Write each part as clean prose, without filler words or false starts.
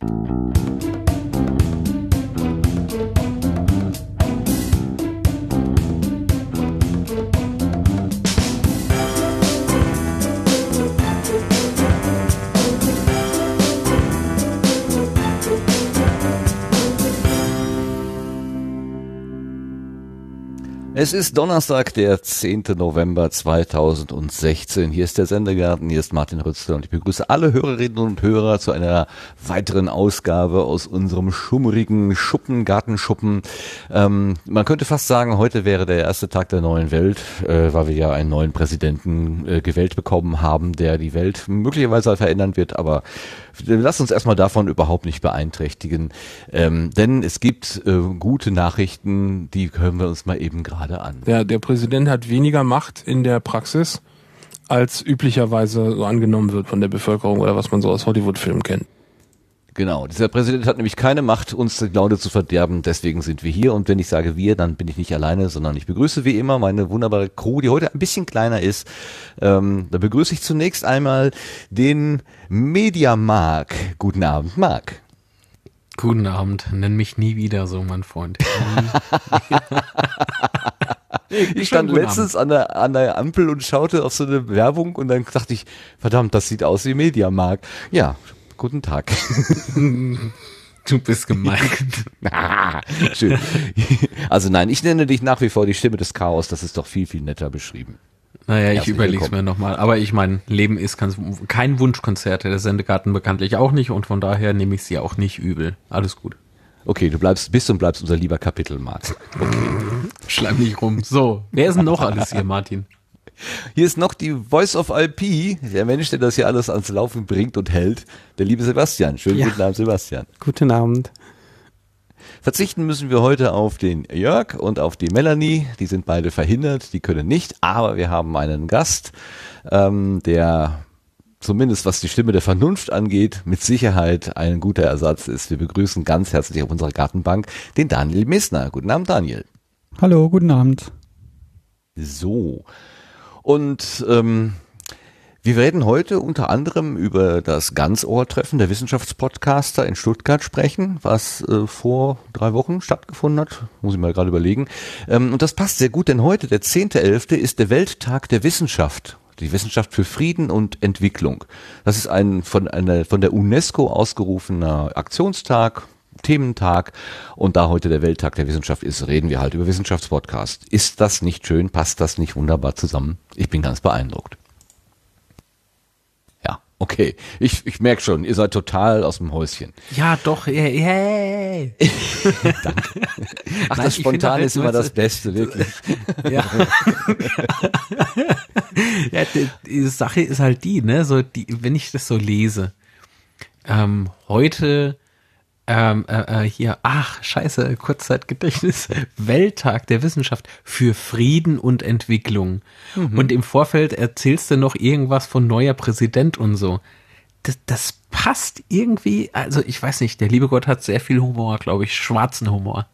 Es ist Donnerstag, der 10. November 2016. Hier ist der Sendegarten, hier ist Martin Rützler und ich begrüße alle Hörerinnen und Hörer zu einer weiteren Ausgabe aus unserem schummrigen Gartenschuppen. Man könnte fast sagen, heute wäre der erste Tag der neuen Welt, weil wir ja einen neuen Präsidenten gewählt bekommen haben, der die Welt möglicherweise verändern wird, aber lass uns erstmal davon überhaupt nicht beeinträchtigen, denn es gibt gute Nachrichten, die hören wir uns mal eben gerade an. Der Präsident hat weniger Macht in der Praxis, als üblicherweise so angenommen wird von der Bevölkerung oder was man so aus Hollywood-Filmen kennt. Genau, dieser Präsident hat nämlich keine Macht, uns die Laune zu verderben, deswegen sind wir hier und wenn ich sage wir, dann bin ich nicht alleine, sondern ich begrüße wie immer meine wunderbare Crew, die heute ein bisschen kleiner ist. Da begrüße ich zunächst einmal den Mediamark. Guten Abend, Marc. Guten Abend, nenn mich nie wieder so, mein Freund. Ich stand letztens an der Ampel und schaute auf so eine Werbung und dann dachte ich, verdammt, das sieht aus wie Mediamark. Ja, guten Tag. Du bist gemein. Schön. Also nein, ich nenne dich nach wie vor die Stimme des Chaos, das ist doch viel, viel netter beschrieben. Naja, ich überlege es mir nochmal. Aber ich meine, Leben ist kein Wunschkonzert, der Sendegarten bekanntlich auch nicht und von daher nehme ich sie auch nicht übel. Alles gut. Okay, du bist unser lieber Kapitelmark. Okay. Schleim nicht rum. So, wer ist denn noch alles hier, Martin? Hier ist noch die Voice of IP, der Mensch, der das hier alles ans Laufen bringt und hält, der liebe Sebastian. Schönen guten Abend, Sebastian. Guten Abend. Verzichten müssen wir heute auf den Jörg und auf die Melanie. Die sind beide verhindert, die können nicht. Aber wir haben einen Gast, der zumindest was die Stimme der Vernunft angeht, mit Sicherheit ein guter Ersatz ist. Wir begrüßen ganz herzlich auf unserer Gartenbank den Daniel Missner. Guten Abend, Daniel. Hallo, guten Abend. So, und wir werden heute unter anderem über das Ganzohr-Treffen der Wissenschaftspodcaster in Stuttgart sprechen, was vor 3 Wochen stattgefunden hat, muss ich mal gerade überlegen. Und das passt sehr gut, denn heute, der 10.11., ist der Welttag der Wissenschaft, die Wissenschaft für Frieden und Entwicklung. Das ist ein von der UNESCO ausgerufener Aktionstag, Thementag, und da heute der Welttag der Wissenschaft ist, reden wir halt über Wissenschaftspodcast. Ist das nicht schön? Passt das nicht wunderbar zusammen? Ich bin ganz beeindruckt. Okay, ich merke schon, ihr seid total aus dem Häuschen. Ja, doch, hey. Danke. Ach, nein, das Spontane ist immer das Beste, wirklich. Ja. Ja, die Sache ist halt wenn ich das so lese, heute scheiße, Kurzzeitgedächtnis, Welttag der Wissenschaft für Frieden und Entwicklung. Mhm. Und im Vorfeld erzählst du noch irgendwas von neuer Präsident und so. Das passt irgendwie, also ich weiß nicht, der liebe Gott hat sehr viel Humor, glaube ich, schwarzen Humor.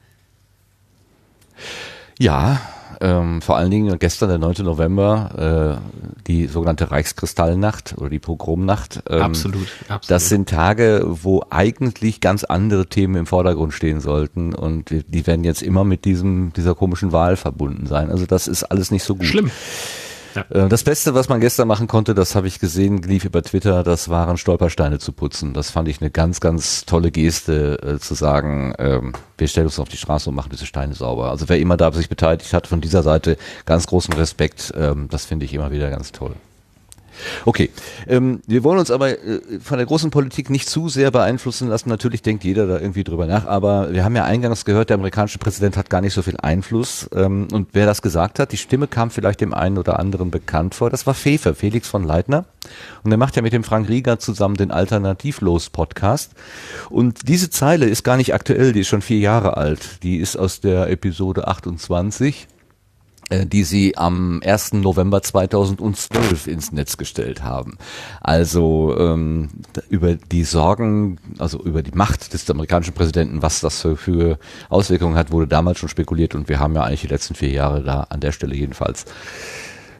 Ja, vor allen Dingen gestern, der 9. November, die sogenannte Reichskristallnacht oder die Pogromnacht. Absolut. Das sind Tage, wo eigentlich ganz andere Themen im Vordergrund stehen sollten und die werden jetzt immer mit dieser komischen Wahl verbunden sein. Also das ist alles nicht so gut. Schlimm. Ja. Das Beste, was man gestern machen konnte, das habe ich gesehen, lief über Twitter, das waren Stolpersteine zu putzen. Das fand ich eine ganz, ganz tolle Geste, zu sagen, wir stellen uns auf die Straße und machen diese Steine sauber. Also wer immer da sich beteiligt hat, von dieser Seite ganz großen Respekt, das finde ich immer wieder ganz toll. Okay, wir wollen uns aber von der großen Politik nicht zu sehr beeinflussen lassen. Natürlich denkt jeder da irgendwie drüber nach, aber wir haben ja eingangs gehört, der amerikanische Präsident hat gar nicht so viel Einfluss. Und wer das gesagt hat, die Stimme kam vielleicht dem einen oder anderen bekannt vor. Das war Felix von Leitner. Und er macht ja mit dem Frank Rieger zusammen den Alternativlos-Podcast. Und diese Zeile ist gar nicht aktuell, die ist schon 4 Jahre alt. Die ist aus der Episode 28. Die sie am 1. November 2012 ins Netz gestellt haben. Also über die Sorgen, also über die Macht des amerikanischen Präsidenten, was das für Auswirkungen hat, wurde damals schon spekuliert und wir haben ja eigentlich die letzten 4 Jahre da an der Stelle jedenfalls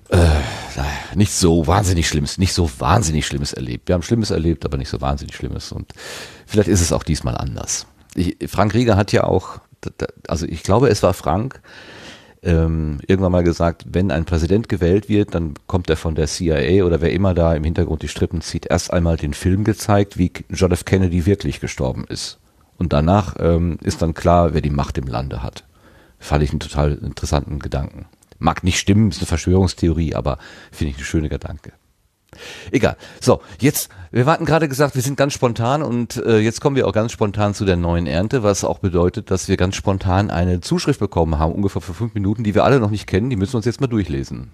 Nicht so wahnsinnig Schlimmes erlebt. Wir haben Schlimmes erlebt, aber nicht so wahnsinnig Schlimmes. Und vielleicht ist es auch diesmal anders. Frank Rieger hat ja auch, also ich glaube, es war Frank, irgendwann mal gesagt, wenn ein Präsident gewählt wird, dann kommt er von der CIA oder wer immer da im Hintergrund die Strippen zieht, erst einmal den Film gezeigt, wie John F. Kennedy wirklich gestorben ist. Und danach ist dann klar, wer die Macht im Lande hat. Fand ich einen total interessanten Gedanken. Mag nicht stimmen, ist eine Verschwörungstheorie, aber finde ich eine schöne Gedanke. Egal. So, jetzt, wir hatten gerade gesagt, wir sind ganz spontan und jetzt kommen wir auch ganz spontan zu der neuen Ernte, was auch bedeutet, dass wir ganz spontan eine Zuschrift bekommen haben, ungefähr für 5 Minuten, die wir alle noch nicht kennen, die müssen wir uns jetzt mal durchlesen.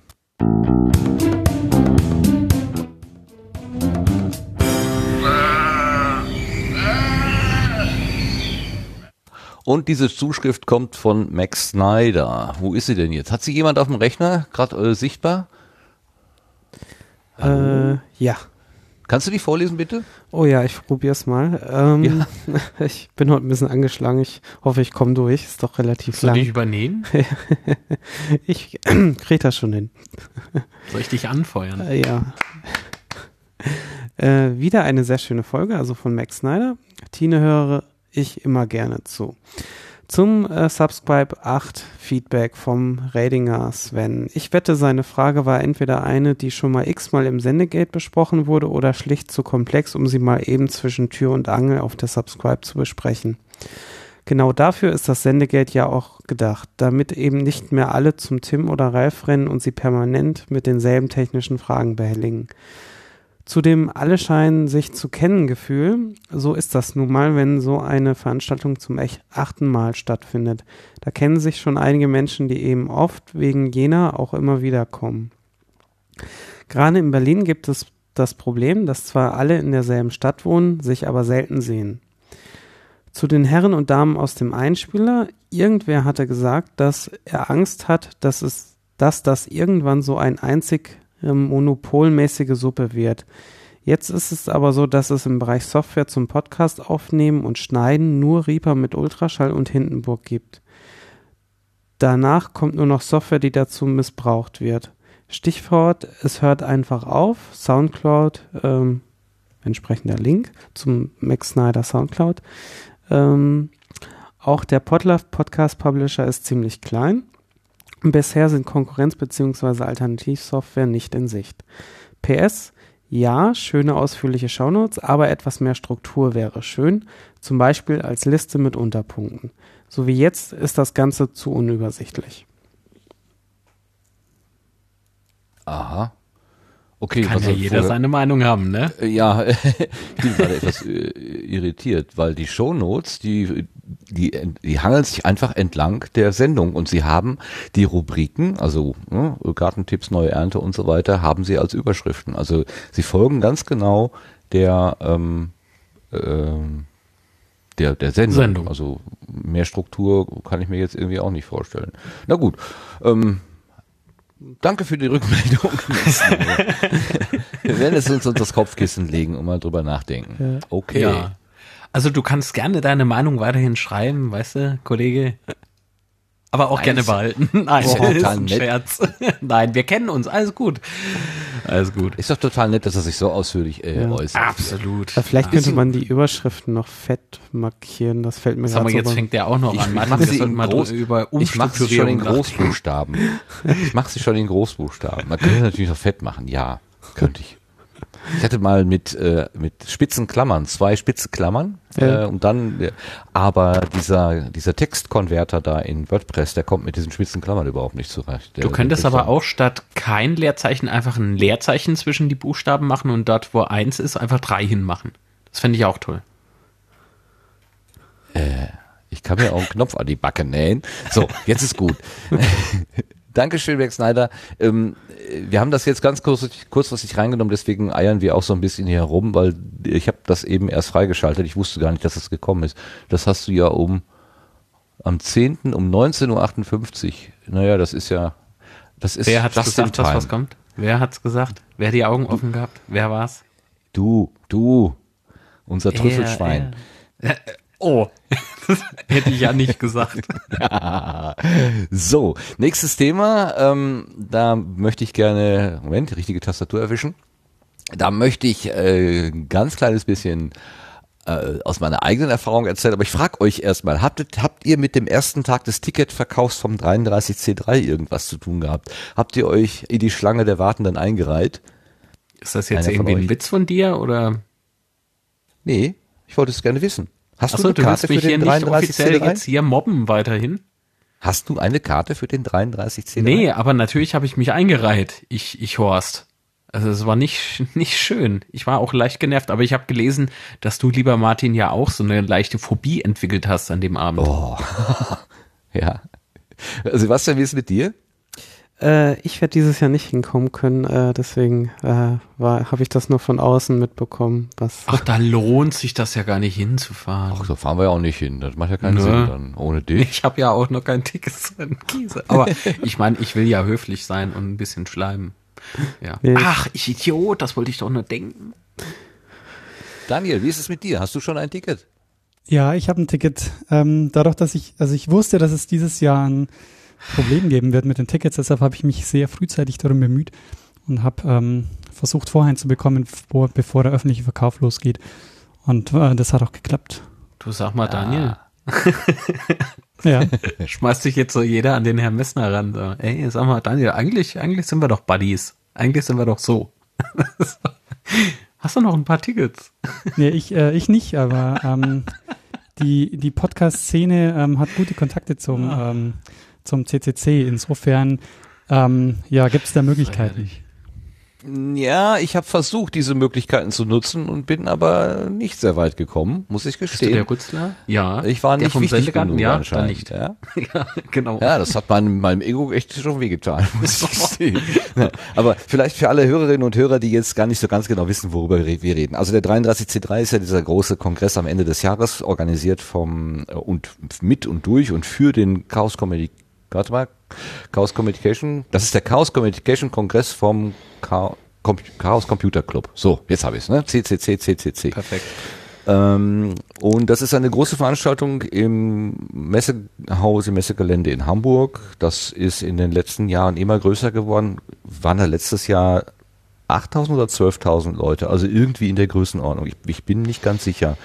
Und diese Zuschrift kommt von Max Snyder. Wo ist sie denn jetzt? Hat sie jemand auf dem Rechner gerade sichtbar? Ja. Kannst du die vorlesen, bitte? Oh ja, ich probier's mal. Ja. Ich bin heute ein bisschen angeschlagen. Ich hoffe, ich komme durch. Ist doch relativ Soll lang. ich übernehmen? Ich krieg das schon hin. Soll ich dich anfeuern? Ja. Wieder eine sehr schöne Folge, also von Max Snyder. Tine höre ich immer gerne zu. Zum Subscribe 8 Feedback vom Radinger Sven. Ich wette, seine Frage war entweder eine, die schon mal x-mal im Sendegate besprochen wurde oder schlicht zu komplex, um sie mal eben zwischen Tür und Angel auf der Subscribe zu besprechen. Genau dafür ist das Sendegate ja auch gedacht, damit eben nicht mehr alle zum Tim oder Ralf rennen und sie permanent mit denselben technischen Fragen behelligen. Zu dem alle scheinen sich zu kennen Gefühl, so ist das nun mal, wenn so eine Veranstaltung zum 8. Mal stattfindet. Da kennen sich schon einige Menschen, die eben oft wegen jener auch immer wieder kommen. Gerade in Berlin gibt es das Problem, dass zwar alle in derselben Stadt wohnen, sich aber selten sehen. Zu den Herren und Damen aus dem Einspieler, irgendwer hatte gesagt, dass er Angst hat, dass das irgendwann so ein einzig monopolmäßige Suppe wird. Jetzt ist es aber so, dass es im Bereich Software zum Podcast aufnehmen und schneiden nur Reaper mit Ultraschall und Hindenburg gibt. Danach kommt nur noch Software, die dazu missbraucht wird. Stichwort, es hört einfach auf. Soundcloud, entsprechender Link zum Max Snyder Soundcloud. Auch der Podlove Podcast Publisher ist ziemlich klein. Bisher sind Konkurrenz- bzw. Alternativsoftware nicht in Sicht. PS, ja, schöne ausführliche Shownotes, aber etwas mehr Struktur wäre schön, zum Beispiel als Liste mit Unterpunkten. So wie jetzt ist das Ganze zu unübersichtlich. Aha. Okay, Kann ja jeder seine Meinung haben, ne? Ja, ich bin gerade etwas irritiert, weil die Shownotes, die hangeln sich einfach entlang der Sendung und sie haben die Rubriken, also Gartentipps, neue Ernte und so weiter, haben sie als Überschriften. Also sie folgen ganz genau der Sendung. Also mehr Struktur kann ich mir jetzt irgendwie auch nicht vorstellen. Na gut, danke für die Rückmeldung. Wir werden es uns unter das Kopfkissen legen und mal drüber nachdenken. Okay. Ja. Also du kannst gerne deine Meinung weiterhin schreiben, weißt du, Kollege? Aber auch gerne behalten. Nein, das ist ein Scherz. Nein, wir kennen uns, alles gut. Alles gut. Ist doch total nett, dass er sich so ausführlich äußert. Absolut. Vielleicht könnte man die Überschriften noch fett markieren, das fällt mir gerade so. Jetzt fängt der auch noch an. Ich mache sie schon in Großbuchstaben. Man könnte natürlich noch fett machen, ja, könnte ich. Ich hatte mal mit spitzen Klammern, 2 spitze Klammern, und dann, aber dieser Textkonverter da in WordPress, der kommt mit diesen spitzen Klammern überhaupt nicht zurecht. Du könntest aber auch statt kein Leerzeichen einfach ein Leerzeichen zwischen die Buchstaben machen und dort, wo 1 ist, einfach 3 hinmachen. Das fände ich auch toll. Ich kann mir auch einen Knopf an die Backe nähen. So, jetzt ist gut. Dankeschön, Max Snyder. Wir haben das jetzt ganz kurzfristig reingenommen, deswegen eiern wir auch so ein bisschen hier herum, weil ich habe das eben erst freigeschaltet. Ich wusste gar nicht, dass das gekommen ist. Das hast du ja am 10. um 19.58 Uhr. Naja, das ist ja, Wer hat's gesagt, dass was kommt? Wer hat's gesagt? Wer hat die Augen offen gehabt? Wer war's? Du, unser Trüffelschwein. Oh, Hätte ich ja nicht gesagt. So, nächstes Thema. Da möchte ich gerne, Moment, die richtige Tastatur erwischen. Da möchte ich ein ganz kleines bisschen aus meiner eigenen Erfahrung erzählen, aber ich frage euch erstmal, habt ihr mit dem ersten Tag des Ticketverkaufs vom 33C3 irgendwas zu tun gehabt? Habt ihr euch in die Schlange der Wartenden eingereiht? Ist das jetzt irgendwie ein Witz von dir oder? Nee, ich wollte es gerne wissen. Hast du eine du Karte willst für mich den hier nicht offiziell 33C3? jetzt hier mobben weiterhin? Hast du eine Karte für den 33C3? Nee, aber natürlich habe ich mich eingereiht. Ich Horst. Also es war nicht schön. Ich war auch leicht genervt, aber ich habe gelesen, dass du, lieber Martin, ja auch so eine leichte Phobie entwickelt hast an dem Abend. Oh, ja. Sebastian, wie ist es mit dir? Ich werde dieses Jahr nicht hinkommen können, deswegen habe ich das nur von außen mitbekommen. Ach, da lohnt sich das ja gar nicht hinzufahren. Ach, so fahren wir ja auch nicht hin. Das macht ja keinen Sinn dann ohne dich. Ich habe ja auch noch kein Ticket zu einem Käse. Aber ich meine, ich will ja höflich sein und ein bisschen schleimen. Ja. Nee. Ach, ich Idiot, das wollte ich doch nur denken. Daniel, wie ist es mit dir? Hast du schon ein Ticket? Ja, ich habe ein Ticket. Dadurch, dass ich wusste, dass es dieses Jahr ein Problem geben wird mit den Tickets, deshalb habe ich mich sehr frühzeitig darum bemüht und habe versucht, Vorhang zu bekommen, bevor der öffentliche Verkauf losgeht. Und das hat auch geklappt. Du sag mal, Daniel. Ja. Schmeißt sich jetzt so jeder an den Herrn Messner ran. So, ey, sag mal, Daniel, eigentlich sind wir doch Buddies. Eigentlich sind wir doch so. Hast du noch ein paar Tickets? Nee, ich nicht, aber die Podcast-Szene hat gute Kontakte zum CCC. Insofern gibt es da Möglichkeiten. Ja, ich habe versucht, diese Möglichkeiten zu nutzen und bin aber nicht sehr weit gekommen, muss ich gestehen. Bist du der Rützler? Ja. Ich war der nicht vom wichtig Sendegarten? genug Ja, anscheinend. nicht. Ja? Ja, genau. Ja, das hat meinem Ego echt schon wehgetan, muss ich gestehen. Ja, aber vielleicht für alle Hörerinnen und Hörer, die jetzt gar nicht so ganz genau wissen, worüber wir reden. Also der 33C3 ist ja dieser große Kongress am Ende des Jahres, organisiert mit und durch und für den Chaos Communication. Das ist der Chaos Communication Kongress vom Chaos Computer Club. So, jetzt habe ich es, ne? CCC. Perfekt. Und das ist eine große Veranstaltung im Messehaus, im Messegelände in Hamburg. Das ist in den letzten Jahren immer größer geworden. Waren da letztes Jahr 8.000 oder 12.000 Leute? Also irgendwie in der Größenordnung. Ich bin nicht ganz sicher.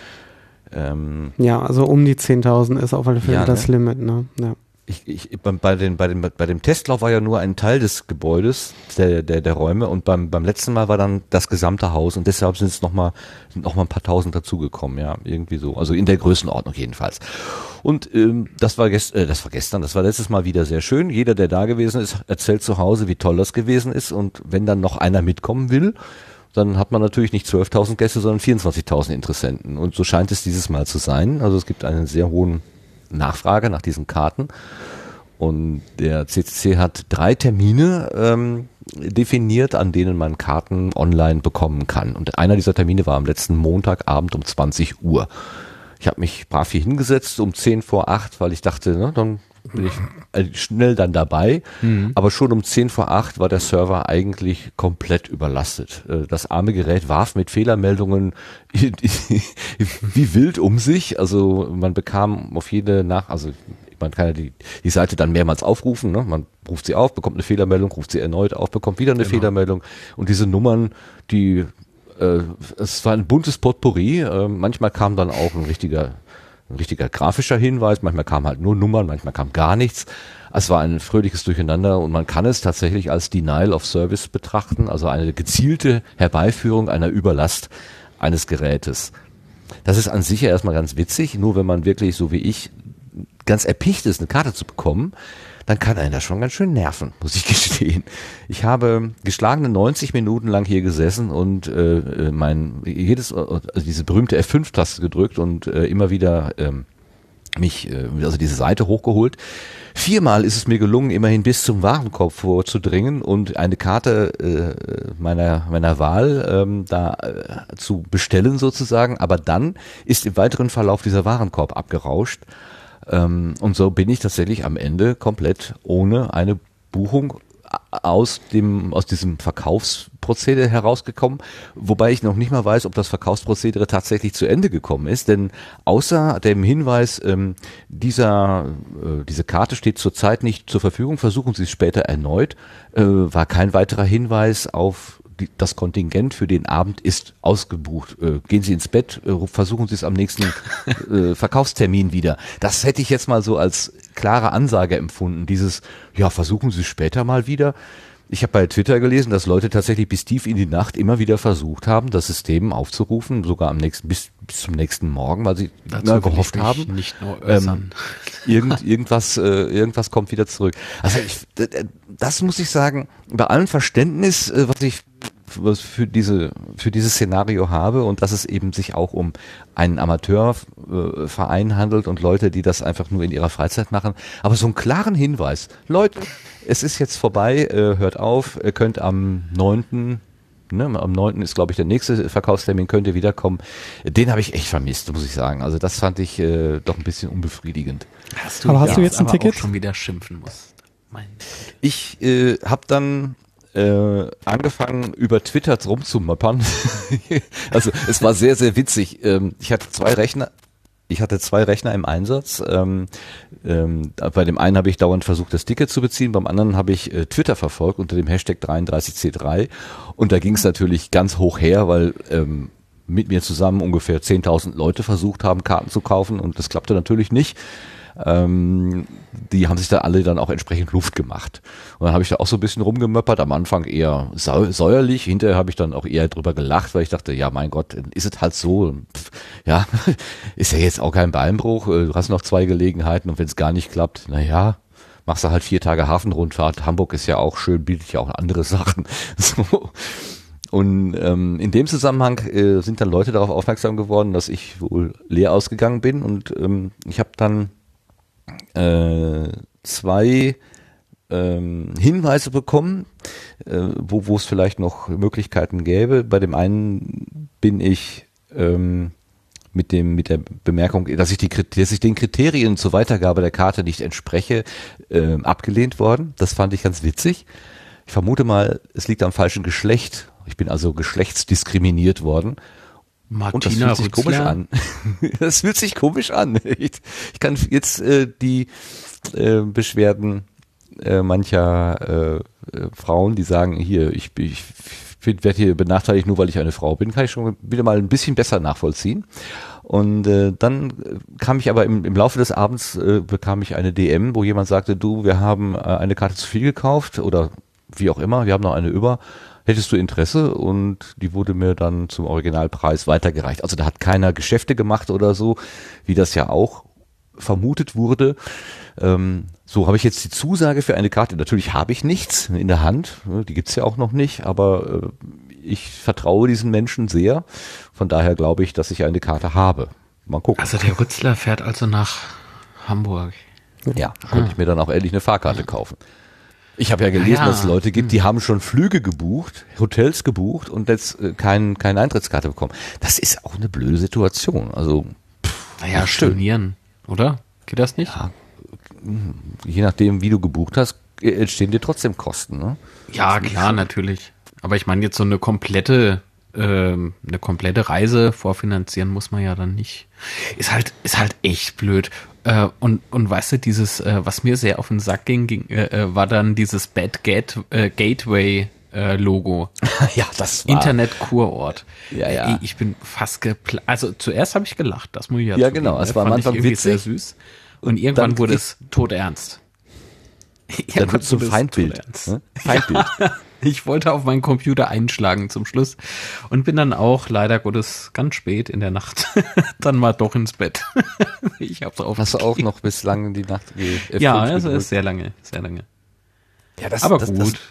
Ja, also um die 10.000 ist auf alle Fälle das Limit, ne? Ja. Bei dem Testlauf war ja nur ein Teil des Gebäudes, der Räume, und beim letzten Mal war dann das gesamte Haus, und deshalb sind es noch mal ein paar Tausend dazugekommen, ja, irgendwie so, also in der Größenordnung jedenfalls. Und das war letztes Mal wieder sehr schön. Jeder, der da gewesen ist, erzählt zu Hause, wie toll das gewesen ist, und wenn dann noch einer mitkommen will, dann hat man natürlich nicht 12.000 Gäste, sondern 24.000 Interessenten, und so scheint es dieses Mal zu sein. Also es gibt einen sehr hohen Nachfrage nach diesen Karten, und der CCC hat 3 Termine definiert, an denen man Karten online bekommen kann, und einer dieser Termine war am letzten Montagabend um 20 Uhr. Ich habe mich brav hier hingesetzt um 10 vor 8, weil ich dachte, ne, dann bin ich schnell dann dabei, aber schon um 10 vor 8 war der Server eigentlich komplett überlastet. Das arme Gerät warf mit Fehlermeldungen wie wild um sich, also man bekam auf jede man kann ja die Seite dann mehrmals aufrufen, ne? Man ruft sie auf, bekommt eine Fehlermeldung, ruft sie erneut auf, bekommt wieder eine Fehlermeldung, und diese Nummern, es war ein buntes Potpourri, manchmal kam dann auch ein richtiger grafischer Hinweis, manchmal kam halt nur Nummern, manchmal kam gar nichts. Es war ein fröhliches Durcheinander, und man kann es tatsächlich als Denial of Service betrachten, also eine gezielte Herbeiführung einer Überlast eines Gerätes. Das ist an sich ja erstmal ganz witzig, nur wenn man wirklich, so wie ich, ganz erpicht ist, eine Karte zu bekommen, dann kann einen das schon ganz schön nerven, muss ich gestehen. Ich habe geschlagene 90 Minuten lang hier gesessen und diese berühmte F5-Taste gedrückt und immer wieder diese Seite hochgeholt. 4-mal ist es mir gelungen, immerhin bis zum Warenkorb vorzudringen und eine Karte meiner Wahl zu bestellen sozusagen, aber dann ist im weiteren Verlauf dieser Warenkorb abgerauscht. Und so bin ich tatsächlich am Ende komplett ohne eine Buchung aus diesem Verkaufsprozess Verkaufsprozedere herausgekommen, wobei ich noch nicht mal weiß, ob das Verkaufsprozedere tatsächlich zu Ende gekommen ist, denn außer dem Hinweis, diese Karte steht zurzeit nicht zur Verfügung, versuchen Sie es später erneut, war kein weiterer Hinweis auf das Kontingent für den Abend ist ausgebucht. Gehen Sie ins Bett, versuchen Sie es am nächsten Verkaufstermin wieder. Das hätte ich jetzt mal so als klare Ansage empfunden. Dieses, ja, versuchen Sie es später mal wieder. Ich habe bei Twitter gelesen, dass Leute tatsächlich bis tief in die Nacht immer wieder versucht haben, das System aufzurufen, sogar bis zum nächsten Morgen, weil sie gehofft haben. Nicht nur äußern. Irgendwas kommt wieder zurück. Also das muss ich sagen, bei allem Verständnis, was für dieses Szenario habe und dass es eben sich auch um einen Amateurverein handelt und Leute, die das einfach nur in ihrer Freizeit machen. Aber so einen klaren Hinweis, Leute, es ist jetzt vorbei, hört auf, ihr könnt am 9., am 9. ist, glaube ich, der nächste Verkaufstermin, könnt ihr wiederkommen. Den habe ich echt vermisst, muss ich sagen. Also das fand ich doch ein bisschen unbefriedigend. Hast du jetzt ein Ticket? Auch schon wieder schimpfen musst. Ich habe dann angefangen, über Twitter rumzumöppern. Also es war sehr, sehr witzig. Ich hatte zwei Rechner im Einsatz. Bei dem einen habe ich dauernd versucht, das Ticket zu beziehen, beim anderen habe ich Twitter verfolgt unter dem Hashtag 33C3 und da ging es natürlich ganz hoch her, weil mit mir zusammen ungefähr 10.000 Leute versucht haben, Karten zu kaufen und das klappte natürlich nicht. Die haben sich da alle dann auch entsprechend Luft gemacht. Und dann habe ich da auch so ein bisschen rumgemöppert, am Anfang eher säuerlich, hinterher habe ich dann auch eher drüber gelacht, weil ich dachte, ja mein Gott, ist es halt so, ja, ist ja jetzt auch kein Beinbruch, du hast noch 2 Gelegenheiten und wenn es gar nicht klappt, naja, machst du halt 4 Tage Hafenrundfahrt, Hamburg ist ja auch schön, bietet ja auch andere Sachen, so. Und in dem Zusammenhang sind dann Leute darauf aufmerksam geworden, dass ich wohl leer ausgegangen bin und ich habe dann 2 Hinweise bekommen, wo es vielleicht noch Möglichkeiten gäbe. Bei dem einen bin ich mit der Bemerkung, dass ich den Kriterien zur Weitergabe der Karte nicht entspreche, abgelehnt worden. Das fand ich ganz witzig. Ich vermute mal, es liegt am falschen Geschlecht. Ich bin also geschlechtsdiskriminiert worden. Martina und das fühlt sich komisch an. Das fühlt sich komisch an. Ich kann jetzt die Beschwerden mancher Frauen, die sagen, hier, ich werde hier benachteiligt, nur weil ich eine Frau bin, kann ich schon wieder mal ein bisschen besser nachvollziehen. Und dann kam ich aber im Laufe des Abends, bekam ich eine DM, wo jemand sagte, du, wir haben eine Karte zu viel gekauft oder wie auch immer, wir haben noch eine über. Hättest du Interesse? Und die wurde mir dann zum Originalpreis weitergereicht. Also da hat keiner Geschäfte gemacht oder so, wie das ja auch vermutet wurde. So habe ich jetzt die Zusage für eine Karte. Natürlich habe ich nichts in der Hand, die gibt's ja auch noch nicht, aber ich vertraue diesen Menschen sehr. Von daher glaube ich, dass ich eine Karte habe. Mal gucken. Also der Rützler fährt also nach Hamburg. Ja, könnte ich mir dann auch endlich eine Fahrkarte kaufen. Ich habe ja gelesen, dass es Leute gibt, die haben schon Flüge gebucht, Hotels gebucht und jetzt keine Eintrittskarte bekommen. Das ist auch eine blöde Situation. Also, naja, stornieren, oder? Geht das nicht? Ja, je nachdem, wie du gebucht hast, entstehen dir trotzdem Kosten. Ne? Ja, klar, natürlich. Aber ich meine, jetzt so eine komplette Reise vorfinanzieren muss man ja dann nicht. Ist halt echt blöd. Und weißt du, dieses, was mir sehr auf den Sack ging, war dann dieses Bad Gateway Logo. Ja, das war Internetkurort. Ja. Ich bin fast also zuerst habe ich gelacht, das muss ich ja Ja, zugeben. genau, es war am Anfang witzig. Sehr süß. Und irgendwann wurde es todernst. Dann wird es zum Feindbild. Ne? Feindbild. Ja, ich wollte auf meinen Computer einschlagen zum Schluss und bin dann auch leider Gottes ganz spät in der Nacht dann mal doch ins Bett. Ich hab's aufgegeben. Hast du auch noch bislang in die Nacht F5 Ja, es ist sehr lange. Ja, aber gut.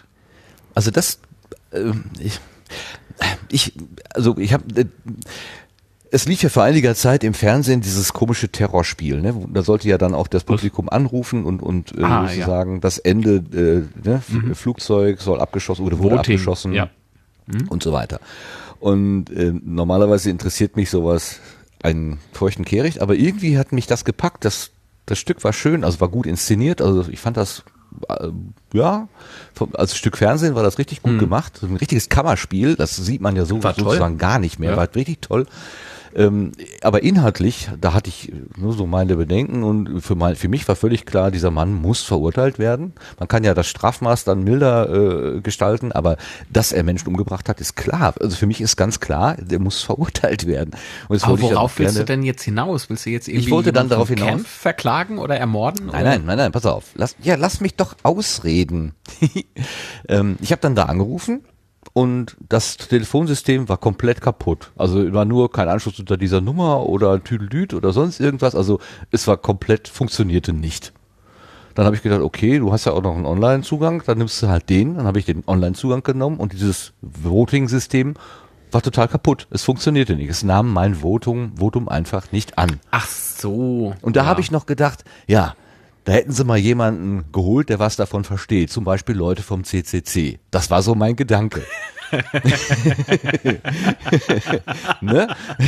Es lief ja vor einiger Zeit im Fernsehen dieses komische Terrorspiel, ne? Da sollte ja dann auch das Publikum anrufen und sozusagen das Ende, Flugzeug soll abgeschossen oder wurde Voting, abgeschossen ja. und so weiter. Und normalerweise interessiert mich sowas einen feuchten Kehricht, aber irgendwie hat mich das gepackt. Das Stück war schön, also war gut inszeniert, also ich fand das als Stück Fernsehen war das richtig gut gemacht. Ein richtiges Kammerspiel, das sieht man ja sozusagen gar nicht mehr, war richtig toll. Aber inhaltlich, da hatte ich nur so meine Bedenken und für mich war völlig klar, dieser Mann muss verurteilt werden. Man kann ja das Strafmaß dann milder gestalten, aber dass er Menschen umgebracht hat, ist klar. Also für mich ist ganz klar, der muss verurteilt werden. Und aber worauf willst du denn jetzt hinaus? Willst du jetzt irgendwie ich wollte dann darauf hinaus Camp verklagen oder ermorden? Nein, pass auf. Lass mich doch ausreden. Ich habe dann da angerufen. Und das Telefonsystem war komplett kaputt. Also war nur kein Anschluss unter dieser Nummer oder Tüdeldüt oder sonst irgendwas. Also es war komplett, funktionierte nicht. Dann habe ich gedacht, okay, du hast ja auch noch einen Online-Zugang, dann nimmst du halt den. Dann habe ich den Online-Zugang genommen und dieses Voting-System war total kaputt. Es funktionierte nicht. Es nahm mein Votum einfach nicht an. Ach so. Und da habe ich noch gedacht, ja, da hätten sie mal jemanden geholt, der was davon versteht. Zum Beispiel Leute vom CCC. Das war so mein Gedanke. Ne?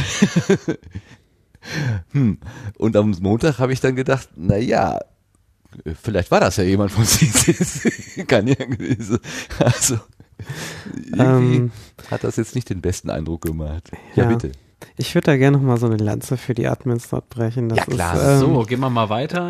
Und am Montag habe ich dann gedacht, na ja, vielleicht war das ja jemand vom CCC. Kann ja gewesen. Also irgendwie hat das jetzt nicht den besten Eindruck gemacht. Ja, bitte. Ich würde da gerne noch mal so eine Lanze für die Admins dort brechen. Das ja klar, ist, so, gehen wir mal weiter.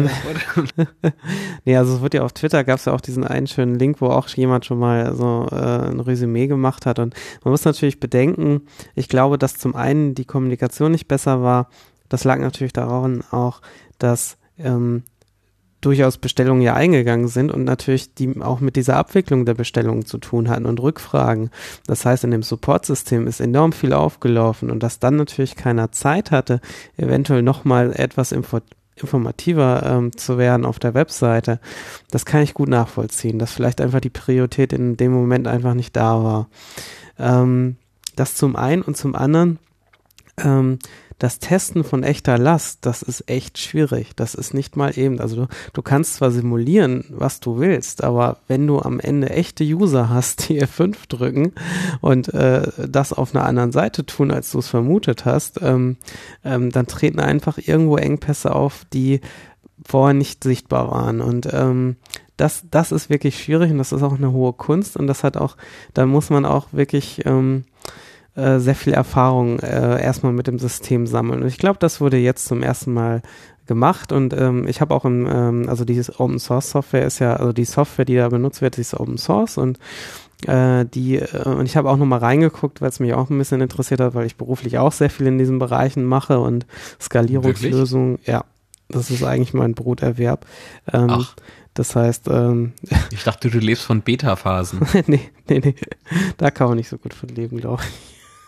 Nee, also es wird ja auf Twitter, gab es ja auch diesen einen schönen Link, wo auch jemand schon mal so ein Resümee gemacht hat und man muss natürlich bedenken, ich glaube, dass zum einen die Kommunikation nicht besser war, das lag natürlich daran auch, dass durchaus Bestellungen ja eingegangen sind und natürlich die auch mit dieser Abwicklung der Bestellungen zu tun hatten und Rückfragen. Das heißt, in dem Support-System ist enorm viel aufgelaufen und dass dann natürlich keiner Zeit hatte, eventuell nochmal etwas informativer zu werden auf der Webseite, das kann ich gut nachvollziehen, dass vielleicht einfach die Priorität in dem Moment einfach nicht da war. Das zum einen und zum anderen, das Testen von echter Last, das ist echt schwierig. Das ist nicht mal eben, also du kannst zwar simulieren, was du willst, aber wenn du am Ende echte User hast, die F5 drücken und das auf einer anderen Seite tun, als du es vermutet hast, dann treten einfach irgendwo Engpässe auf, die vorher nicht sichtbar waren und das ist wirklich schwierig und das ist auch eine hohe Kunst und das hat auch, da muss man auch wirklich sehr viel Erfahrung erstmal mit dem System sammeln. Und ich glaube, das wurde jetzt zum ersten Mal gemacht und ich habe auch also diese Open Source Software ist ja, also die Software, die da benutzt wird, ist Open Source und und ich habe auch nochmal reingeguckt, weil es mich auch ein bisschen interessiert hat, weil ich beruflich auch sehr viel in diesen Bereichen mache und Skalierungslösungen, ja, das ist eigentlich mein Broterwerb. Ach. Das heißt, ich dachte, du lebst von Beta-Phasen. Nee, da kann man nicht so gut von leben, glaube ich.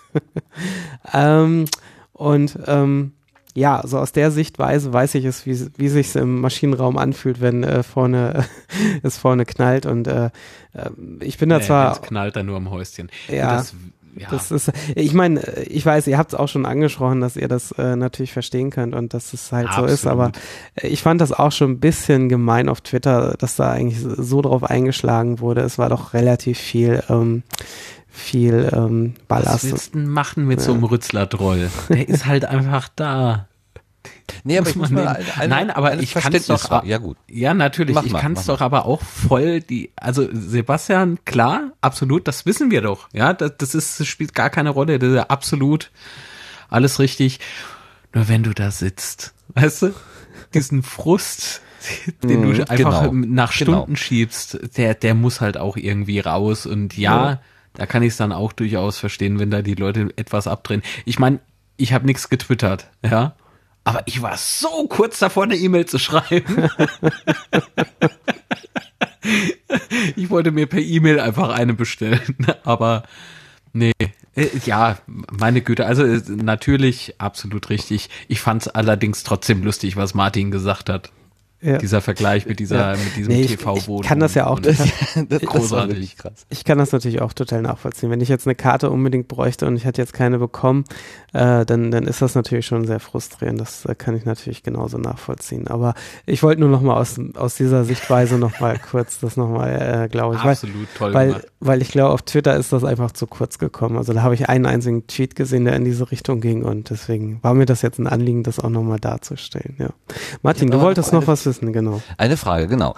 Ja, also aus der Sichtweise weiß ich es, wie sich im Maschinenraum anfühlt, wenn es vorne knallt und ich bin da zwar... Es knallt da nur am Häuschen. Ja. Das ist, ich meine, ich weiß, ihr habt es auch schon angesprochen, dass ihr das natürlich verstehen könnt und dass es halt Absolut. So ist, aber ich fand das auch schon ein bisschen gemein auf Twitter, dass da eigentlich so drauf eingeschlagen wurde. Es war doch relativ viel Ballast. Was willst du denn machen mit so einem Rützler-Troll? Der ist halt einfach da. Nee, aber ich muss mal Nein, aber ich kann es doch. Ja, gut. Ja, natürlich. Ich kann es doch aber auch voll also Sebastian, klar, absolut, das wissen wir doch. Ja, das spielt gar keine Rolle. Das ist ja absolut alles richtig. Nur wenn du da sitzt, weißt du, diesen Frust, den du einfach nach Stunden schiebst, der muss halt auch irgendwie raus. Und ja, da kann ich es dann auch durchaus verstehen, wenn da die Leute etwas abdrehen. Ich meine, ich habe nichts getwittert, ja. Aber ich war so kurz davor, eine E-Mail zu schreiben. Ich wollte mir per E-Mail einfach eine bestellen. Aber nee, ja, meine Güte. Also natürlich absolut richtig. Ich fand es allerdings trotzdem lustig, was Martin gesagt hat. Ja. Dieser Vergleich mit diesem TV-Votum. Ich kann das ja auch das großartig krass. Ich kann das natürlich auch total nachvollziehen. Wenn ich jetzt eine Karte unbedingt bräuchte und ich hätte jetzt keine bekommen, dann ist das natürlich schon sehr frustrierend. Das kann ich natürlich genauso nachvollziehen. Aber ich wollte nur noch mal aus dieser Sichtweise noch mal kurz das noch mal, glaube ich. Absolut toll gemacht. Weil ich glaube, auf Twitter ist das einfach zu kurz gekommen. Also da habe ich einen einzigen Tweet gesehen, der in diese Richtung ging und deswegen war mir das jetzt ein Anliegen, das auch noch mal darzustellen. Ja. Martin, du wolltest noch was ist denn genau? Eine Frage, genau.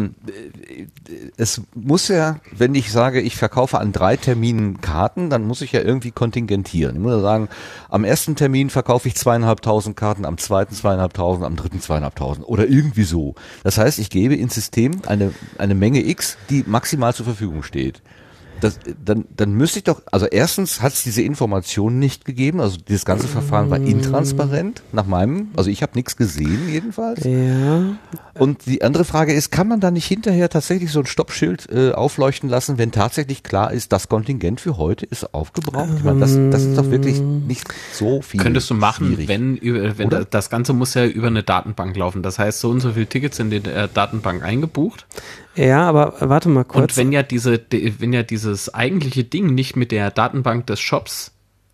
Es muss ja, wenn ich sage, ich verkaufe an 3 Terminen Karten, dann muss ich ja irgendwie kontingentieren. Ich muss ja sagen, am ersten Termin verkaufe ich 2.500 Karten, am zweiten 2.500, am dritten 2.500 oder irgendwie so. Das heißt, ich gebe ins System eine Menge X, die maximal zur Verfügung steht. Dann müsste ich doch, also erstens hat es diese Information nicht gegeben, also dieses ganze Verfahren war intransparent, also ich habe nichts gesehen jedenfalls. Ja. Und die andere Frage ist, kann man da nicht hinterher tatsächlich so ein Stoppschild aufleuchten lassen, wenn tatsächlich klar ist, das Kontingent für heute ist aufgebraucht? Ich meine, das ist doch wirklich nicht so viel. Könntest du machen, schwierig. wenn das Ganze muss ja über eine Datenbank laufen. Das heißt, so und so viele Tickets sind in der Datenbank eingebucht. Ja, aber warte mal kurz. Und wenn ja dieses eigentliche Ding nicht mit der Datenbank des Shops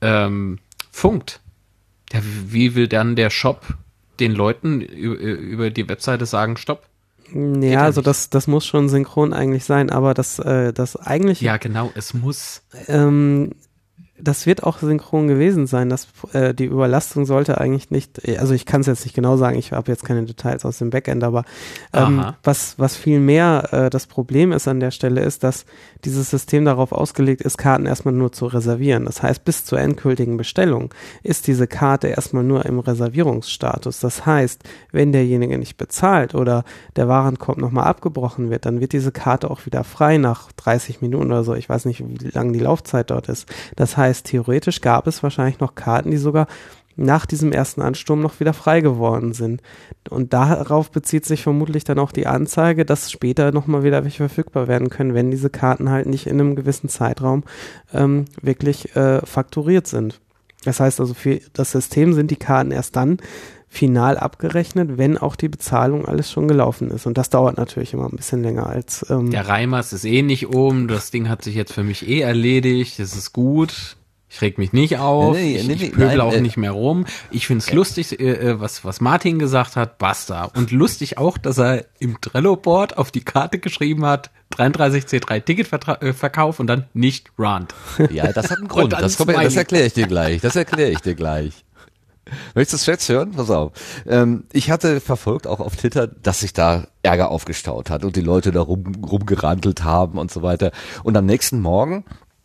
funkt, ja, wie will dann der Shop den Leuten über die Webseite sagen, stopp? Ja, also das muss schon synchron eigentlich sein, aber das eigentliche... Ja, genau, es muss. Das wird auch synchron gewesen sein, dass die Überlastung sollte eigentlich nicht, also ich kann es jetzt nicht genau sagen, ich habe jetzt keine Details aus dem Backend, aber was viel mehr das Problem ist an der Stelle ist, dass dieses System darauf ausgelegt ist, Karten erstmal nur zu reservieren. Das heißt, bis zur endgültigen Bestellung ist diese Karte erstmal nur im Reservierungsstatus. Das heißt, wenn derjenige nicht bezahlt oder der Warenkorb nochmal abgebrochen wird, dann wird diese Karte auch wieder frei nach 30 Minuten oder so. Ich weiß nicht, wie lange die Laufzeit dort ist. Das heißt, theoretisch gab es wahrscheinlich noch Karten, die sogar nach diesem ersten Ansturm noch wieder frei geworden sind. Und darauf bezieht sich vermutlich dann auch die Anzeige, dass später nochmal wieder welche verfügbar werden können, wenn diese Karten halt nicht in einem gewissen Zeitraum wirklich fakturiert sind. Das heißt also, für das System sind die Karten erst dann final abgerechnet, wenn auch die Bezahlung alles schon gelaufen ist. Und das dauert natürlich immer ein bisschen länger als... Der Reimers ist eh nicht das Ding hat sich jetzt für mich eh erledigt, das ist gut, ich reg mich nicht auf, ich pöbel auch nicht mehr rum. Ich find's lustig, was Martin gesagt hat, basta. Und lustig auch, dass er im Trello-Board auf die Karte geschrieben hat, 33C3 Ticketverkauf und dann nicht Rand. Ja, das hat einen Grund, das erkläre ich dir gleich, Möchtest du es jetzt hören? Pass auf. Ich hatte verfolgt auch auf Twitter, dass sich da Ärger aufgestaut hat und die Leute da rumgerantelt haben und so weiter. Und am nächsten Morgen,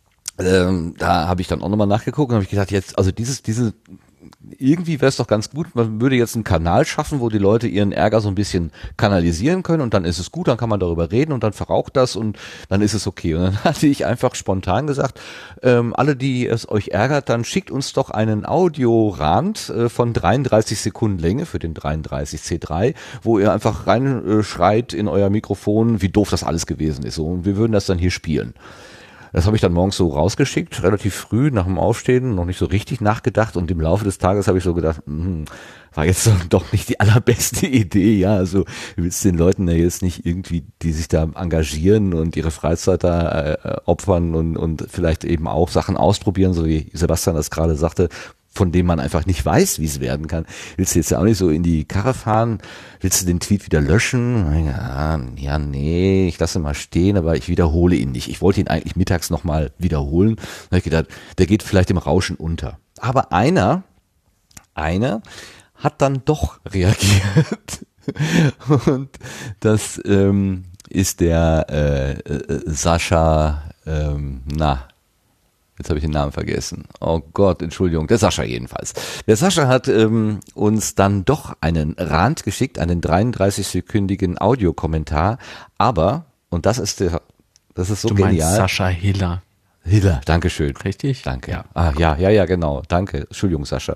da habe ich dann auch nochmal nachgeguckt und habe ich gedacht, jetzt, also irgendwie wäre es doch ganz gut, man würde jetzt einen Kanal schaffen, wo die Leute ihren Ärger so ein bisschen kanalisieren können und dann ist es gut, dann kann man darüber reden und dann verraucht das und dann ist es okay. Und dann hatte ich einfach spontan gesagt, alle, die es euch ärgert, dann schickt uns doch einen Audiorand von 33 Sekunden Länge für den 33C3, wo ihr einfach reinschreit in euer Mikrofon, wie doof das alles gewesen ist. So, und wir würden das dann hier spielen. Das habe ich dann morgens so rausgeschickt, relativ früh nach dem Aufstehen, noch nicht so richtig nachgedacht und im Laufe des Tages habe ich so gedacht, war jetzt doch nicht die allerbeste Idee, ja, also du willst den Leuten ja jetzt nicht irgendwie, die sich da engagieren und ihre Freizeit da opfern und vielleicht eben auch Sachen ausprobieren, so wie Sebastian das gerade sagte, von dem man einfach nicht weiß, wie es werden kann. Willst du jetzt ja auch nicht so in die Karre fahren? Willst du den Tweet wieder löschen? Ja, nee, ich lasse ihn mal stehen, aber ich wiederhole ihn nicht. Ich wollte ihn eigentlich mittags nochmal wiederholen. Da habe ich gedacht, der geht vielleicht im Rauschen unter. Aber einer hat dann doch reagiert. Und das ist der Sascha, jetzt habe ich den Namen vergessen. Oh Gott, Entschuldigung. Der Sascha jedenfalls. Der Sascha hat uns dann doch einen Rand geschickt, einen 33-sekündigen Audiokommentar. Aber, und das ist so du genial. Meinst Sascha Hiller. Hiller, Dankeschön. Richtig? Danke. Ja. Ja, genau. Danke. Entschuldigung, Sascha.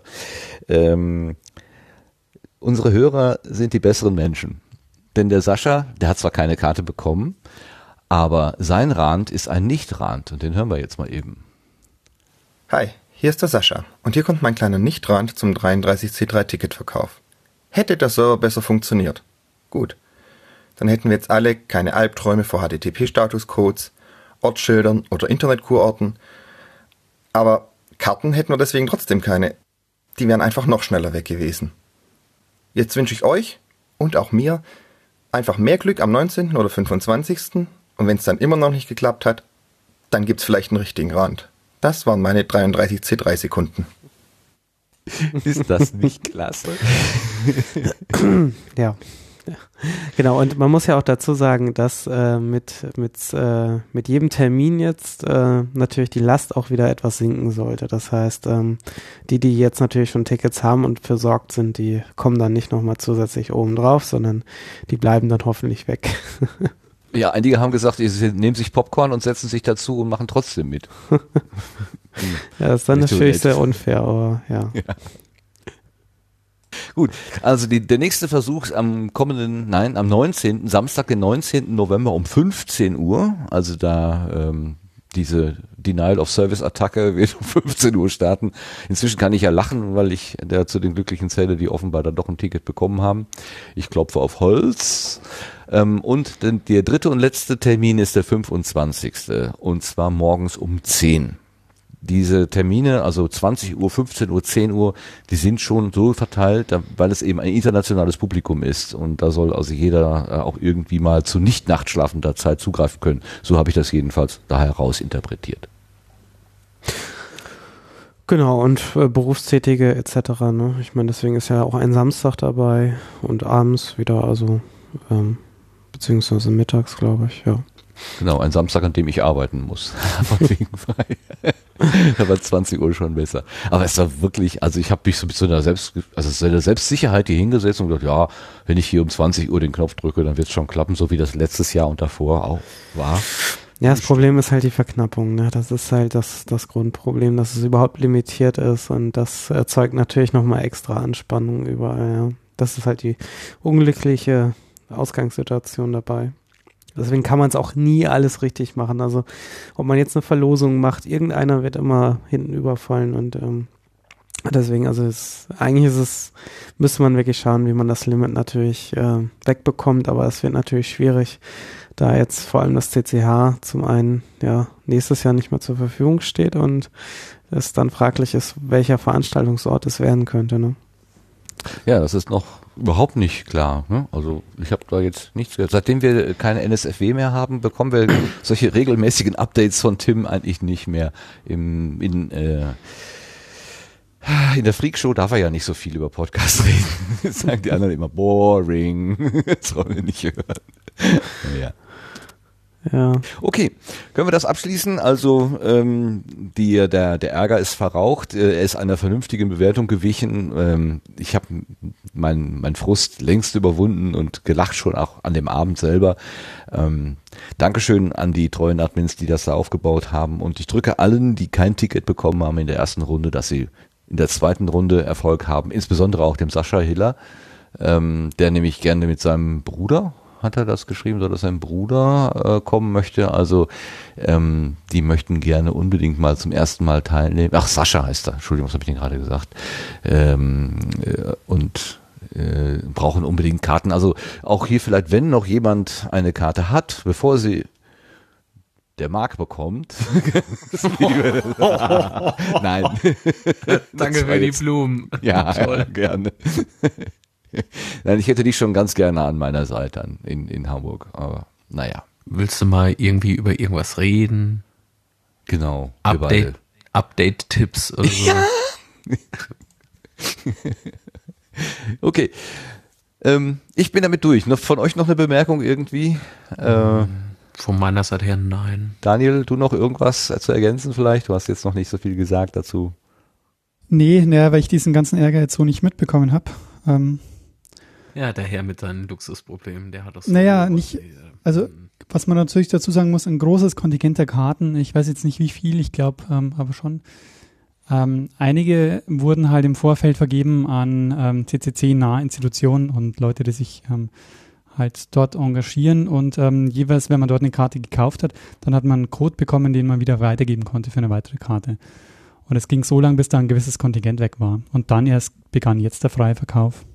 Unsere Hörer sind die besseren Menschen. Denn der Sascha, der hat zwar keine Karte bekommen, aber sein Rand ist ein Nicht-Rand. Und den hören wir jetzt mal eben. Hi, hier ist der Sascha und hier kommt mein kleiner Nicht-Rand zum 33C3-Ticketverkauf. Hätte der Server besser funktioniert? Gut. Dann hätten wir jetzt alle keine Albträume vor HTTP-Statuscodes, Ortsschildern oder Internetkurorten. Aber Karten hätten wir deswegen trotzdem keine. Die wären einfach noch schneller weg gewesen. Jetzt wünsche ich euch und auch mir einfach mehr Glück am 19. oder 25. Und wenn es dann immer noch nicht geklappt hat, dann gibt's vielleicht einen richtigen Rand. Das waren meine 33C3 Sekunden. Ist das nicht klasse? Ja, Genau, und man muss ja auch dazu sagen, dass mit jedem Termin jetzt natürlich die Last auch wieder etwas sinken sollte. Das heißt, die jetzt natürlich schon Tickets haben und versorgt sind, die kommen dann nicht nochmal zusätzlich oben drauf, sondern die bleiben dann hoffentlich weg. Ja, einige haben gesagt, sie nehmen sich Popcorn und setzen sich dazu und machen trotzdem mit. Ja, das ist dann natürlich sehr unfair, aber ja. Gut, also der nächste Versuch am 19. Samstag, den 19. November um 15 Uhr, also da diese Denial-of-Service-Attacke wird um 15 Uhr starten. Inzwischen kann ich ja lachen, weil ich da zu den Glücklichen zähle, die offenbar dann doch ein Ticket bekommen haben. Ich klopfe auf Holz. Und der dritte und letzte Termin ist der 25. Und zwar morgens um 10. Diese Termine, also 20 Uhr, 15 Uhr, 10 Uhr, die sind schon so verteilt, weil es eben ein internationales Publikum ist. Und da soll also jeder auch irgendwie mal zu nicht nachtschlafender Zeit zugreifen können. So habe ich das jedenfalls da heraus interpretiert. Genau, und Berufstätige etc. Ne? Ich meine, deswegen ist ja auch ein Samstag dabei und abends wieder, also beziehungsweise mittags, glaube ich, ja. Genau, ein Samstag, an dem ich arbeiten muss. Von wegen frei. Da war 20 Uhr schon besser. Aber es war wirklich, also ich habe mich so mit so einer Selbstsicherheit hier hingesetzt und gedacht, ja, wenn ich hier um 20 Uhr den Knopf drücke, dann wird es schon klappen, so wie das letztes Jahr und davor auch war. Ja, das Problem ist halt die Verknappung, ne? Das ist halt das Grundproblem, dass es überhaupt limitiert ist und das erzeugt natürlich nochmal extra Anspannung überall, ja. Das ist halt die unglückliche Ausgangssituation dabei. Deswegen kann man es auch nie alles richtig machen. Also ob man jetzt eine Verlosung macht, irgendeiner wird immer hinten überfallen und deswegen, also müsste man wirklich schauen, wie man das Limit natürlich wegbekommt, aber es wird natürlich schwierig, da jetzt vor allem das CCH zum einen ja nächstes Jahr nicht mehr zur Verfügung steht und es dann fraglich ist, welcher Veranstaltungsort es werden könnte, ne? Ja, das ist noch überhaupt nicht klar. Ne? Also ich habe da jetzt nichts gehört. Seitdem wir keine NSFW mehr haben, bekommen wir solche regelmäßigen Updates von Tim eigentlich nicht mehr. In der Freakshow darf er ja nicht so viel über Podcasts reden. Jetzt sagen die anderen immer boring. Das wollen wir nicht hören. Naja. Ja. Okay, können wir das abschließen? Also der Ärger ist verraucht, er ist einer vernünftigen Bewertung gewichen. Ich habe mein Frust längst überwunden und gelacht schon auch an dem Abend selber. Dankeschön an die treuen Admins, die das da aufgebaut haben. Und ich drücke allen, die kein Ticket bekommen haben in der ersten Runde, dass sie in der zweiten Runde Erfolg haben. Insbesondere auch dem Sascha Hiller, der nämlich gerne mit seinem Bruder, hat er das geschrieben, so dass sein Bruder kommen möchte. Also die möchten gerne unbedingt mal zum ersten Mal teilnehmen. Ach, Sascha heißt er. Entschuldigung, was habe ich denn gerade gesagt? Und brauchen unbedingt Karten. Also auch hier vielleicht, wenn noch jemand eine Karte hat, bevor sie der Marc bekommt. Nein. Danke für die Blumen. Ja, gerne. Nein, ich hätte dich schon ganz gerne an meiner Seite in Hamburg, aber naja. Willst du mal irgendwie über irgendwas reden? Genau. Update-Tipps oder so? Ja. Okay. Ich bin damit durch. Von euch noch eine Bemerkung irgendwie? Von meiner Seite her nein. Daniel, du noch irgendwas zu ergänzen vielleicht? Du hast jetzt noch nicht so viel gesagt dazu. Nee, weil ich diesen ganzen Ärger jetzt so nicht mitbekommen habe. Ja, der Herr mit seinen Luxusproblemen, der hat das so. Naja, nicht, also was man natürlich dazu sagen muss, ein großes Kontingent der Karten, ich weiß jetzt nicht wie viel, ich glaube, aber schon. Einige wurden halt im Vorfeld vergeben an CCC-nahe Institutionen und Leute, die sich halt dort engagieren und jeweils, wenn man dort eine Karte gekauft hat, dann hat man einen Code bekommen, den man wieder weitergeben konnte für eine weitere Karte. Und es ging so lange, bis da ein gewisses Kontingent weg war. Und dann erst begann jetzt der freie Verkauf.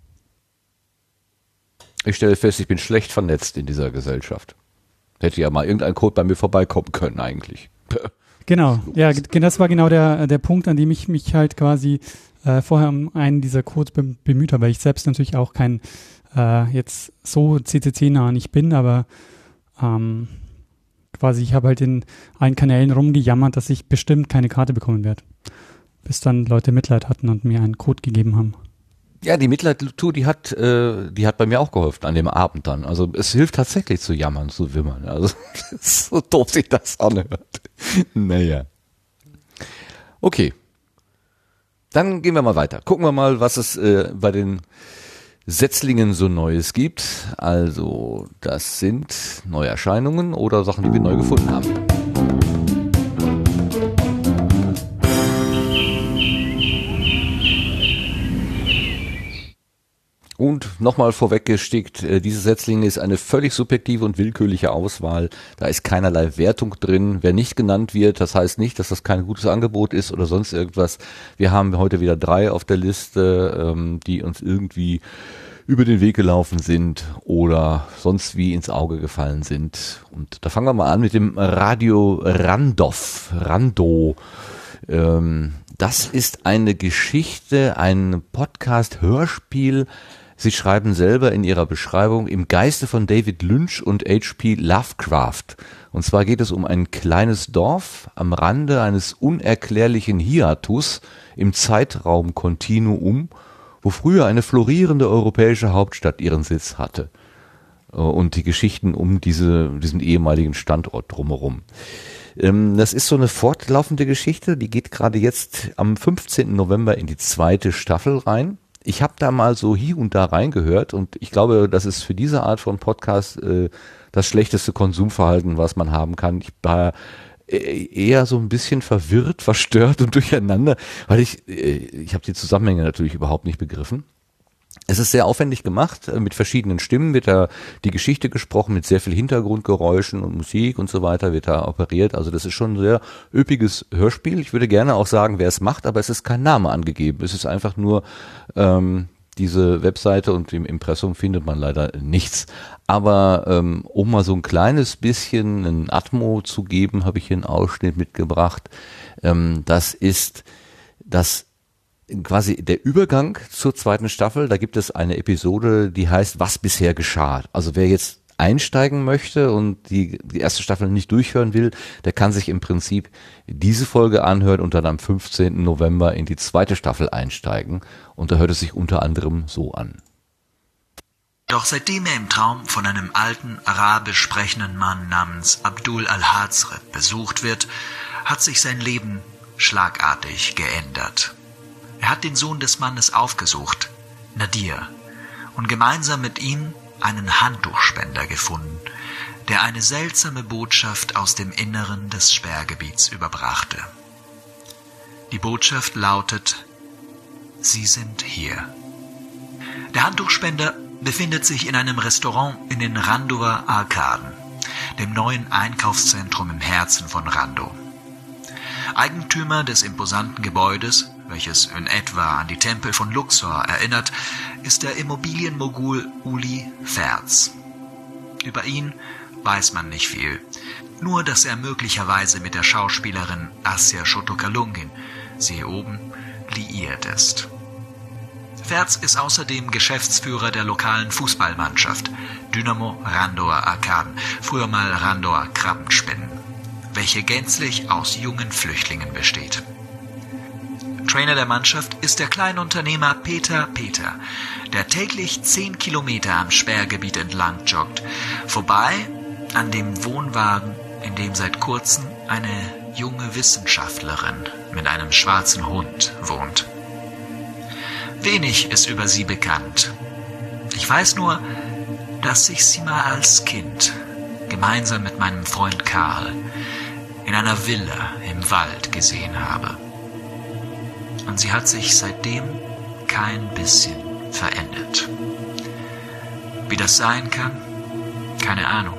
Ich stelle fest, ich bin schlecht vernetzt in dieser Gesellschaft. Hätte ja mal irgendein Code bei mir vorbeikommen können eigentlich. Genau, ja, das war genau der Punkt, an dem ich mich halt quasi vorher um einen dieser Codes bemüht habe, weil ich selbst natürlich auch kein jetzt so CCC-nah nicht bin, aber quasi ich habe halt in allen Kanälen rumgejammert, dass ich bestimmt keine Karte bekommen werde, bis dann Leute Mitleid hatten und mir einen Code gegeben haben. Ja, die Mitleid-Tour, die hat bei mir auch geholfen an dem Abend dann. Also es hilft tatsächlich zu jammern, zu wimmern. Also so doof sich das anhört. Naja. Okay. Dann gehen wir mal weiter. Gucken wir mal, was es bei den Setzlingen so Neues gibt. Also das sind Neuerscheinungen oder Sachen, die wir neu gefunden haben. Und nochmal vorweggestickt, diese Setzlinge ist eine völlig subjektive und willkürliche Auswahl. Da ist keinerlei Wertung drin. Wer nicht genannt wird, das heißt nicht, dass das kein gutes Angebot ist oder sonst irgendwas. Wir haben heute wieder 3 auf der Liste, die uns irgendwie über den Weg gelaufen sind oder sonst wie ins Auge gefallen sind. Und da fangen wir mal an mit dem Radio Rando. Das ist eine Geschichte, ein Podcast-Hörspiel. Sie schreiben selber in ihrer Beschreibung im Geiste von David Lynch und H.P. Lovecraft. Und zwar geht es um ein kleines Dorf am Rande eines unerklärlichen Hiatus im Zeitraumkontinuum, wo früher eine florierende europäische Hauptstadt ihren Sitz hatte. Und die Geschichten um diesen ehemaligen Standort drumherum. Das ist so eine fortlaufende Geschichte, die geht gerade jetzt am 15. November in die 2. Staffel rein. Ich habe da mal so hier und da reingehört und ich glaube, das ist für diese Art von Podcast das schlechteste Konsumverhalten, was man haben kann. Ich war eher so ein bisschen verwirrt, verstört und durcheinander, weil ich habe die Zusammenhänge natürlich überhaupt nicht begriffen. Es ist sehr aufwendig gemacht, mit verschiedenen Stimmen wird da die Geschichte gesprochen, mit sehr viel Hintergrundgeräuschen und Musik und so weiter wird da operiert. Also das ist schon ein sehr üppiges Hörspiel. Ich würde gerne auch sagen, wer es macht, aber es ist kein Name angegeben. Es ist einfach nur diese Webseite und im Impressum findet man leider nichts. Aber um mal so ein kleines bisschen ein Atmo zu geben, habe ich hier einen Ausschnitt mitgebracht. Das ist das quasi der Übergang zur 2. Staffel. Da gibt es eine Episode, die heißt Was bisher geschah. Also wer jetzt einsteigen möchte und die 1. Staffel nicht durchhören will, der kann sich im Prinzip diese Folge anhören und dann am 15. November in die 2. Staffel einsteigen. Und da hört es sich unter anderem so an. Doch seitdem er im Traum von einem alten, arabisch sprechenden Mann namens Abdul al-Hazred besucht wird, hat sich sein Leben schlagartig geändert. Er hat den Sohn des Mannes aufgesucht, Nadir, und gemeinsam mit ihm einen Handtuchspender gefunden, der eine seltsame Botschaft aus dem Inneren des Sperrgebiets überbrachte. Die Botschaft lautet: Sie sind hier. Der Handtuchspender befindet sich in einem Restaurant in den Randower Arkaden, dem neuen Einkaufszentrum im Herzen von Rando. Eigentümer des imposanten Gebäudes, welches in etwa an die Tempel von Luxor erinnert, ist der Immobilienmogul Uli Ferz. Über ihn weiß man nicht viel, nur dass er möglicherweise mit der Schauspielerin Asya Shotokalungin, siehe oben, liiert ist. Ferz ist außerdem Geschäftsführer der lokalen Fußballmannschaft Dynamo Randower Arkaden, früher mal Randower Krabbenspinnen, welche gänzlich aus jungen Flüchtlingen besteht. Trainer der Mannschaft ist der Kleinunternehmer Peter, der täglich 10 Kilometer am Sperrgebiet entlang joggt, vorbei an dem Wohnwagen, in dem seit kurzem eine junge Wissenschaftlerin mit einem schwarzen Hund wohnt. Wenig ist über sie bekannt. Ich weiß nur, dass ich sie mal als Kind gemeinsam mit meinem Freund Karl in einer Villa im Wald gesehen habe. Und sie hat sich seitdem kein bisschen verändert. Wie das sein kann, keine Ahnung.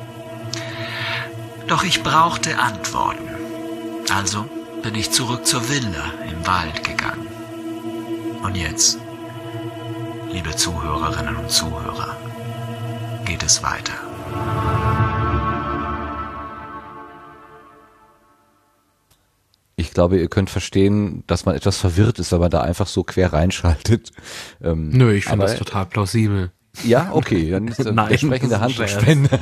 Doch ich brauchte Antworten. Also bin ich zurück zur Villa im Wald gegangen. Und jetzt, liebe Zuhörerinnen und Zuhörer, geht es weiter. Ich glaube, ihr könnt verstehen, dass man etwas verwirrt ist, weil man da einfach so quer reinschaltet. Nö, ich finde das total plausibel. Ja, okay, dann ist Nein, der sprechende das ist ein Handtuchspender.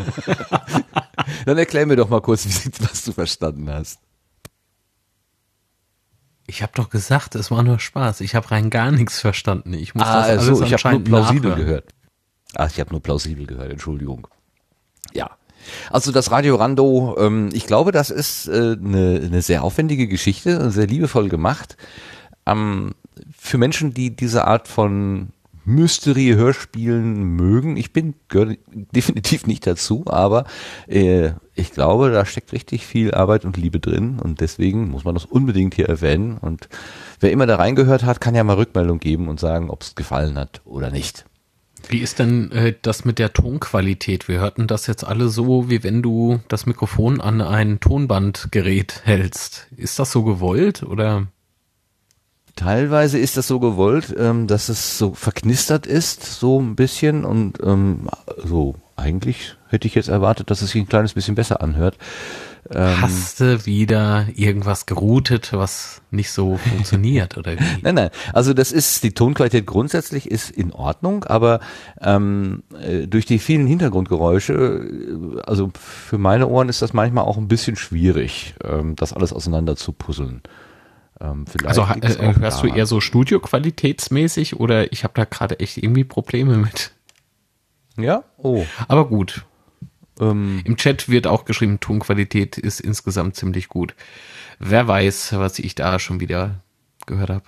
Dann erklär mir doch mal kurz, was du verstanden hast. Ich habe doch gesagt, es war nur Spaß. Ich habe rein gar nichts verstanden. Ich muss das alles ich habe nur anscheinend plausibel nachhören. gehört. Ich habe nur plausibel gehört, Entschuldigung. Ja. Also das Radio Rando, ich glaube, das ist eine sehr aufwendige Geschichte, sehr liebevoll gemacht. Für Menschen, die diese Art von Mystery-Hörspielen mögen, gehöre definitiv nicht dazu, aber ich glaube, da steckt richtig viel Arbeit und Liebe drin und deswegen muss man das unbedingt hier erwähnen. Und wer immer da reingehört hat, kann ja mal Rückmeldung geben und sagen, ob es gefallen hat oder nicht. Wie ist denn das mit der Tonqualität? Wir hörten das jetzt alle so, wie wenn du das Mikrofon an ein Tonbandgerät hältst. Ist das so gewollt oder? Teilweise ist das so gewollt, dass es so verknistert ist, so ein bisschen und so eigentlich hätte ich jetzt erwartet, dass es sich ein kleines bisschen besser anhört. Hast du wieder irgendwas geroutet, was nicht so funktioniert oder wie? Nein, also die Tonqualität grundsätzlich ist in Ordnung, aber durch die vielen Hintergrundgeräusche, also für meine Ohren ist das manchmal auch ein bisschen schwierig, das alles auseinander zu puzzeln. Also hörst du eher so Studioqualitätsmäßig oder ich habe da gerade echt irgendwie Probleme mit? Ja? Oh. Aber gut. Im Chat wird auch geschrieben, Tonqualität ist insgesamt ziemlich gut. Wer weiß, was ich da schon wieder gehört habe.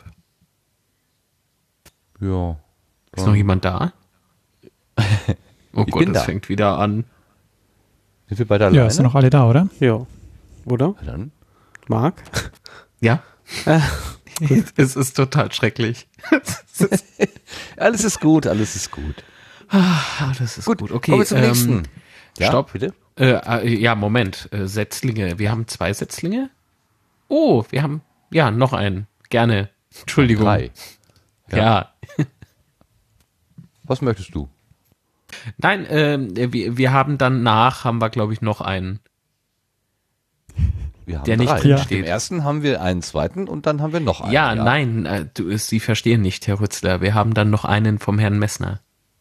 Ja. Ist noch jemand da? Oh Ich Gott, bin das da. fängt wieder an. Sind wir beide alleine? Ja, sind noch alle da, oder? Ja. Oder? Dann. Marc? Ja? Es ist total schrecklich. Alles ist gut, alles ist gut. Das ist gut. Okay, kommen wir zum nächsten. Ja, Stopp. bitte? Ja, Moment. Setzlinge. Wir haben 2 Setzlinge. Oh, wir haben, ja, noch einen. Gerne. Entschuldigung. 3. Ja. Was möchtest du? Nein, wir haben danach, haben wir, glaube ich, noch einen. Wir haben Der nicht 3. drin Im steht. ersten haben wir einen zweiten und dann haben wir noch einen. Ja, nein, Sie verstehen nicht, Herr Rützler. Wir haben dann noch einen vom Herrn Messner.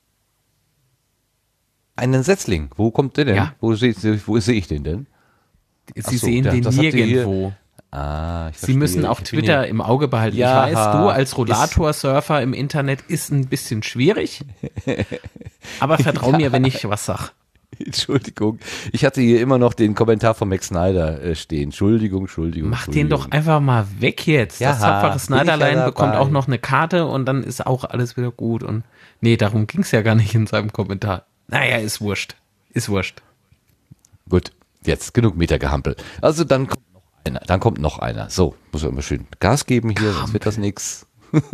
Einen Setzling. Wo kommt der denn? Ja. Wo sehe ich den denn? Sie Ach so, sehen den das habt ihr nirgendwo. Ich Sie verstehe. müssen auf Ich bin Twitter hier- im Auge behalten. Ja, Ich weiß, du als Rollator-Surfer im Internet ist ein bisschen schwierig. Aber vertrau mir, wenn ich was sag. Entschuldigung. Ich hatte hier immer noch den Kommentar von Max Snyder stehen. Entschuldigung. Mach den doch einfach mal weg jetzt. Ja, Das tapfere bin Snyderlein ich ja bekommt dabei. auch noch eine Karte und dann ist auch alles wieder gut. Und nee, darum ging's ja gar nicht in seinem Kommentar. Naja, ist wurscht. Ist wurscht. Gut, jetzt genug Metergehampel. Also dann kommt noch einer. So, muss ja immer schön Gas geben hier, sonst wird das nix.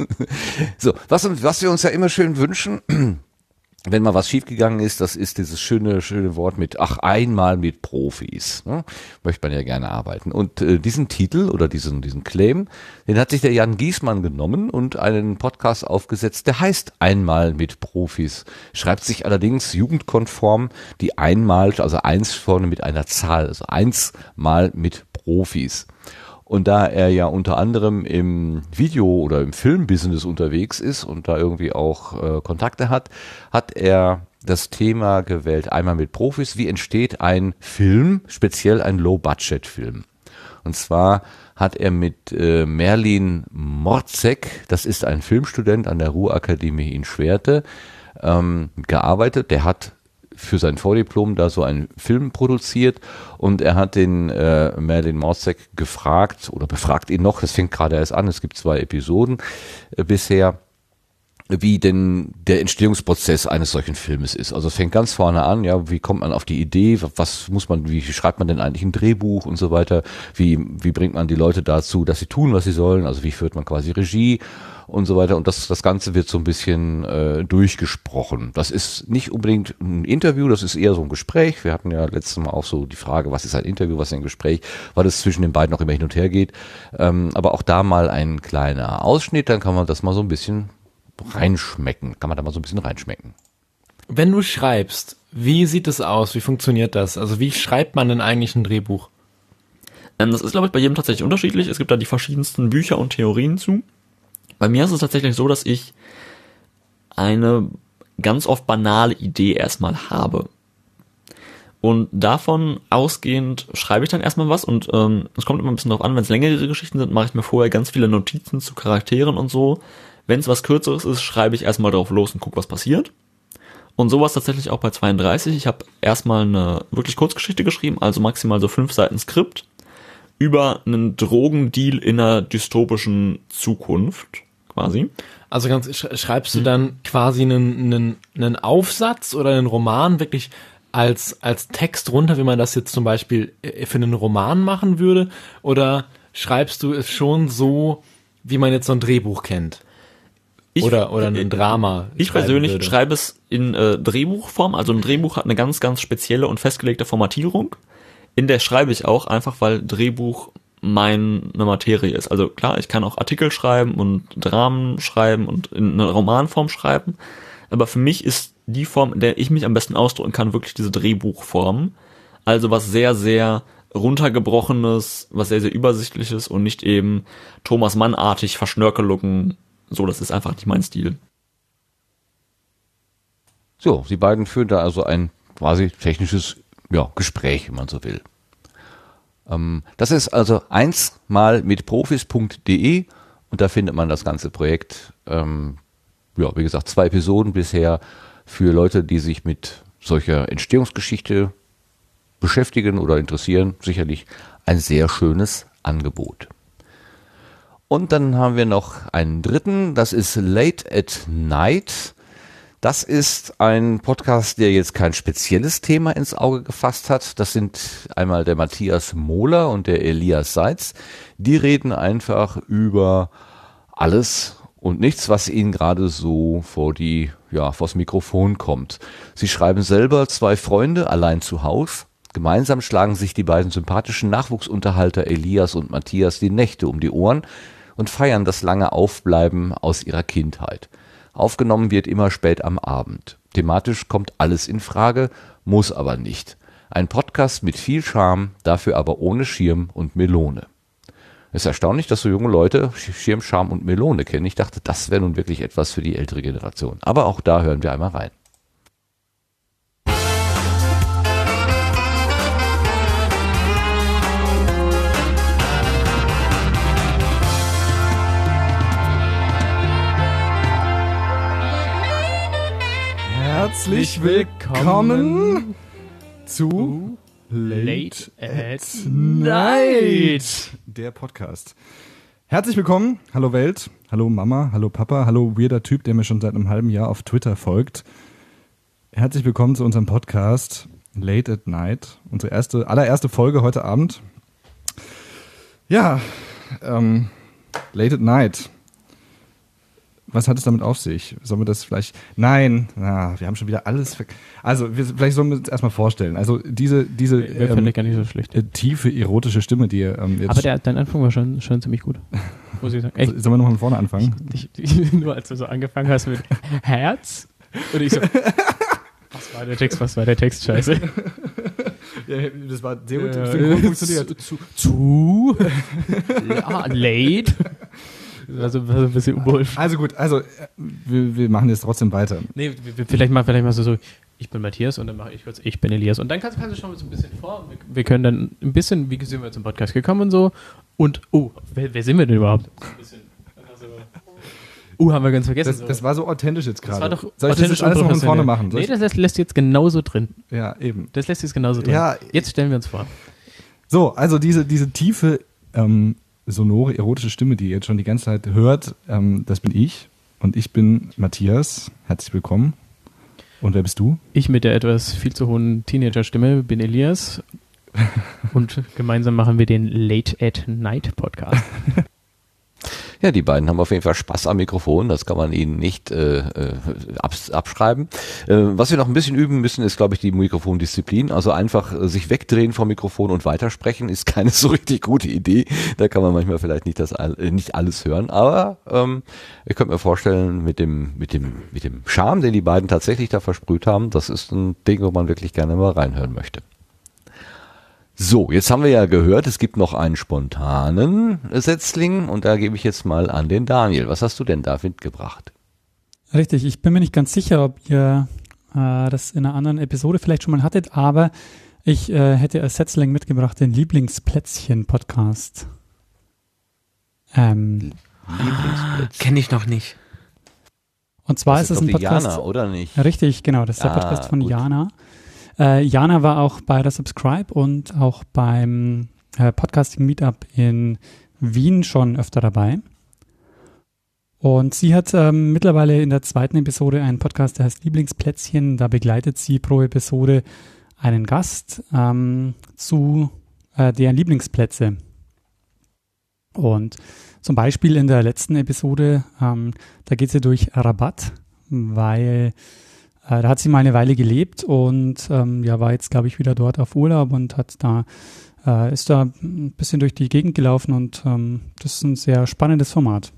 So, was wir uns ja immer schön wünschen, wenn mal was schiefgegangen ist, das ist dieses schöne Wort mit, einmal mit Profis. Ne? Möchte man ja gerne arbeiten. Und diesen Titel oder diesen Claim, den hat sich der Jan Giesmann genommen und einen Podcast aufgesetzt, der heißt Einmal mit Profis. Schreibt sich allerdings jugendkonform die einmal, also 1 vorne mit einer Zahl, also 1 mal mit Profis. Und da er ja unter anderem im Video- oder im Filmbusiness unterwegs ist und da irgendwie auch Kontakte hat, hat er das Thema gewählt, einmal mit Profis, wie entsteht ein Film, speziell ein Low-Budget-Film. Und zwar hat er mit Merlin Morzek, das ist ein Filmstudent an der Ruhr-Akademie in Schwerte, gearbeitet. Der hat für sein Vordiplom da so einen Film produziert und er hat den Merlin Morzek gefragt oder befragt ihn noch, das fängt gerade erst an, es gibt 2 Episoden bisher, wie denn der Entstehungsprozess eines solchen Filmes ist. Also es fängt ganz vorne an, ja, wie kommt man auf die Idee, wie schreibt man denn eigentlich ein Drehbuch und so weiter, wie bringt man die Leute dazu, dass sie tun, was sie sollen, also wie führt man quasi Regie und so weiter. Und das Ganze wird so ein bisschen durchgesprochen. Das ist nicht unbedingt ein Interview, das ist eher so ein Gespräch. Wir hatten ja letztes Mal auch so die Frage, was ist ein Interview, was ist ein Gespräch, weil es zwischen den beiden auch immer hin und her geht. Aber auch da mal ein kleiner Ausschnitt, dann kann man das mal so ein bisschen reinschmecken. Wenn du schreibst, wie sieht es aus? Wie funktioniert das? Also wie schreibt man denn eigentlich ein Drehbuch? Das ist, glaube ich, bei jedem tatsächlich unterschiedlich. Es gibt da die verschiedensten Bücher und Theorien zu. Bei mir ist es tatsächlich so, dass ich eine ganz oft banale Idee erstmal habe. Und davon ausgehend schreibe ich dann erstmal was und es kommt immer ein bisschen drauf an, wenn es längere Geschichten sind, mache ich mir vorher ganz viele Notizen zu Charakteren und so. Wenn es was Kürzeres ist, schreibe ich erstmal drauf los und gucke, was passiert. Und sowas tatsächlich auch bei 32. Ich habe erstmal eine wirklich Kurzgeschichte geschrieben, also maximal so 5 Seiten Skript über einen Drogendeal in einer dystopischen Zukunft quasi. Also schreibst du dann quasi einen Aufsatz oder einen Roman wirklich als Text runter, wie man das jetzt zum Beispiel für einen Roman machen würde? Oder schreibst du es schon so, wie man jetzt so ein Drehbuch kennt? Oder ein Drama. Ich persönlich würde. schreibe es in Drehbuchform. Also ein Drehbuch hat eine ganz, ganz spezielle und festgelegte Formatierung. In der schreibe ich auch einfach, weil Drehbuch meine Materie ist. Also klar, ich kann auch Artikel schreiben und Dramen schreiben und in einer Romanform schreiben. Aber für mich ist die Form, in der ich mich am besten ausdrücken kann, wirklich diese Drehbuchform. Also was sehr, sehr runtergebrochenes, was sehr, sehr übersichtliches und nicht eben Thomas Mann-artig Verschnörkelungen. So, das ist einfach nicht mein Stil. So, Sie beiden führen da also ein quasi technisches Gespräch, wenn man so will. Das ist also einsmalmitprofis.de und da findet man das ganze Projekt. Wie gesagt, 2 Episoden bisher für Leute, die sich mit solcher Entstehungsgeschichte beschäftigen oder interessieren. Sicherlich ein sehr schönes Angebot. Und dann haben wir noch einen dritten, das ist Late at Night. Das ist ein Podcast, der jetzt kein spezielles Thema ins Auge gefasst hat. Das sind einmal der Matthias Mohler und der Elias Seitz. Die reden einfach über alles und nichts, was ihnen gerade so vors Mikrofon kommt. Sie schreiben selber 2 Freunde allein zu Haus. Gemeinsam schlagen sich die beiden sympathischen Nachwuchsunterhalter Elias und Matthias die Nächte um die Ohren und feiern das lange Aufbleiben aus ihrer Kindheit. Aufgenommen wird immer spät am Abend. Thematisch kommt alles in Frage, muss aber nicht. Ein Podcast mit viel Charme, dafür aber ohne Schirm und Melone. Es ist erstaunlich, dass so junge Leute Schirm, Charme und Melone kennen. Ich dachte, das wäre nun wirklich etwas für die ältere Generation. Aber auch da hören wir einmal rein. Herzlich willkommen zu Late at Night, der Podcast. Herzlich willkommen, hallo Welt, hallo Mama, hallo Papa, hallo weirder Typ, der mir schon seit einem halben Jahr auf Twitter folgt. Herzlich willkommen zu unserem Podcast Late at Night, unsere allererste Folge heute Abend. Ja, Late at Night. Was hat es damit auf sich? Sollen wir das vielleicht... Nein, wir haben schon wieder alles... vielleicht sollen wir uns erstmal vorstellen. Also diese finde ich gar nicht so schlecht. Tiefe, erotische Stimme, die ihr jetzt... Aber dein Anfang war schon ziemlich gut, muss ich sagen. Echt? Sollen wir nochmal von vorne anfangen? Nur als du so angefangen hast mit Herz und ich so... Was war der Text? Scheiße. Ja, das war sehr gut funktioniert. Late... Also ein bisschen unbeholfen. Also gut, wir machen jetzt trotzdem weiter. Nee, vielleicht machst du so, ich bin Matthias und dann mache ich kurz, ich bin Elias. Und dann kannst du schon so ein bisschen vor. Wir können dann ein bisschen, wie sind wir zum Podcast gekommen und so. Und, wer sind wir denn überhaupt? Ein bisschen, haben wir ganz vergessen. Das war so authentisch jetzt gerade. Das war doch Soll ich das jetzt alles noch von vorne machen? Nee, das lässt jetzt genauso drin. Ja, eben. Das lässt jetzt genauso drin. Ja, jetzt stellen wir uns vor. So, also diese tiefe, sonore, erotische Stimme, die ihr jetzt schon die ganze Zeit hört, das bin ich. Und ich bin Matthias. Herzlich willkommen. Und wer bist du? Ich mit der etwas viel zu hohen Teenager-Stimme bin Elias. Und gemeinsam machen wir den Late at Night Podcast. Ja, die beiden haben auf jeden Fall Spaß am Mikrofon, das kann man ihnen nicht abschreiben. Was wir noch ein bisschen üben müssen, ist, glaube ich, die Mikrofondisziplin. Also einfach sich wegdrehen vom Mikrofon und weitersprechen ist keine so richtig gute Idee. Da kann man manchmal vielleicht nicht alles hören. Aber ich könnte mir vorstellen, mit dem Charme, den die beiden tatsächlich da versprüht haben, das ist ein Ding, wo man wirklich gerne mal reinhören möchte. So, jetzt haben wir ja gehört, es gibt noch einen spontanen Setzling und da gebe ich jetzt mal an den Daniel. Was hast du denn da mitgebracht? Richtig, ich bin mir nicht ganz sicher, ob ihr das in einer anderen Episode vielleicht schon mal hattet, aber Ich hätte als Setzling mitgebracht den Lieblingsplätzchen-Podcast. Kenne ich noch nicht. Und zwar ist Das es ein doch die Podcast. Jana, oder nicht? Richtig, genau. Das ist der Podcast von gut. Jana. Jana war auch bei der Subscribe und auch beim Podcasting Meetup in Wien schon öfter dabei. Und sie hat mittlerweile in der 2. Episode einen Podcast, der heißt Lieblingsplätzchen. Da begleitet sie pro Episode einen Gast zu deren Lieblingsplätze. Und zum Beispiel in der letzten Episode, da geht sie durch Rabat, weil da hat sie mal eine Weile gelebt und war jetzt, glaube ich, wieder dort auf Urlaub und ist da ein bisschen durch die Gegend gelaufen und das ist ein sehr spannendes Format.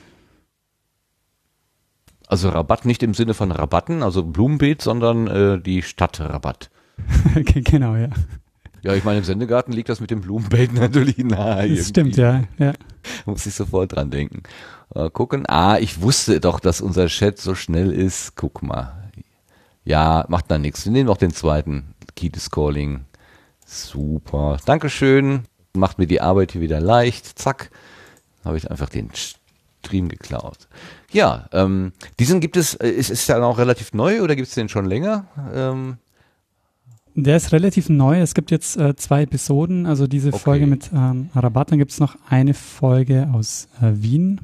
Also Rabatt nicht im Sinne von Rabatten, also Blumenbeet, sondern die Stadt Rabat. Genau, ja. Ja, ich meine, im Sendegarten liegt das mit dem Blumenbeet natürlich nahe. Das stimmt, ja. Muss ich sofort dran denken. Gucken. Ich wusste doch, dass unser Chat so schnell ist. Guck mal. Ja, macht da nichts. Wir nehmen noch den zweiten. Keep is calling. Super. Dankeschön. Macht mir die Arbeit hier wieder leicht. Zack. Habe ich einfach den Stream geklaut. Ja, diesen gibt es, ist der auch relativ neu oder gibt es den schon länger? Der ist relativ neu. Es gibt jetzt 2 Episoden. Also diese Folge mit Rabat. Dann gibt es noch eine Folge aus Wien.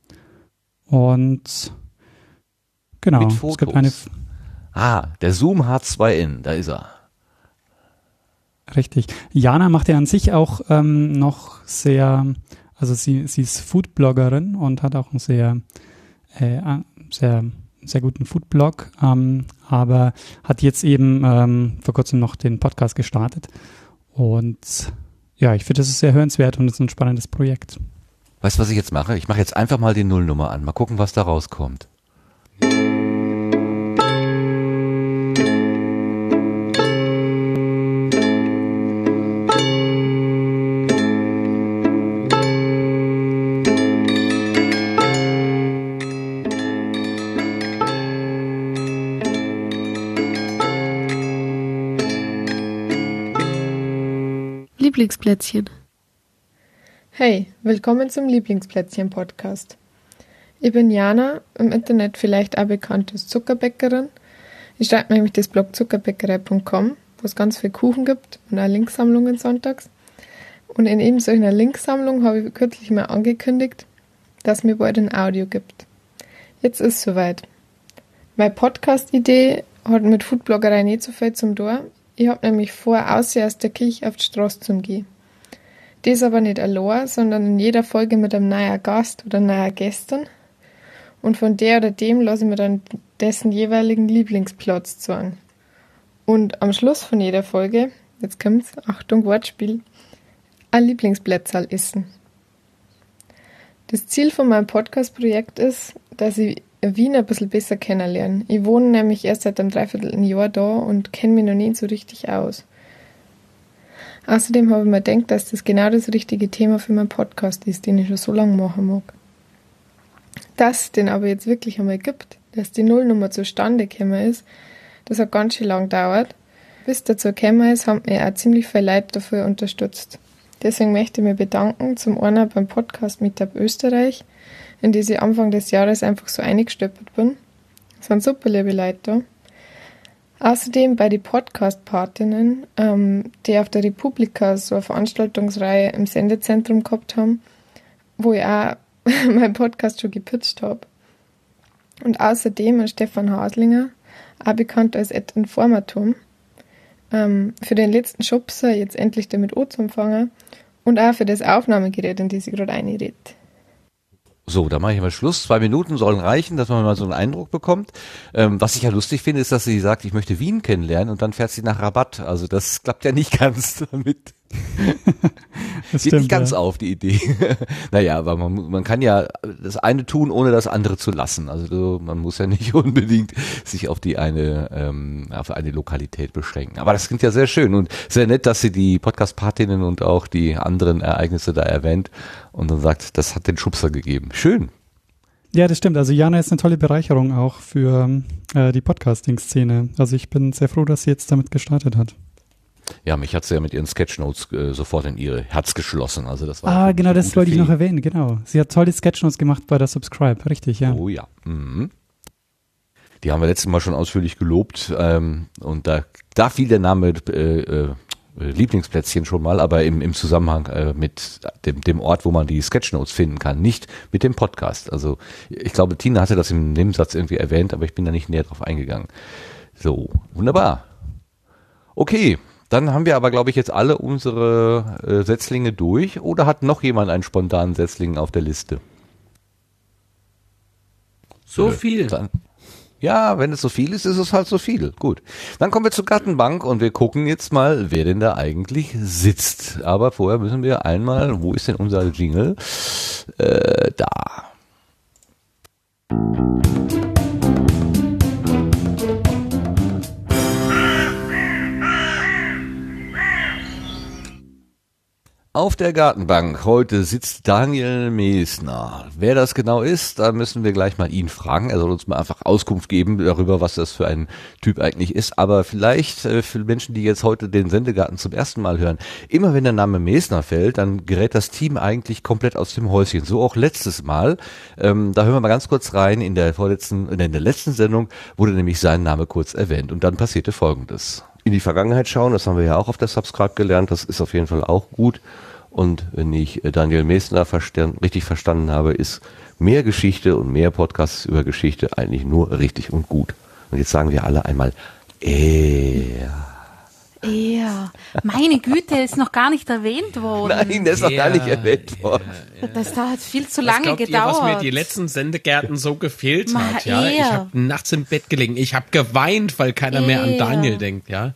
Und genau. Mit Fotos. Es gibt eine. Der Zoom H2N, da ist er. Richtig. Jana macht ja an sich auch noch sehr, also sie ist Foodbloggerin und hat auch einen sehr guten Foodblog, aber hat jetzt eben vor kurzem noch den Podcast gestartet. Und ja, ich finde, das ist sehr hörenswert und ist ein spannendes Projekt. Weißt du, was ich jetzt mache? Ich mache jetzt einfach mal die Nullnummer an. Mal gucken, was da rauskommt. Lieblingsplätzchen. Hey, willkommen zum Lieblingsplätzchen-Podcast. Ich bin Jana, im Internet vielleicht auch bekannt als Zuckerbäckerin. Ich schreibe nämlich das Blog zuckerbäckerei.com, wo es ganz viel Kuchen gibt und auch Linksammlungen sonntags. Und in eben solch einer Linksammlung habe ich kürzlich mal angekündigt, dass mir bald ein Audio gibt. Jetzt ist es soweit. Meine Podcast-Idee hat mit Foodbloggerei nicht so viel zum Tor. Ich habe nämlich vor, aus der Kirche auf die Straße zu gehen. Das aber nicht allein, sondern in jeder Folge mit einem neuen Gast oder neuer Gästin. Und von der oder dem lasse ich mir dann dessen jeweiligen Lieblingsplatz sagen. Und am Schluss von jeder Folge, jetzt kommt's, Achtung, Wortspiel, ein Lieblingsplätzerl essen. Das Ziel von meinem Podcast-Projekt ist, dass ich Wien ein bisschen besser kennenlerne. Ich wohne nämlich erst seit einem Dreivierteljahr da und kenne mich noch nicht so richtig aus. Außerdem habe ich mir gedacht, dass das genau das richtige Thema für meinen Podcast ist, den ich schon so lange machen mag. Dass es den aber jetzt wirklich einmal gibt, dass die Nullnummer zustande gekommen ist, das hat ganz schön lang gedauert. Bis dazu gekommen ist, haben mir auch ziemlich viele Leute dafür unterstützt. Deswegen möchte ich mich bedanken, zum einen beim Podcast Meetup Österreich, in die ich Anfang des Jahres einfach so eingestöppert bin. Es waren super liebe Leute da. Außerdem bei den Podcast-Partinnen, die auf der Republika so eine Veranstaltungsreihe im Sendezentrum gehabt haben, wo ich auch meinen Podcast schon gepitcht habe. Und außerdem an Stefan Haslinger, auch bekannt als Ed Informatum, für den letzten Schubser jetzt endlich damit anzufangen und auch für das Aufnahmegerät, in das ich gerade einrede. So, da mache ich mal Schluss. 2 Minuten sollen reichen, dass man mal so einen Eindruck bekommt. Was ich ja lustig finde, ist, dass sie sagt, ich möchte Wien kennenlernen und dann fährt sie nach Rabat. Also das klappt ja nicht ganz damit. Das geht nicht ganz auf, die Idee. Naja, aber man kann ja das eine tun, ohne das andere zu lassen. Also man muss ja nicht unbedingt sich auf die auf eine Lokalität beschränken. Aber das klingt ja sehr schön und sehr nett, dass sie die Podcast-Partinnen und auch die anderen Ereignisse da erwähnt und dann sagt, das hat den Schubser gegeben. Schön. Ja, das stimmt. Also Jana ist eine tolle Bereicherung auch für die Podcasting-Szene. Also ich bin sehr froh, dass sie jetzt damit gestartet hat. Ja, mich hat sie ja mit ihren Sketchnotes sofort in ihr Herz geschlossen. Also das war genau, das wollte ich noch erwähnen, genau. Sie hat tolle Sketchnotes gemacht bei der Subscribe, richtig, ja. Oh ja. Mhm. Die haben wir letztes Mal schon ausführlich gelobt und da fiel der Name Lieblingsplätzchen schon mal, aber im Zusammenhang mit dem Ort, wo man die Sketchnotes finden kann, nicht mit dem Podcast. Also ich glaube, Tina hatte das im Nebensatz irgendwie erwähnt, aber ich bin da nicht näher drauf eingegangen. So, wunderbar. Okay, dann haben wir aber, glaube ich, jetzt alle unsere Setzlinge durch. Oder hat noch jemand einen spontanen Setzling auf der Liste? So viel. Dann, ja, wenn es so viel ist, ist es halt so viel. Gut. Dann kommen wir zur Gartenbank und wir gucken jetzt mal, wer denn da eigentlich sitzt. Aber vorher müssen wir einmal, wo ist denn unser Jingle? Da. Auf der Gartenbank heute sitzt Daniel Mesner. Wer das genau ist, da müssen wir gleich mal ihn fragen. Er soll uns mal einfach Auskunft geben darüber, was das für ein Typ eigentlich ist. Aber vielleicht für Menschen, die jetzt heute den Sendegarten zum ersten Mal hören, immer wenn der Name Mesner fällt, dann gerät das Team eigentlich komplett aus dem Häuschen. So auch letztes Mal. Da hören wir mal ganz kurz rein. In der letzten Sendung wurde nämlich sein Name kurz erwähnt. Und dann passierte Folgendes. In die Vergangenheit schauen, das haben wir ja auch auf der Subscribe gelernt. Das ist auf jeden Fall auch gut. Und wenn ich Daniel Mesner richtig verstanden habe, ist mehr Geschichte und mehr Podcasts über Geschichte eigentlich nur richtig und gut. Und jetzt sagen wir alle einmal, meine Güte, ist noch gar nicht erwähnt worden. Nein, der ist noch gar nicht erwähnt worden. Das hat viel zu lange glaubt gedauert. Ihr, was mir die letzten Sendegärten so gefehlt hat, ja? eher. Ich habe nachts im Bett gelegen, ich habe geweint, weil keiner mehr an Daniel denkt, ja?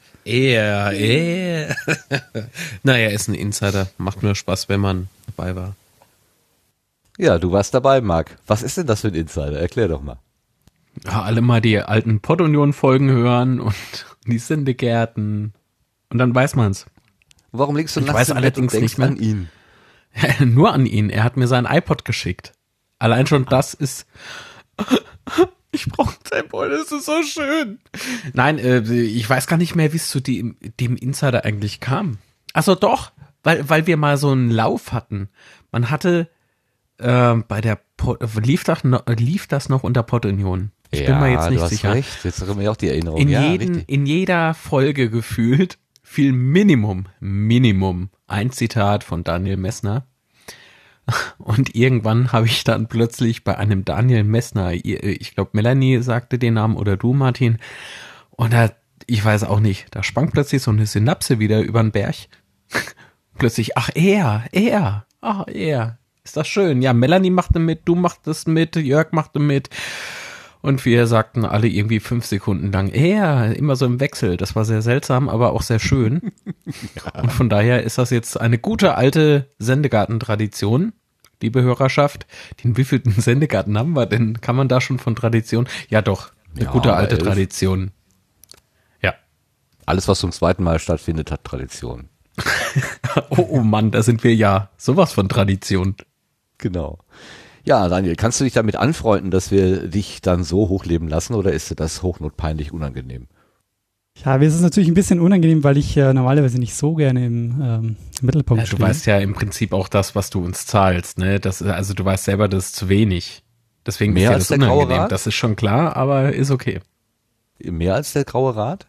Naja, ist ein Insider. Macht nur Spaß, wenn man dabei war. Ja, du warst dabei, Marc. Was ist denn das für ein Insider? Erklär doch mal. Ja, alle mal die alten Pod-Union-Folgen hören und die Sendegärten. Und dann weiß man's. Warum liegst du Ich nachts weiß im Bett allerdings und denkst nicht mehr. an ihn? Nur an ihn. Er hat mir sein iPod geschickt. Allein schon das ist... Ich brauche Tempo, das ist so schön. Nein, ich weiß gar nicht mehr, wie es zu dem Insider eigentlich kam. Achso, doch, weil wir mal so einen Lauf hatten. Man hatte bei der lief das noch unter Pod-Union. Ich bin mir jetzt nicht sicher. Recht. Jetzt haben wir auch die Erinnerung. In jeder Folge gefühlt fiel Minimum ein Zitat von Daniel Messner. Und irgendwann habe ich dann plötzlich bei einem Daniel Messner, ich glaube Melanie sagte den Namen oder du, Martin, und ich weiß auch nicht, da sprang plötzlich so eine Synapse wieder über den Berg. Plötzlich, er. Ist das schön. Ja, Melanie machte mit, du machtest mit, Jörg machte mit. Und wir sagten alle irgendwie 5 Sekunden lang, immer so im Wechsel. Das war sehr seltsam, aber auch sehr schön. Ja. Und von daher ist das jetzt eine gute alte Sendegarten-Tradition. Liebe Hörerschaft, den wievielten Sendegarten haben wir denn? Kann man da schon von Tradition? Ja doch, eine gute alte Tradition. Ja. Alles, was zum zweiten Mal stattfindet, hat Tradition. Oh Mann, da sind wir ja sowas von Tradition. Genau. Ja, Daniel, kannst du dich damit anfreunden, dass wir dich dann so hochleben lassen oder ist dir das hochnotpeinlich unangenehm? Ja, mir ist es natürlich ein bisschen unangenehm, weil ich normalerweise nicht so gerne im Mittelpunkt stehe. Du weißt ja im Prinzip auch das, was du uns zahlst, ne? Also du weißt selber, das ist zu wenig. Deswegen mehr ist ja das unangenehm. Das ist schon klar, aber ist okay. Mehr als der Graue Rat?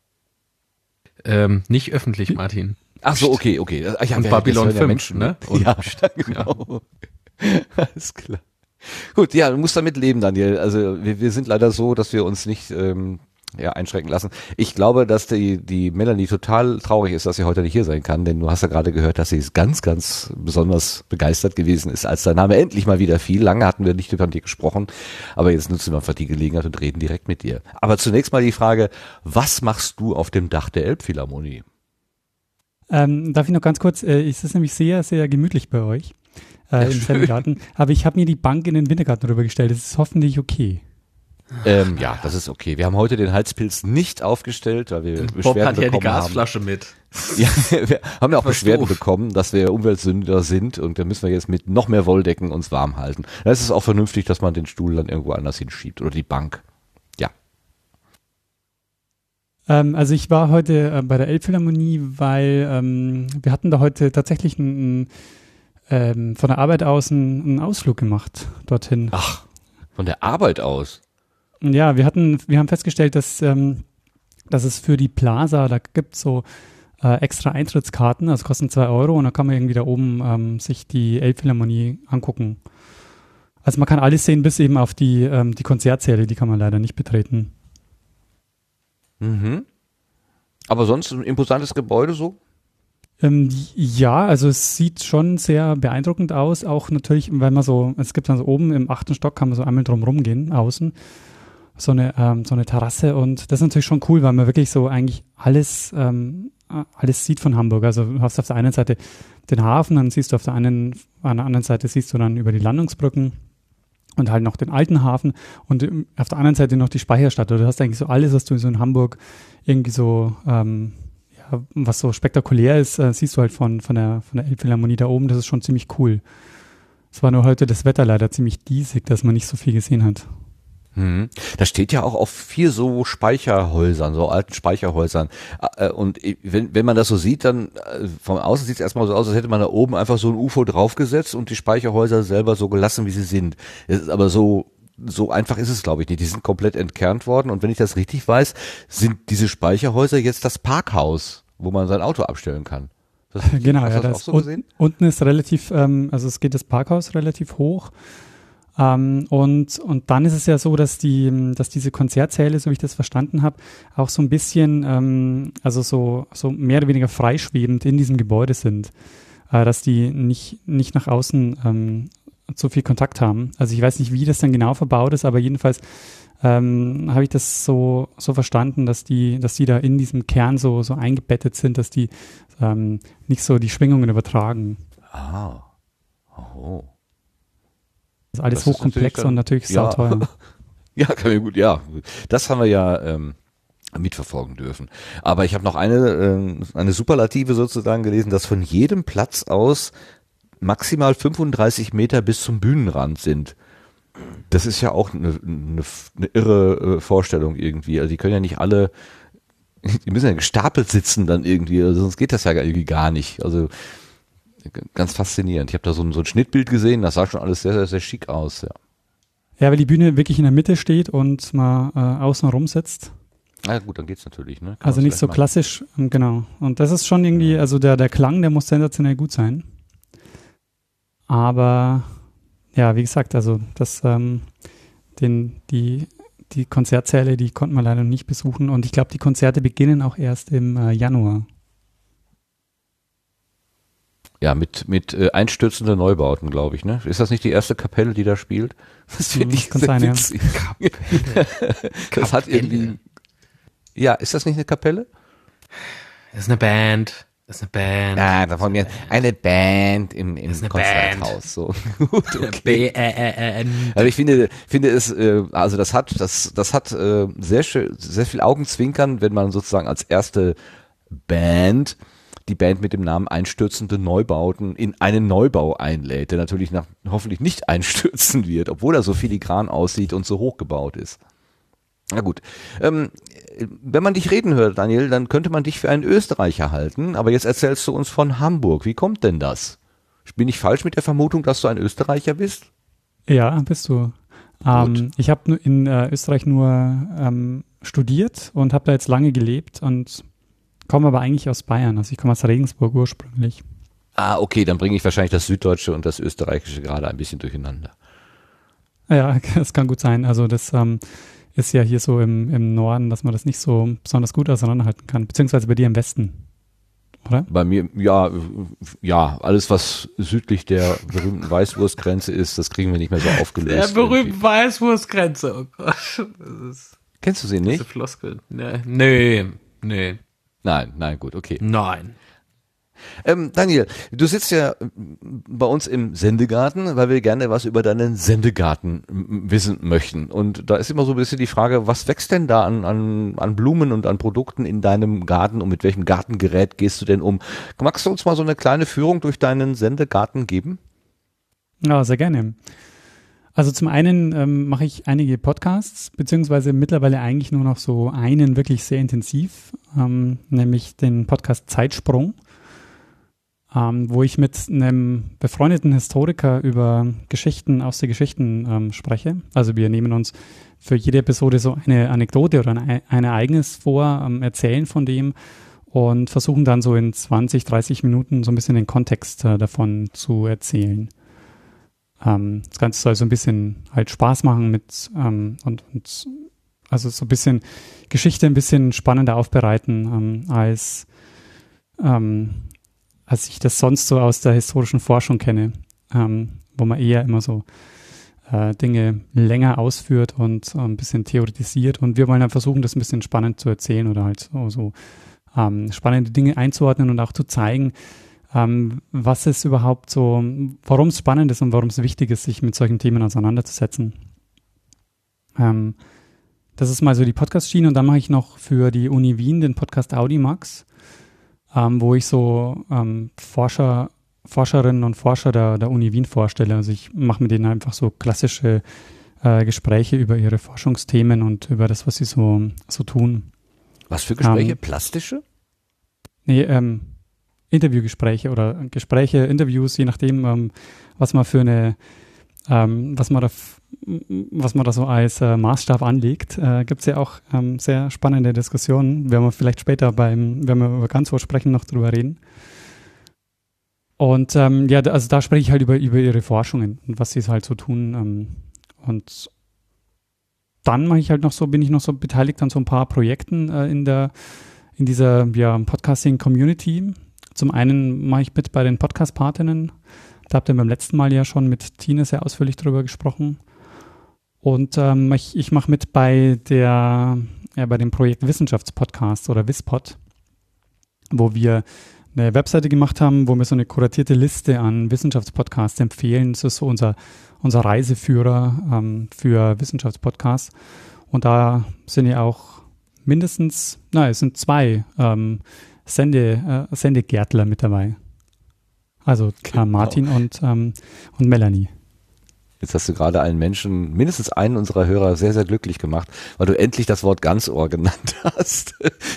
Nicht öffentlich, Martin. Ach so, okay. Ja, und Babylon 5, Menschen, ne? Und ja, genau. Ja. Alles klar. Gut, ja, du musst damit leben, Daniel. Also wir sind leider so, dass wir uns nicht einschränken lassen. Ich glaube, dass die Melanie total traurig ist, dass sie heute nicht hier sein kann, denn du hast ja gerade gehört, dass sie ganz, ganz besonders begeistert gewesen ist, als dein Name endlich mal wieder fiel. Lange hatten wir nicht über dich gesprochen, aber jetzt nutzen wir einfach die Gelegenheit und reden direkt mit dir. Aber zunächst mal die Frage, was machst du auf dem Dach der Elbphilharmonie? Darf ich noch ganz kurz, es ist nämlich sehr, sehr gemütlich bei euch im Sendegarten, aber ich habe mir die Bank in den Wintergarten rübergestellt, das ist hoffentlich okay. Ja, das ist okay. Wir haben heute den Halspilz nicht aufgestellt, weil wir Beschwerden bekommen haben. Bob hat ja die Gasflasche mit. Ja, wir haben ja auch Beschwerden bekommen, dass wir Umweltsünder sind und da müssen wir jetzt mit noch mehr Wolldecken uns warm halten. Da ist es auch vernünftig, dass man den Stuhl dann irgendwo anders hinschiebt oder die Bank. Ja. Also ich war heute bei der Elbphilharmonie, weil wir hatten da heute tatsächlich von der Arbeit aus einen Ausflug gemacht dorthin. Ach, von der Arbeit aus? Ja, wir haben festgestellt, dass es für die Plaza, da gibt es so extra Eintrittskarten, also kosten 2 € und da kann man irgendwie da oben sich die Elbphilharmonie angucken. Also man kann alles sehen, bis eben auf die Konzertsäle, die kann man leider nicht betreten. Mhm. Aber sonst ein imposantes Gebäude so? Ja, also es sieht schon sehr beeindruckend aus, auch natürlich, weil man es gibt dann so oben im 8. Stock, kann man so einmal drum rumgehen, außen, so eine Terrasse und das ist natürlich schon cool, weil man wirklich so eigentlich alles sieht von Hamburg. Also du hast auf der einen Seite den Hafen, dann siehst du an der anderen Seite siehst du dann über die Landungsbrücken und halt noch den alten Hafen und auf der anderen Seite noch die Speicherstadt. Du hast eigentlich so alles, was du so in Hamburg irgendwie so, was so spektakulär ist, siehst du halt von der Elbphilharmonie da oben. Das ist schon ziemlich cool. Es war nur heute das Wetter leider ziemlich diesig, dass man nicht so viel gesehen hat. Da steht ja auch auf 4 so Speicherhäusern, so alten Speicherhäusern. Und wenn man das so sieht, dann von außen sieht es erstmal so aus, als hätte man da oben einfach so ein UFO draufgesetzt und die Speicherhäuser selber so gelassen, wie sie sind. Es ist aber so einfach ist es, glaube ich, nicht. Die sind komplett entkernt worden. Und wenn ich das richtig weiß, sind diese Speicherhäuser jetzt das Parkhaus, wo man sein Auto abstellen kann. Genau, hast ja. du das auch so gesehen? Unten ist relativ, also es geht das Parkhaus relativ hoch. Und dann ist es ja so, dass diese Konzertsäle, so wie ich das verstanden habe, auch so ein bisschen, also so mehr oder weniger freischwebend in diesem Gebäude sind, dass die nicht nach außen so viel Kontakt haben. Also ich weiß nicht, wie das dann genau verbaut ist, aber jedenfalls habe ich das so verstanden, dass die da in diesem Kern so eingebettet sind, dass die nicht so die Schwingungen übertragen. Ah. Oh. Das ist alles hochkomplex und natürlich sauteuer. Ja, kann mir gut, ja. Das haben wir ja mitverfolgen dürfen. Aber ich habe noch eine Superlative sozusagen gelesen, dass von jedem Platz aus maximal 35 Meter bis zum Bühnenrand sind. Das ist ja auch eine irre Vorstellung irgendwie. Also die können ja nicht alle, die müssen ja gestapelt sitzen dann irgendwie, also sonst geht das ja irgendwie gar nicht. Also ganz faszinierend. Ich habe da so ein Schnittbild gesehen, das sah schon alles sehr, sehr, sehr schick aus, ja. Ja, weil die Bühne wirklich in der Mitte steht und man außen rum sitzt. Na gut, dann geht's natürlich, ne? Also nicht so klassisch, genau. Und das ist schon irgendwie, also der Klang, der muss sensationell gut sein. Aber ja, wie gesagt, also die Konzertsäle, die konnten wir leider nicht besuchen und ich glaube, die Konzerte beginnen auch erst im Januar. Ja, mit einstürzenden Neubauten, glaube ich, ne? Ist das nicht die erste Kapelle, die da spielt? Das finde ich sehr witzig. Das hat irgendwie. Ja, ist das nicht eine Kapelle? Das ist eine Band. Ja, davon mir eine Band im Konzerthaus. So gut, okay. Also ich finde es, also das hat sehr schön, sehr viel Augenzwinkern, wenn man sozusagen als erste Band die Band mit dem Namen Einstürzende Neubauten in einen Neubau einlädt, der natürlich hoffentlich nicht einstürzen wird, obwohl er so filigran aussieht und so hochgebaut ist. Na gut. Wenn man dich reden hört, Daniel, dann könnte man dich für einen Österreicher halten, aber jetzt erzählst du uns von Hamburg. Wie kommt denn das? Bin ich falsch mit der Vermutung, dass du ein Österreicher bist? Ja, bist du. Ich habe in Österreich nur studiert und habe da jetzt lange gelebt und komme aber eigentlich aus Bayern. Also ich komme aus Regensburg ursprünglich. Ah, okay, dann bringe ich wahrscheinlich das Süddeutsche und das Österreichische gerade ein bisschen durcheinander. Ja, das kann gut sein. Also das ist ja hier so im Norden, dass man das nicht so besonders gut auseinanderhalten kann. Beziehungsweise bei dir im Westen, oder? Bei mir, ja, alles was südlich der berühmten Weißwurstgrenze ist, das kriegen wir nicht mehr so aufgelöst. Der berühmten Weißwurstgrenze, oh Gott. Kennst du sie nicht? Diese Floskel. Nee. Nein, gut, okay. Nein. Daniel, du sitzt ja bei uns im Sendegarten, weil wir gerne was über deinen Sendegarten wissen möchten. Und da ist immer so ein bisschen die Frage, was wächst denn da an Blumen und an Produkten in deinem Garten und mit welchem Gartengerät gehst du denn um? Magst du uns mal so eine kleine Führung durch deinen Sendegarten geben? Ja, sehr gerne. Also zum einen mache ich einige Podcasts, beziehungsweise mittlerweile eigentlich nur noch so einen wirklich sehr intensiv, nämlich den Podcast Zeitsprung, wo ich mit einem befreundeten Historiker über Geschichten aus den Geschichten spreche. Also wir nehmen uns für jede Episode so eine Anekdote oder ein Ereignis vor, erzählen von dem und versuchen dann so in 20, 30 Minuten so ein bisschen den Kontext davon zu erzählen. Das Ganze soll so ein bisschen halt Spaß machen mit und also so ein bisschen Geschichte ein bisschen spannender aufbereiten, als ich das sonst so aus der historischen Forschung kenne, wo man eher immer so Dinge länger ausführt und ein bisschen theoretisiert. Und wir wollen dann versuchen, das ein bisschen spannend zu erzählen oder halt so spannende Dinge einzuordnen und auch zu zeigen, was es überhaupt so, warum es spannend ist und warum es wichtig ist, sich mit solchen Themen auseinanderzusetzen. Das ist mal so die Podcast-Schiene und dann mache ich noch für die Uni Wien den Podcast Audimax, wo ich so Forscherinnen und Forscher der Uni Wien vorstelle. Also ich mache mit denen einfach so klassische Gespräche über ihre Forschungsthemen und über das, was sie so tun. Was für Gespräche? Plastische? Nee, Interviewgespräche oder Gespräche, Interviews, je nachdem, was man für eine, was man da so als Maßstab anlegt, gibt es ja auch sehr spannende Diskussionen. Werden wir vielleicht später wenn wir über Ganzwort sprechen, noch drüber reden. Und also da spreche ich halt über ihre Forschungen und was sie halt so tun. Und dann bin ich noch so beteiligt an so ein paar Projekten in dieser Podcasting-Community. Zum einen mache ich mit bei den Podcast-Patinnen. Da habt ihr beim letzten Mal ja schon mit Tine sehr ausführlich drüber gesprochen. Und ich mache mit bei dem Projekt Wissenschaftspodcast oder WISPod, wo wir eine Webseite gemacht haben, wo wir so eine kuratierte Liste an Wissenschaftspodcasts empfehlen. Das ist so unser Reiseführer für Wissenschaftspodcasts. Und da sind ja auch es sind 2 Sendegärtler mit dabei. Also Martin und Melanie. Jetzt hast du gerade mindestens einen unserer Hörer sehr, sehr glücklich gemacht, weil du endlich das Wort Ganzohr genannt hast.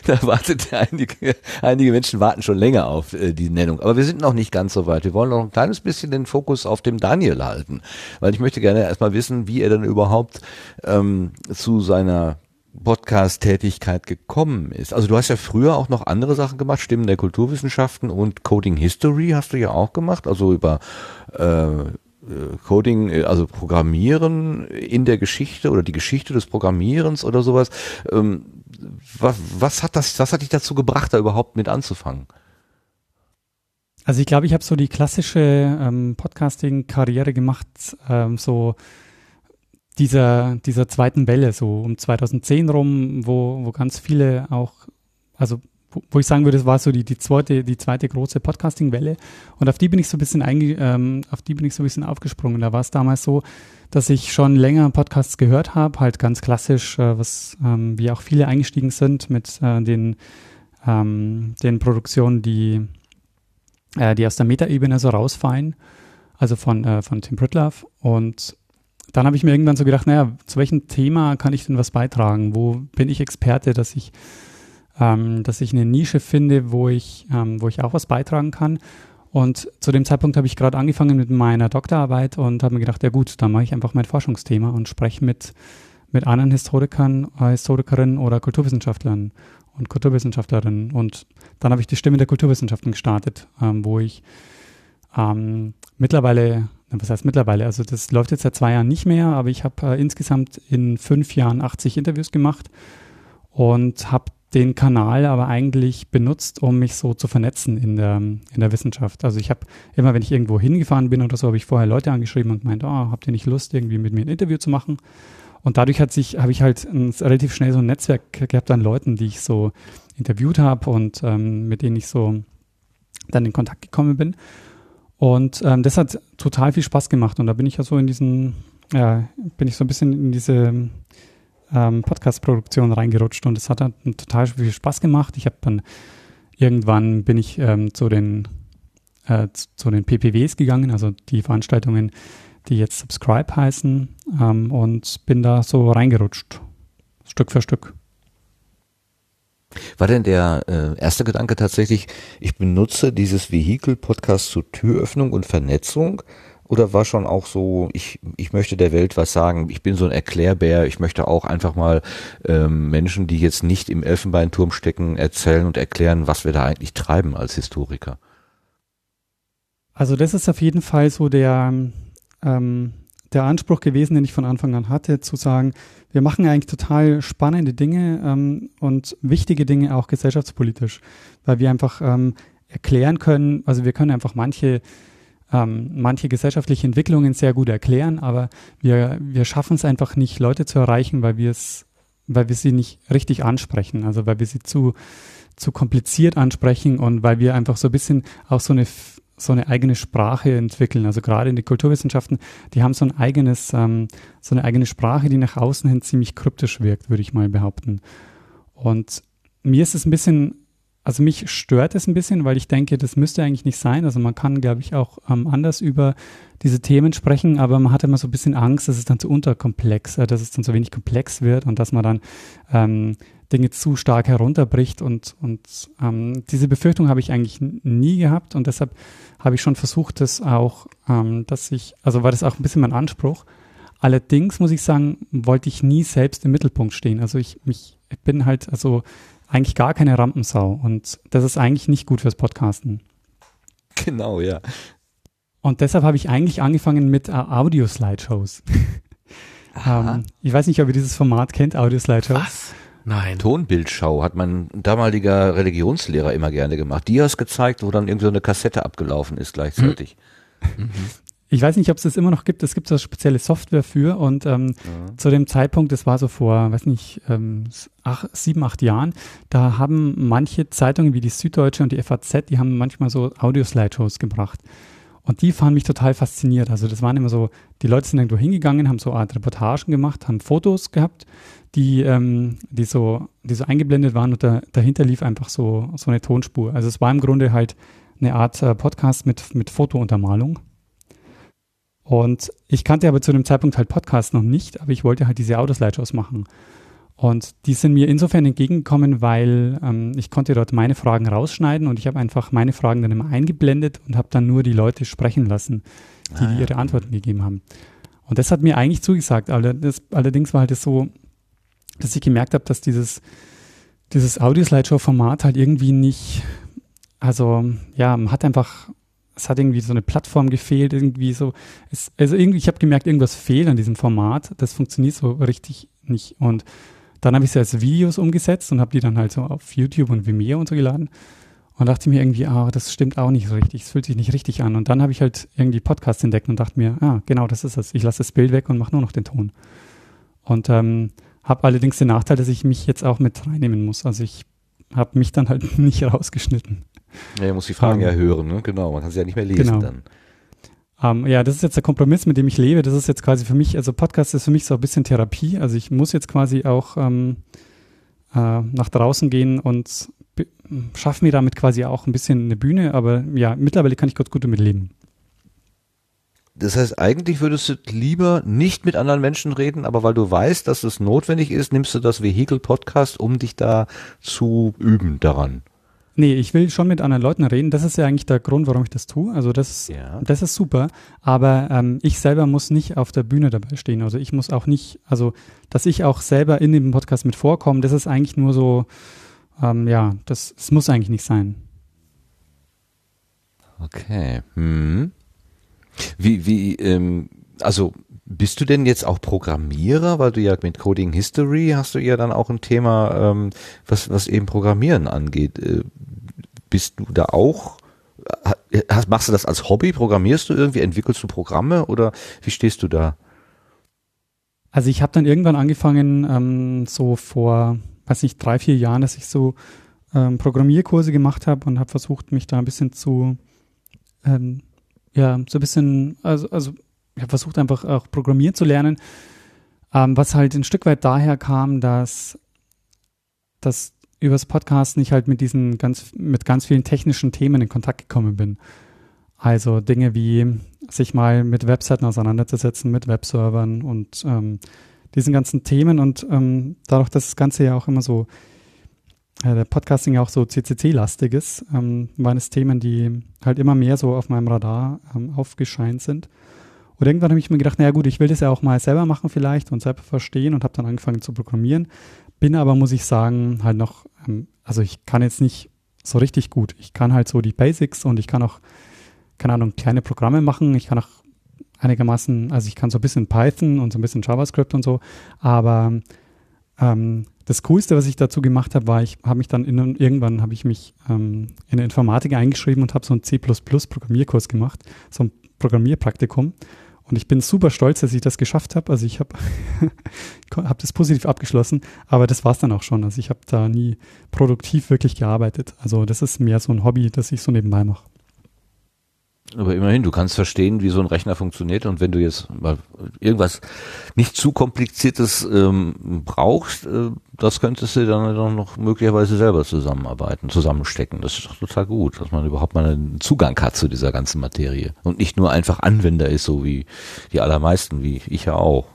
Einige Menschen warten schon länger auf die Nennung. Aber wir sind noch nicht ganz so weit. Wir wollen noch ein kleines bisschen den Fokus auf dem Daniel halten. Weil ich möchte gerne erstmal wissen, wie er dann überhaupt zu seiner Podcast-Tätigkeit gekommen ist. Also du hast ja früher auch noch andere Sachen gemacht, Stimmen der Kulturwissenschaften und Coding History hast du ja auch gemacht, also über Coding, also Programmieren in der Geschichte oder die Geschichte des Programmierens oder sowas. Was hat dich dazu gebracht, da überhaupt mit anzufangen? Also ich glaube, ich habe so die klassische Podcasting-Karriere gemacht, so dieser zweiten Welle, so um 2010 rum, wo ganz viele auch, also wo ich sagen würde, es war so die zweite große Podcasting-Welle und auf die bin ich so ein bisschen aufgesprungen. Da war es damals so, dass ich schon länger Podcasts gehört habe, halt ganz klassisch, wie auch viele eingestiegen sind mit den Produktionen, die aus der Metaebene so rausfallen, also von Tim Pritlove. Und dann habe ich mir irgendwann so gedacht, naja, zu welchem Thema kann ich denn was beitragen? Wo bin ich Experte, dass ich eine Nische finde, wo ich auch was beitragen kann. Und zu dem Zeitpunkt habe ich gerade angefangen mit meiner Doktorarbeit und habe mir gedacht, ja gut, dann mache ich einfach mein Forschungsthema und spreche mit anderen Historikerinnen oder Kulturwissenschaftlern und Kulturwissenschaftlerinnen. Und dann habe ich die Stimme der Kulturwissenschaften gestartet, wo ich mittlerweile, also das läuft jetzt seit 2 Jahren nicht mehr, aber ich habe insgesamt in 5 Jahren 80 Interviews gemacht und habe den Kanal aber eigentlich benutzt, um mich so zu vernetzen in der Wissenschaft. Also ich habe immer, wenn ich irgendwo hingefahren bin oder so, habe ich vorher Leute angeschrieben und gemeint, habt ihr nicht Lust, irgendwie mit mir ein Interview zu machen? Und dadurch habe ich halt relativ schnell so ein Netzwerk gehabt an Leuten, die ich so interviewt habe und mit denen ich so dann in Kontakt gekommen bin. Und das hat total viel Spaß gemacht. Und da bin ich ja so bin ich so ein bisschen in diese Podcast-Produktion reingerutscht und es hat dann total viel Spaß gemacht. Ich habe dann irgendwann bin ich zu den PPWs gegangen, also die Veranstaltungen, die jetzt Subscribe heißen, und bin da so reingerutscht, Stück für Stück. War denn der erste Gedanke tatsächlich, ich benutze dieses Vehikel-Podcast zur Türöffnung und Vernetzung? Oder war schon auch so, ich möchte der Welt was sagen, ich bin so ein Erklärbär, ich möchte auch einfach mal Menschen, die jetzt nicht im Elfenbeinturm stecken, erzählen und erklären, was wir da eigentlich treiben als Historiker? Also das ist auf jeden Fall so der Anspruch gewesen, den ich von Anfang an hatte, zu sagen, wir machen eigentlich total spannende Dinge und wichtige Dinge auch gesellschaftspolitisch, weil wir einfach erklären können, also wir können einfach manche gesellschaftliche Entwicklungen sehr gut erklären, aber wir schaffen es einfach nicht, Leute zu erreichen, weil wir sie nicht richtig ansprechen, also weil wir sie zu kompliziert ansprechen und weil wir einfach so ein bisschen auch so eine eigene Sprache entwickeln. Also gerade in den Kulturwissenschaften, die haben so eine eigene Sprache, die nach außen hin ziemlich kryptisch wirkt, würde ich mal behaupten. Und mir ist es ein bisschen, also mich stört es ein bisschen, weil ich denke, das müsste eigentlich nicht sein. Also man kann, glaube ich, auch anders über diese Themen sprechen, aber man hat immer so ein bisschen Angst, dass es dann zu unterkomplex, dass es dann so wenig komplex wird und dass man dann Dinge zu stark herunterbricht und diese Befürchtung habe ich eigentlich nie gehabt und deshalb habe ich schon versucht, das auch, war das auch ein bisschen mein Anspruch. Allerdings muss ich sagen, wollte ich nie selbst im Mittelpunkt stehen. Also ich bin halt eigentlich gar keine Rampensau und das ist eigentlich nicht gut fürs Podcasten. Genau, ja. Und deshalb habe ich eigentlich angefangen mit Audio-Slideshows. Ich weiß nicht, ob ihr dieses Format kennt, Audio-Slideshows. Was? Nein. Tonbildschau hat mein damaliger Religionslehrer immer gerne gemacht. Die hast gezeigt, wo dann irgendwie so eine Kassette abgelaufen ist gleichzeitig. Ich weiß nicht, ob es das immer noch gibt. Es gibt so spezielle Software für und zu dem Zeitpunkt, das war so vor, 7, 8 Jahren, da haben manche Zeitungen wie die Süddeutsche und die FAZ, die haben manchmal so Audio-Slideshows gebracht. Und die fanden mich total fasziniert. Also das waren immer so, die Leute sind irgendwo hingegangen, haben so eine Art Reportagen gemacht, haben Fotos gehabt, die so eingeblendet waren und dahinter lief einfach so eine Tonspur. Also es war im Grunde halt eine Art Podcast mit Fotountermalung. Und ich kannte aber zu dem Zeitpunkt halt Podcasts noch nicht, aber ich wollte halt diese Audio-Slideshows machen. Und die sind mir insofern entgegengekommen, weil ich konnte dort meine Fragen rausschneiden und ich habe einfach meine Fragen dann immer eingeblendet und habe dann nur die Leute sprechen lassen, die ihre Antworten gegeben haben. Und das hat mir eigentlich zugesagt. Allerdings war halt das so, dass ich gemerkt habe, dass dieses Audio-Slideshow-Format halt irgendwie nicht, es hat irgendwie so eine Plattform gefehlt, irgendwie so, ich habe gemerkt, irgendwas fehlt an diesem Format, das funktioniert so richtig nicht. Und dann habe ich sie als Videos umgesetzt und habe die dann halt so auf YouTube und Vimeo und so geladen und dachte mir irgendwie, das stimmt auch nicht so richtig, es fühlt sich nicht richtig an. Und dann habe ich halt irgendwie Podcasts entdeckt und dachte mir, genau, das ist es. Ich lasse das Bild weg und mache nur noch den Ton. Und habe allerdings den Nachteil, dass ich mich jetzt auch mit reinnehmen muss. Also ich habe mich dann halt nicht rausgeschnitten. Ja, muss die Fragen ja hören, ne? Genau, man kann sie ja nicht mehr lesen dann. Das ist jetzt der Kompromiss, mit dem ich lebe. Das ist jetzt quasi für mich, also Podcast ist für mich so ein bisschen Therapie. Also ich muss jetzt quasi auch nach draußen gehen und schaffe mir damit quasi auch ein bisschen eine Bühne. Aber ja, mittlerweile kann ich gut damit leben. Das heißt, eigentlich würdest du lieber nicht mit anderen Menschen reden, aber weil du weißt, dass es notwendig ist, nimmst du das Vehikel-Podcast, um dich da zu üben daran. Nee, ich will schon mit anderen Leuten reden. Das ist ja eigentlich der Grund, warum ich das tue. Also das ist super. Aber ich selber muss nicht auf der Bühne dabei stehen. Also ich muss auch nicht, dass ich auch selber in dem Podcast mit vorkomme, das ist eigentlich nur so, das muss eigentlich nicht sein. Okay. Bist du denn jetzt auch Programmierer? Weil du ja mit Coding History hast du ja dann auch ein Thema, was eben Programmieren angeht. Bist du da auch, machst du das als Hobby? Programmierst du irgendwie? Entwickelst du Programme oder wie stehst du da? Also ich habe dann irgendwann angefangen, so vor, 3-4 Jahren, dass ich so Programmierkurse gemacht habe und habe versucht, mich da ein bisschen ich habe versucht einfach auch Programmieren zu lernen, was halt ein Stück weit daher kam, dass übers Podcasten ich halt mit ganz vielen technischen Themen in Kontakt gekommen bin. Also Dinge wie sich mal mit Webseiten auseinanderzusetzen, mit Webservern und diesen ganzen Themen. Und dadurch, dass das Ganze ja auch immer so, der Podcasting ja auch so CCC-lastig ist, waren es Themen, die halt immer mehr so auf meinem Radar aufgescheint sind. Und irgendwann habe ich mir gedacht, naja gut, ich will das ja auch mal selber machen vielleicht und selber verstehen und habe dann angefangen zu programmieren. Bin aber, muss ich sagen, halt noch, also ich kann jetzt nicht so richtig gut. Ich kann halt so die Basics und ich kann auch, keine Ahnung, kleine Programme machen. Ich kann auch einigermaßen, also ich kann so ein bisschen Python und so ein bisschen JavaScript und so, aber das Coolste, was ich dazu gemacht habe, war, irgendwann habe ich mich in der Informatik eingeschrieben und habe so einen C++-Programmierkurs gemacht, so ein Programmierpraktikum. Und ich bin super stolz, dass ich das geschafft habe. Also ich habe hab das positiv abgeschlossen, aber das war es dann auch schon. Also ich habe da nie produktiv wirklich gearbeitet. Also das ist mehr so ein Hobby, das ich so nebenbei mache. Aber immerhin, du kannst verstehen, wie so ein Rechner funktioniert, und wenn du jetzt mal irgendwas nicht zu Kompliziertes brauchst, das könntest du dann noch möglicherweise selber zusammenstecken. Das ist doch total gut, dass man überhaupt mal einen Zugang hat zu dieser ganzen Materie und nicht nur einfach Anwender ist, so wie die allermeisten, wie ich ja auch.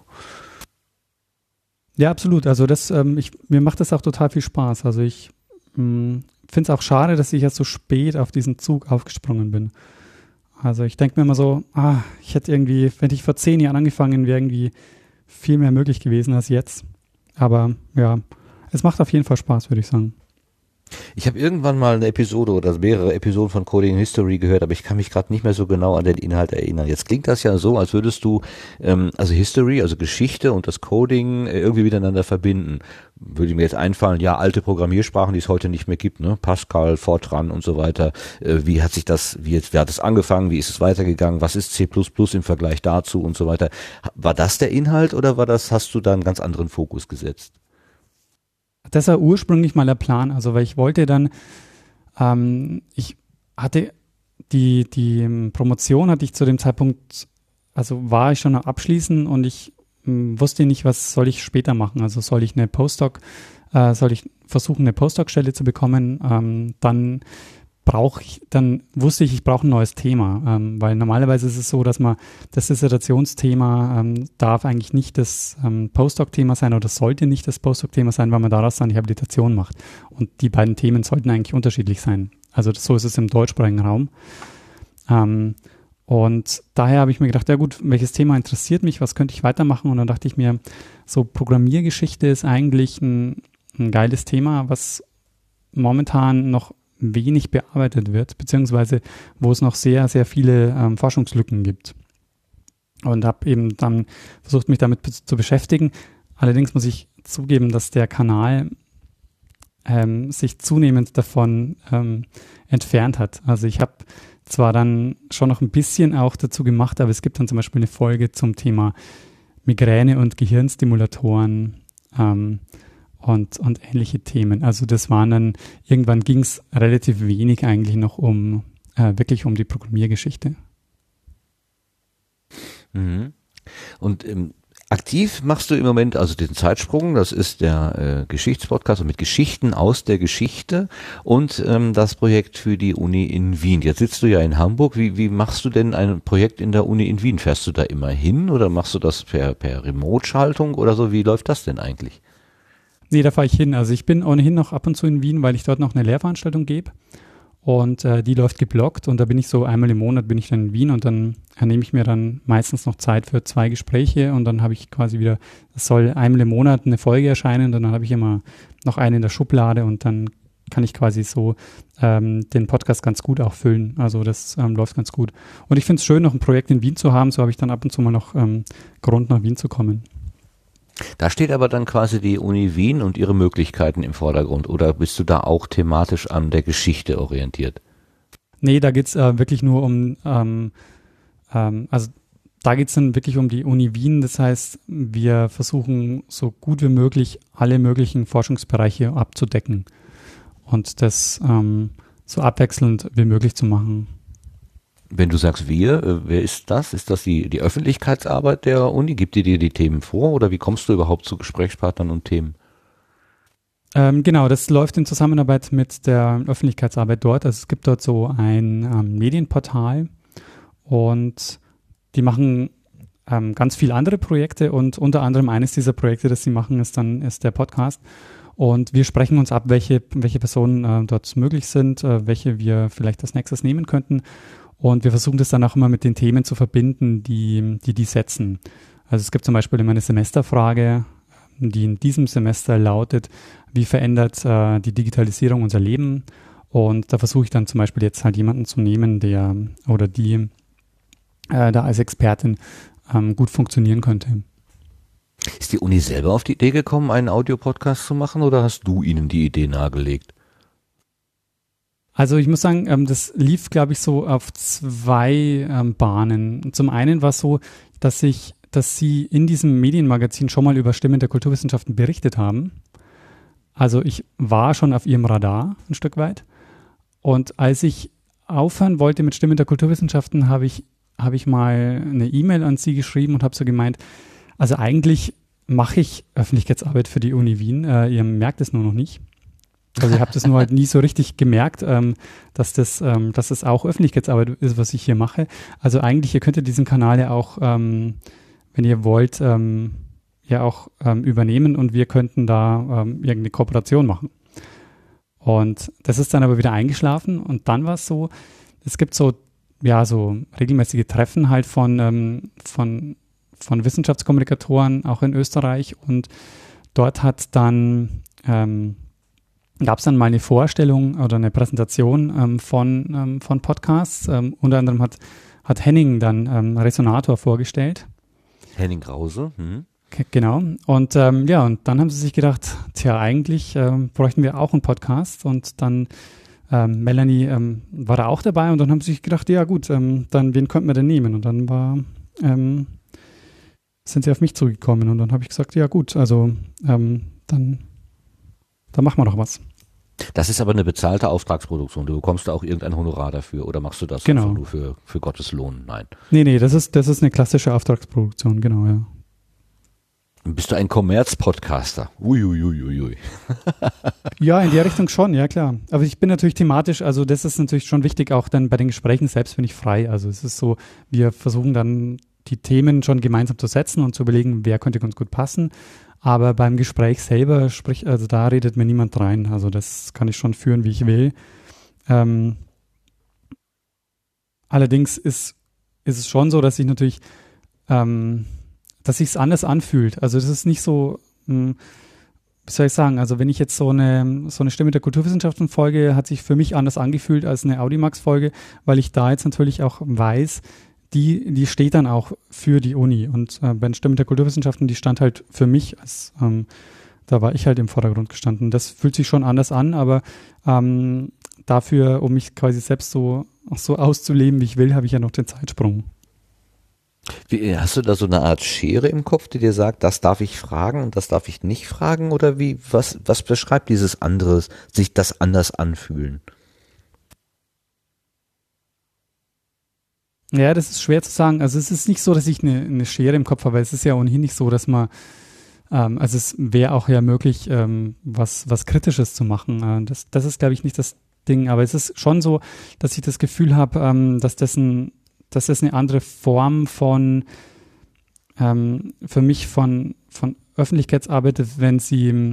Ja, absolut. Also mir macht das auch total viel Spaß. Also ich finde es auch schade, dass ich jetzt so spät auf diesen Zug aufgesprungen bin. Also ich denke mir immer so, ich hätte irgendwie, wenn ich vor 10 Jahren angefangen wäre, irgendwie viel mehr möglich gewesen als jetzt. Aber ja, es macht auf jeden Fall Spaß, würde ich sagen. Ich habe irgendwann mal eine Episode oder mehrere Episoden von Coding History gehört, aber ich kann mich gerade nicht mehr so genau an den Inhalt erinnern. Jetzt klingt das ja so, als würdest du also History, also Geschichte und das Coding irgendwie miteinander verbinden. Würde mir jetzt einfallen, ja, alte Programmiersprachen, die es heute nicht mehr gibt, ne? Pascal, Fortran und so weiter. Wie hat es angefangen? Wie ist es weitergegangen? Was ist C++ im Vergleich dazu und so weiter? War das der Inhalt oder hast du da einen ganz anderen Fokus gesetzt? Das war ursprünglich mal der Plan, also weil ich wollte dann, ich hatte die Promotion hatte ich zu dem Zeitpunkt, also war ich schon am Abschließen und ich wusste nicht, was soll ich später machen, also soll ich soll ich versuchen, eine Postdoc-Stelle zu bekommen, dann wusste ich brauche ein neues Thema, weil normalerweise ist es so, dass das Dissertationsthema darf eigentlich nicht das Postdoc-Thema sein oder sollte nicht das Postdoc-Thema sein, weil man daraus dann die Habilitation macht. Und die beiden Themen sollten eigentlich unterschiedlich sein. Also so ist es im deutschsprachigen Raum. Und daher habe ich mir gedacht, ja gut, welches Thema interessiert mich, was könnte ich weitermachen? Und dann dachte ich mir, so Programmiergeschichte ist eigentlich ein geiles Thema, was momentan noch wenig bearbeitet wird, beziehungsweise wo es noch sehr, sehr viele Forschungslücken gibt. Und habe eben dann versucht, mich damit zu beschäftigen. Allerdings muss ich zugeben, dass der Kanal sich zunehmend davon entfernt hat. Also ich habe zwar dann schon noch ein bisschen auch dazu gemacht, aber es gibt dann zum Beispiel eine Folge zum Thema Migräne und Gehirnstimulatoren, und ähnliche Themen. Also das waren dann, irgendwann ging es relativ wenig eigentlich noch wirklich um die Programmiergeschichte. Mhm. Und aktiv machst du im Moment also den Zeitsprung, das ist der Geschichtspodcast mit Geschichten aus der Geschichte und das Projekt für die Uni in Wien. Jetzt sitzt du ja in Hamburg. Wie machst du denn ein Projekt in der Uni in Wien? Fährst du da immer hin oder machst du das per Remote-Schaltung oder so? Wie läuft das denn eigentlich? Nee, da fahre ich hin. Also ich bin ohnehin noch ab und zu in Wien, weil ich dort noch eine Lehrveranstaltung gebe und die läuft geblockt und da bin ich so einmal im Monat bin ich dann in Wien und dann nehme ich mir dann meistens noch Zeit für 2 Gespräche und dann habe ich quasi wieder, es soll einmal im Monat eine Folge erscheinen und dann habe ich immer noch eine in der Schublade und dann kann ich quasi so den Podcast ganz gut auch füllen. Also das läuft ganz gut. Und ich finde es schön, noch ein Projekt in Wien zu haben, so habe ich dann ab und zu mal noch Grund, nach Wien zu kommen. Da steht aber dann quasi die Uni Wien und ihre Möglichkeiten im Vordergrund, oder bist du da auch thematisch an der Geschichte orientiert? Nee, da geht's wirklich nur also da geht's dann wirklich um die Uni Wien. Das heißt, wir versuchen so gut wie möglich alle möglichen Forschungsbereiche abzudecken und das so abwechselnd wie möglich zu machen. Wenn du sagst wir, wer ist das? Ist das die Öffentlichkeitsarbeit der Uni? Gibt die dir die Themen vor oder wie kommst du überhaupt zu Gesprächspartnern und Themen? Genau, das läuft in Zusammenarbeit mit der Öffentlichkeitsarbeit dort. Also es gibt dort so ein Medienportal und die machen ganz viele andere Projekte und unter anderem eines dieser Projekte, das sie machen, ist der Podcast. Und wir sprechen uns ab, welche Personen dort möglich sind, welche wir vielleicht als nächstes nehmen könnten. Und wir versuchen das dann auch immer mit den Themen zu verbinden, die setzen. Also es gibt zum Beispiel immer eine Semesterfrage, die in diesem Semester lautet, wie verändert die Digitalisierung unser Leben? Und da versuche ich dann zum Beispiel jetzt halt jemanden zu nehmen, der oder die da als Expertin gut funktionieren könnte. Ist die Uni selber auf die Idee gekommen, einen Audiopodcast zu machen, oder hast du ihnen die Idee nahegelegt? Also ich muss sagen, das lief, glaube ich, so auf zwei Bahnen. Zum einen war es so, dass sie in diesem Medienmagazin schon mal über Stimmen der Kulturwissenschaften berichtet haben. Also ich war schon auf ihrem Radar ein Stück weit. Und als ich aufhören wollte mit Stimmen der Kulturwissenschaften, habe ich mal eine E-Mail an sie geschrieben und habe so gemeint, also eigentlich mache ich Öffentlichkeitsarbeit für die Uni Wien, ihr merkt es nur noch nicht. Also ich habe das nur halt nie so richtig gemerkt, dass das auch Öffentlichkeitsarbeit ist, was ich hier mache. Also eigentlich, ihr könntet diesen Kanal ja auch, wenn ihr wollt, ja auch übernehmen und wir könnten da irgendeine Kooperation machen. Und das ist dann aber wieder eingeschlafen und dann war es so, es gibt so regelmäßige Treffen halt von Wissenschaftskommunikatoren auch in Österreich und dort gab es dann mal eine Vorstellung oder eine Präsentation von Podcasts. Unter anderem hat Henning dann Resonator vorgestellt. Henning Krause. Genau. Und und dann haben sie sich gedacht, eigentlich bräuchten wir auch einen Podcast. Und dann Melanie war da auch dabei und dann haben sie sich gedacht, ja gut, dann wen könnten wir denn nehmen? Und dann sind sie auf mich zugekommen und dann habe ich gesagt, ja gut, also dann machen wir doch was. Das ist aber eine bezahlte Auftragsproduktion. Du bekommst da auch irgendein Honorar dafür oder machst du das einfach nur für Gottes Lohn? Nein. Nee, das ist eine klassische Auftragsproduktion, genau, ja. Bist du ein Kommerz-Podcaster? Uiuiuiui. Ja, in der Richtung schon, ja klar. Aber ich bin natürlich thematisch, also das ist natürlich schon wichtig, auch dann bei den Gesprächen selbst bin ich frei. Also es ist so, wir versuchen dann die Themen schon gemeinsam zu setzen und zu überlegen, wer könnte uns gut passen. Aber beim Gespräch selber, also da redet mir niemand rein. Also das kann ich schon führen, wie ich will. Allerdings ist es schon so, dass ich natürlich dass sich's anders anfühlt. Also das ist nicht so, wie soll ich sagen, also wenn ich jetzt so eine Stimme der Kulturwissenschaften folge, hat sich für mich anders angefühlt als eine Audimax-Folge, weil ich da jetzt natürlich auch weiß, die steht dann auch für die Uni. Und bei den Stimmen der Kulturwissenschaften, die stand halt für mich, da war ich halt im Vordergrund gestanden. Das fühlt sich schon anders an, aber dafür, um mich quasi selbst so auszuleben, wie ich will, habe ich ja noch den Zeitsprung. Hast du da so eine Art Schere im Kopf, die dir sagt, das darf ich fragen und das darf ich nicht fragen? Oder was beschreibt dieses anderes, sich das anders anfühlen? Ja, das ist schwer zu sagen. Also es ist nicht so, dass ich eine Schere im Kopf habe, weil es ist ja ohnehin nicht so, dass man, also es wäre auch ja möglich, was Kritisches zu machen. Das ist, glaube ich, nicht das Ding. Aber es ist schon so, dass ich das Gefühl habe, dass das eine andere Form von, für mich von Öffentlichkeitsarbeit ist, wenn sie,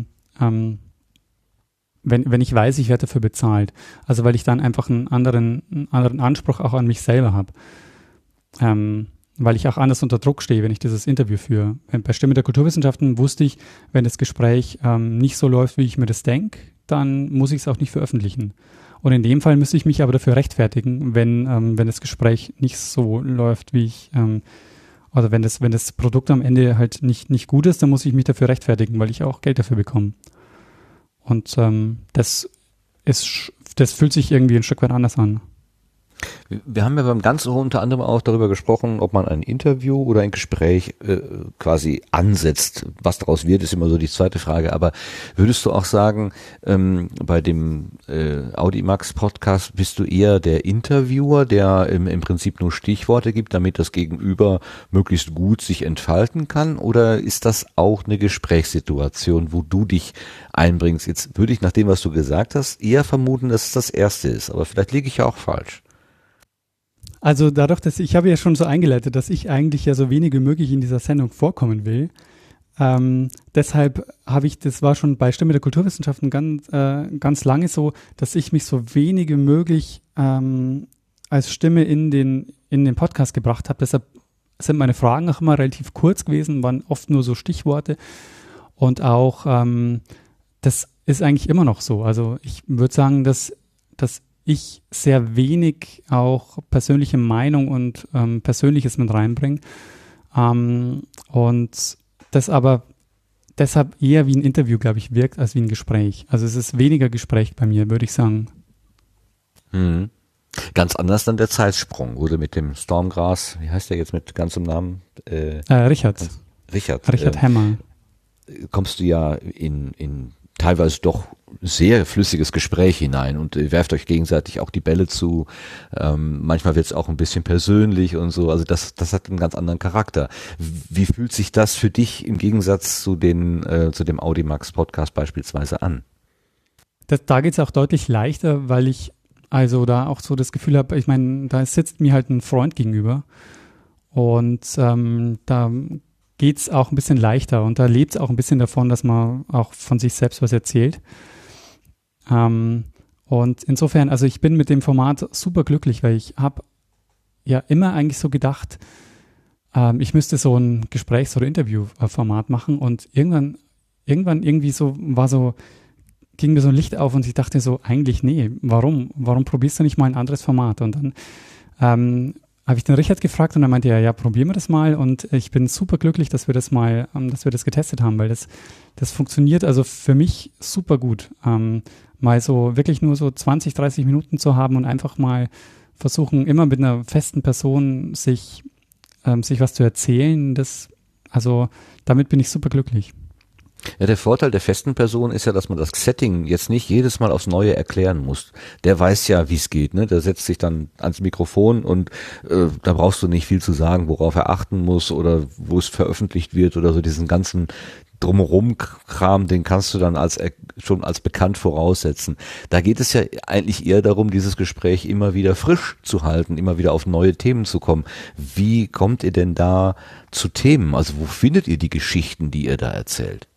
wenn ich weiß, ich werde dafür bezahlt. Also weil ich dann einfach einen anderen Anspruch auch an mich selber habe. Weil ich auch anders unter Druck stehe, wenn ich dieses Interview führe. Bei Stimme der Kulturwissenschaften wusste ich, wenn das Gespräch nicht so läuft, wie ich mir das denke, dann muss ich es auch nicht veröffentlichen. Und in dem Fall müsste ich mich aber dafür rechtfertigen, wenn das Gespräch nicht so läuft, wie ich, oder wenn das Produkt am Ende halt nicht gut ist, dann muss ich mich dafür rechtfertigen, weil ich auch Geld dafür bekomme. Und das fühlt sich irgendwie ein Stück weit anders an. Wir haben ja beim Ganzen unter anderem auch darüber gesprochen, ob man ein Interview oder ein Gespräch quasi ansetzt. Was daraus wird, ist immer so die zweite Frage. Aber würdest du auch sagen, bei dem Audimax-Podcast bist du eher der Interviewer, der im Prinzip nur Stichworte gibt, damit das Gegenüber möglichst gut sich entfalten kann? Oder ist das auch eine Gesprächssituation, wo du dich einbringst? Jetzt würde ich nach dem, was du gesagt hast, eher vermuten, dass es das Erste ist. Aber vielleicht liege ich ja auch falsch. Also dadurch, dass ich habe ja schon so eingeleitet, dass ich eigentlich ja so wenig wie möglich in dieser Sendung vorkommen will. Deshalb das war schon bei Stimme der Kulturwissenschaften ganz lange so, dass ich mich so wenig wie möglich als Stimme in den Podcast gebracht habe. Deshalb sind meine Fragen auch immer relativ kurz gewesen, waren oft nur so Stichworte. Und auch das ist eigentlich immer noch so. Also ich würde sagen, dass ich sehr wenig auch persönliche Meinung und Persönliches mit reinbringe. Und das aber deshalb eher wie ein Interview, glaube ich, wirkt, als wie ein Gespräch. Also es ist weniger Gespräch bei mir, würde ich sagen. Mhm. Ganz anders dann der Zeitsprung, wurde mit dem Stormgrass, wie heißt der jetzt mit ganzem Namen? Richard Hemmer. Kommst du ja in teilweise doch sehr flüssiges Gespräch hinein und werft euch gegenseitig auch die Bälle zu. Manchmal wird es auch ein bisschen persönlich und so. Also das hat einen ganz anderen Charakter. Wie fühlt sich das für dich im Gegensatz zu dem Audimax Podcast beispielsweise an? Da geht es auch deutlich leichter, weil ich also da auch so das Gefühl habe, ich meine, da sitzt mir halt ein Freund gegenüber und da geht's auch ein bisschen leichter und da lebt es auch ein bisschen davon, dass man auch von sich selbst was erzählt. Und insofern, also ich bin mit dem Format super glücklich, weil ich habe ja immer eigentlich so gedacht, ich müsste so ein Gesprächs- oder Interviewformat machen und irgendwann irgendwie ging mir so ein Licht auf und ich dachte so, eigentlich nee, warum probierst du nicht mal ein anderes Format? Und dann habe ich den Richard gefragt und er meinte, ja, probieren wir das mal und ich bin super glücklich, dass wir das getestet haben, weil das funktioniert also für mich super gut, mal so wirklich nur so 20, 30 Minuten zu haben und einfach mal versuchen, immer mit einer festen Person sich was zu erzählen, damit bin ich super glücklich. Ja, der Vorteil der festen Person ist ja, dass man das Setting jetzt nicht jedes Mal aufs Neue erklären muss. Der weiß ja, wie es geht, ne? Der setzt sich dann ans Mikrofon und da brauchst du nicht viel zu sagen, worauf er achten muss oder wo es veröffentlicht wird oder so diesen ganzen Drumherum-Kram, den kannst du dann schon als bekannt voraussetzen. Da geht es ja eigentlich eher darum, dieses Gespräch immer wieder frisch zu halten, immer wieder auf neue Themen zu kommen. Wie kommt ihr denn da zu Themen? Also wo findet ihr die Geschichten, die ihr da erzählt?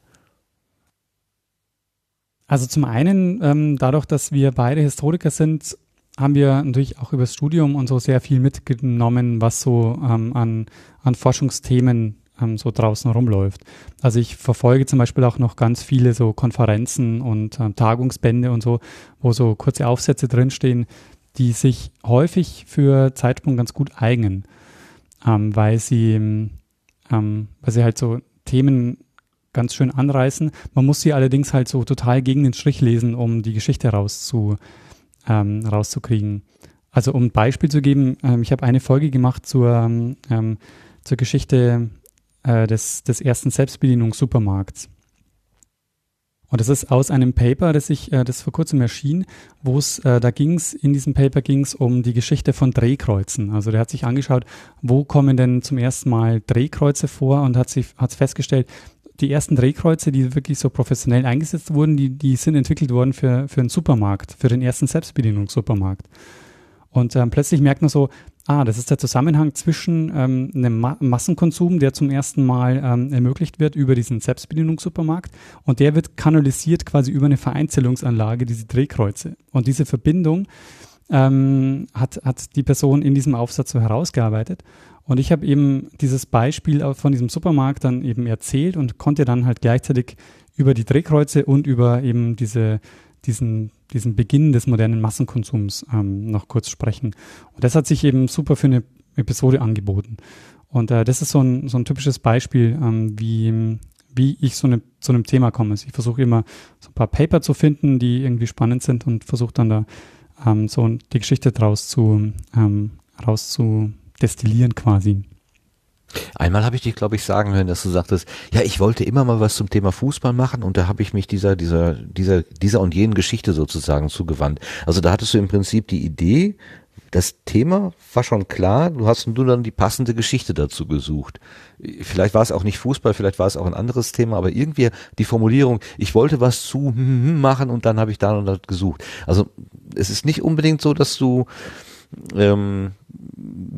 Also zum einen, dadurch, dass wir beide Historiker sind, haben wir natürlich auch über das Studium und so sehr viel mitgenommen, was so an Forschungsthemen so draußen rumläuft. Also ich verfolge zum Beispiel auch noch ganz viele so Konferenzen und Tagungsbände und so, wo so kurze Aufsätze drinstehen, die sich häufig für Zeitsprung ganz gut eignen, weil sie halt so Themen ganz schön anreißen. Man muss sie allerdings halt so total gegen den Strich lesen, um die Geschichte rauszukriegen. Also um ein Beispiel zu geben, ich habe eine Folge gemacht zur Geschichte des ersten Selbstbedienungssupermarkts. Und das ist aus einem Paper, das vor kurzem erschien, in diesem Paper ging es um die Geschichte von Drehkreuzen. Also der hat sich angeschaut, wo kommen denn zum ersten Mal Drehkreuze vor und hat festgestellt, die ersten Drehkreuze, die wirklich so professionell eingesetzt wurden, die sind entwickelt worden für einen Supermarkt, für den ersten Selbstbedienungssupermarkt. Und plötzlich merkt man so, das ist der Zusammenhang zwischen einem Massenkonsum, der zum ersten Mal ermöglicht wird über diesen Selbstbedienungssupermarkt und der wird kanalisiert quasi über eine Vereinzelungsanlage, diese Drehkreuze. Und diese Verbindung hat die Person in diesem Aufsatz so herausgearbeitet. Und ich habe eben dieses Beispiel von diesem Supermarkt dann eben erzählt und konnte dann halt gleichzeitig über die Drehkreuze und über eben diesen Beginn des modernen Massenkonsums noch kurz sprechen. Und das hat sich eben super für eine Episode angeboten. Und das ist so ein typisches Beispiel, wie ich zu einem Thema komme. Also ich versuche immer so ein paar Paper zu finden, die irgendwie spannend sind und versuche dann da so die Geschichte draus raus zu destillieren quasi. Einmal habe ich dich, glaube ich, sagen hören, dass du sagtest, ja, ich wollte immer mal was zum Thema Fußball machen und da habe ich mich dieser und jenen Geschichte sozusagen zugewandt. Also da hattest du im Prinzip die Idee, das Thema war schon klar, du hast nur dann die passende Geschichte dazu gesucht. Vielleicht war es auch nicht Fußball, vielleicht war es auch ein anderes Thema, aber irgendwie die Formulierung, ich wollte was zu machen und dann habe ich da und da gesucht. Also es ist nicht unbedingt so, dass du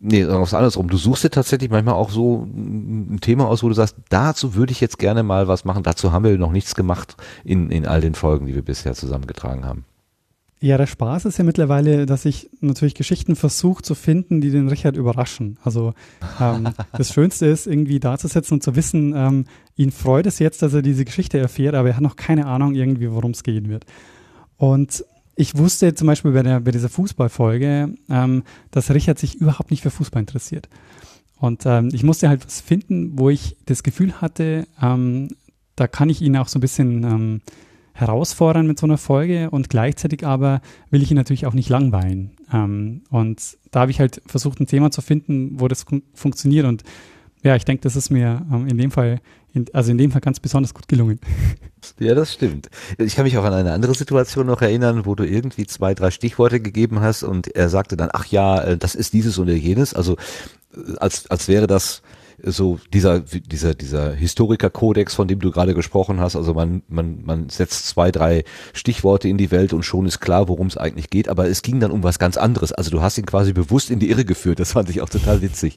Nee, sagen wir es andersrum. Du suchst dir tatsächlich manchmal auch so ein Thema aus, wo du sagst, dazu würde ich jetzt gerne mal was machen. Dazu haben wir noch nichts gemacht in all den Folgen, die wir bisher zusammengetragen haben. Ja, der Spaß ist ja mittlerweile, dass ich natürlich Geschichten versuche zu finden, die den Richard überraschen. Also das Schönste ist, irgendwie da zu sitzen und zu wissen, ihn freut es jetzt, dass er diese Geschichte erfährt, aber er hat noch keine Ahnung irgendwie, worum es gehen wird. Und ich wusste zum Beispiel bei dieser Fußballfolge, dass Richard sich überhaupt nicht für Fußball interessiert. Und ich musste halt was finden, wo ich das Gefühl hatte, da kann ich ihn auch so ein bisschen herausfordern mit so einer Folge und gleichzeitig aber will ich ihn natürlich auch nicht langweilen. Und da habe ich halt versucht, ein Thema zu finden, wo das funktioniert. Und ja, ich denke, das ist mir in dem Fall ganz besonders gut gelungen. Ja, das stimmt. Ich kann mich auch an eine andere Situation noch erinnern, wo du irgendwie 2, 3 Stichworte gegeben hast und er sagte dann, ach ja, das ist dieses oder jenes. Also als wäre das so dieser Historiker-Kodex, von dem du gerade gesprochen hast. Also man setzt 2, 3 Stichworte in die Welt und schon ist klar, worum es eigentlich geht. Aber es ging dann um was ganz anderes. Also du hast ihn quasi bewusst in die Irre geführt. Das fand ich auch total witzig.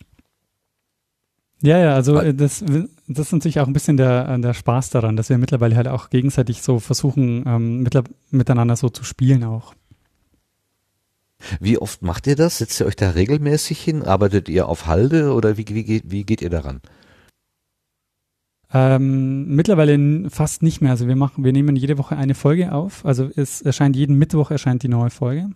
Ja, also das ist natürlich auch ein bisschen der Spaß daran, dass wir mittlerweile halt auch gegenseitig so versuchen, miteinander so zu spielen auch. Wie oft macht ihr das? Setzt ihr euch da regelmäßig hin? Arbeitet ihr auf Halde oder wie geht ihr daran? Mittlerweile fast nicht mehr. Also wir nehmen jede Woche eine Folge auf. Also es erscheint jeden Mittwoch die neue Folge.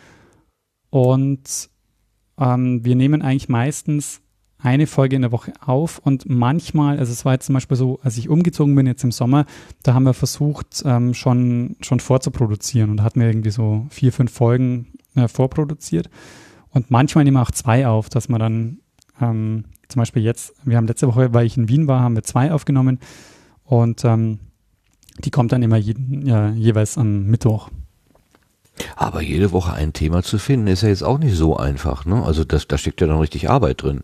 Und wir nehmen eigentlich meistens eine Folge in der Woche auf und manchmal, also es war jetzt zum Beispiel so, als ich umgezogen bin jetzt im Sommer, da haben wir versucht, schon vorzuproduzieren und da hatten wir irgendwie so 4, 5 Folgen vorproduziert und manchmal nehmen wir auch 2 auf, dass man dann zum Beispiel jetzt, wir haben letzte Woche, weil ich in Wien war, haben wir 2 aufgenommen und die kommt dann immer jeweils am Mittwoch. Aber jede Woche ein Thema zu finden, ist ja jetzt auch nicht so einfach, ne? Also da steckt ja dann richtig Arbeit drin.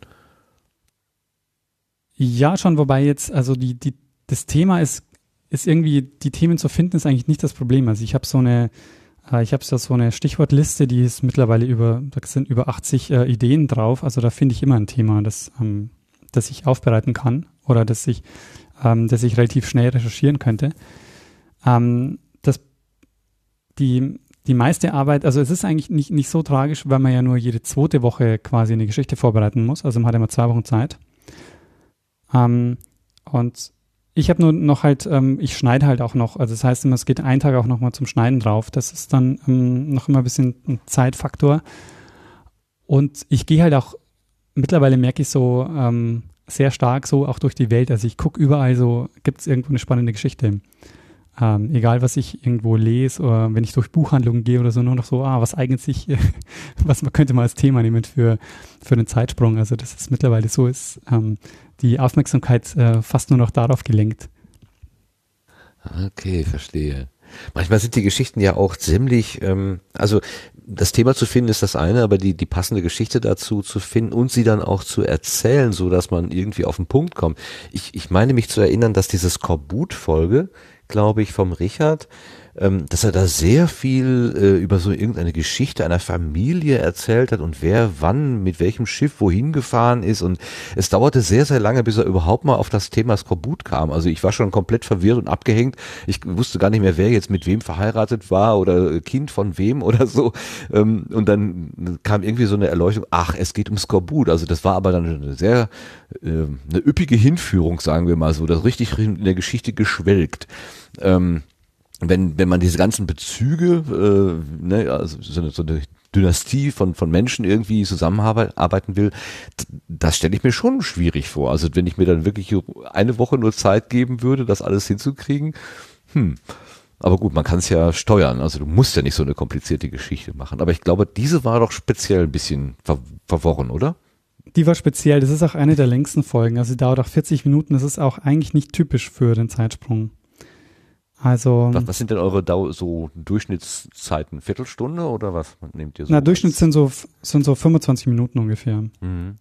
Ja, schon, wobei jetzt, also das Thema ist irgendwie, die Themen zu finden, ist eigentlich nicht das Problem. Also ich habe so eine Stichwortliste, die ist mittlerweile da sind über 80 Ideen drauf. Also da finde ich immer ein Thema, das ich aufbereiten kann oder das ich relativ schnell recherchieren könnte. Die meiste Arbeit, also es ist eigentlich nicht so tragisch, weil man ja nur jede 2. Woche quasi eine Geschichte vorbereiten muss. Also man hat immer 2 Wochen Zeit. Und ich habe nur noch ich schneide halt auch noch. Also das heißt immer, es geht einen Tag auch noch mal zum Schneiden drauf. Das ist dann noch immer ein bisschen ein Zeitfaktor. Und ich gehe halt auch, mittlerweile merke ich so sehr stark so auch durch die Welt. Also ich gucke überall so, gibt es irgendwo eine spannende Geschichte. Egal, was ich irgendwo lese oder wenn ich durch Buchhandlungen gehe oder so, nur noch so, was eignet sich, was man könnte mal als Thema nehmen für einen Zeitsprung. Also das ist mittlerweile so, ist die Aufmerksamkeit fast nur noch darauf gelenkt. Okay, verstehe. Manchmal sind die Geschichten ja auch ziemlich, also das Thema zu finden ist das eine, aber die passende Geschichte dazu zu finden und sie dann auch zu erzählen, so dass man irgendwie auf den Punkt kommt. Ich meine mich zu erinnern, dass diese Skorbut-Folge, glaube ich, vom Richard, dass er da sehr viel über so irgendeine Geschichte einer Familie erzählt hat und wer wann mit welchem Schiff wohin gefahren ist und es dauerte sehr, sehr lange, bis er überhaupt mal auf das Thema Skorbut kam. Also ich war schon komplett verwirrt und abgehängt. Ich wusste gar nicht mehr, wer jetzt mit wem verheiratet war oder Kind von wem oder so. Und dann kam irgendwie so eine Erleuchtung, es geht um Skorbut. Also das war aber dann eine üppige Hinführung, sagen wir mal so, das richtig in der Geschichte geschwelgt. Wenn man diese ganzen Bezüge, also so eine Dynastie von Menschen irgendwie zusammenarbeiten will, das stelle ich mir schon schwierig vor. Also wenn ich mir dann wirklich eine Woche nur Zeit geben würde, das alles hinzukriegen, aber gut, man kann es ja steuern. Also du musst ja nicht so eine komplizierte Geschichte machen. Aber ich glaube, diese war doch speziell ein bisschen verworren, oder? Die war speziell. Das ist auch eine der längsten Folgen. Also sie dauert auch 40 Minuten. Das ist auch eigentlich nicht typisch für den Zeitsprung. Also was sind denn eure so Durchschnittszeiten? Viertelstunde oder was nehmt ihr so? Durchschnitt sind so 25 Minuten ungefähr. Mhm.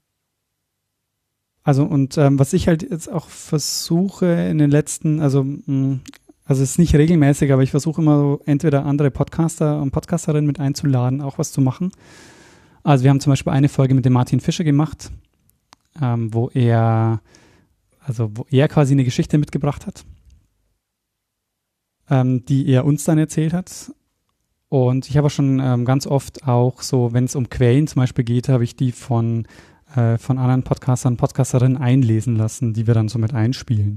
Also und was ich halt jetzt auch versuche in den letzten, also es ist nicht regelmäßig, aber ich versuche immer so entweder andere Podcaster und Podcasterinnen mit einzuladen, auch was zu machen. Also wir haben zum Beispiel eine Folge mit dem Martin Fischer gemacht, wo er quasi eine Geschichte mitgebracht hat, die er uns dann erzählt hat. Und ich habe auch schon ganz oft auch so, wenn es um Quellen zum Beispiel geht, habe ich die von anderen Podcastern, Podcasterinnen einlesen lassen, die wir dann so mit einspielen.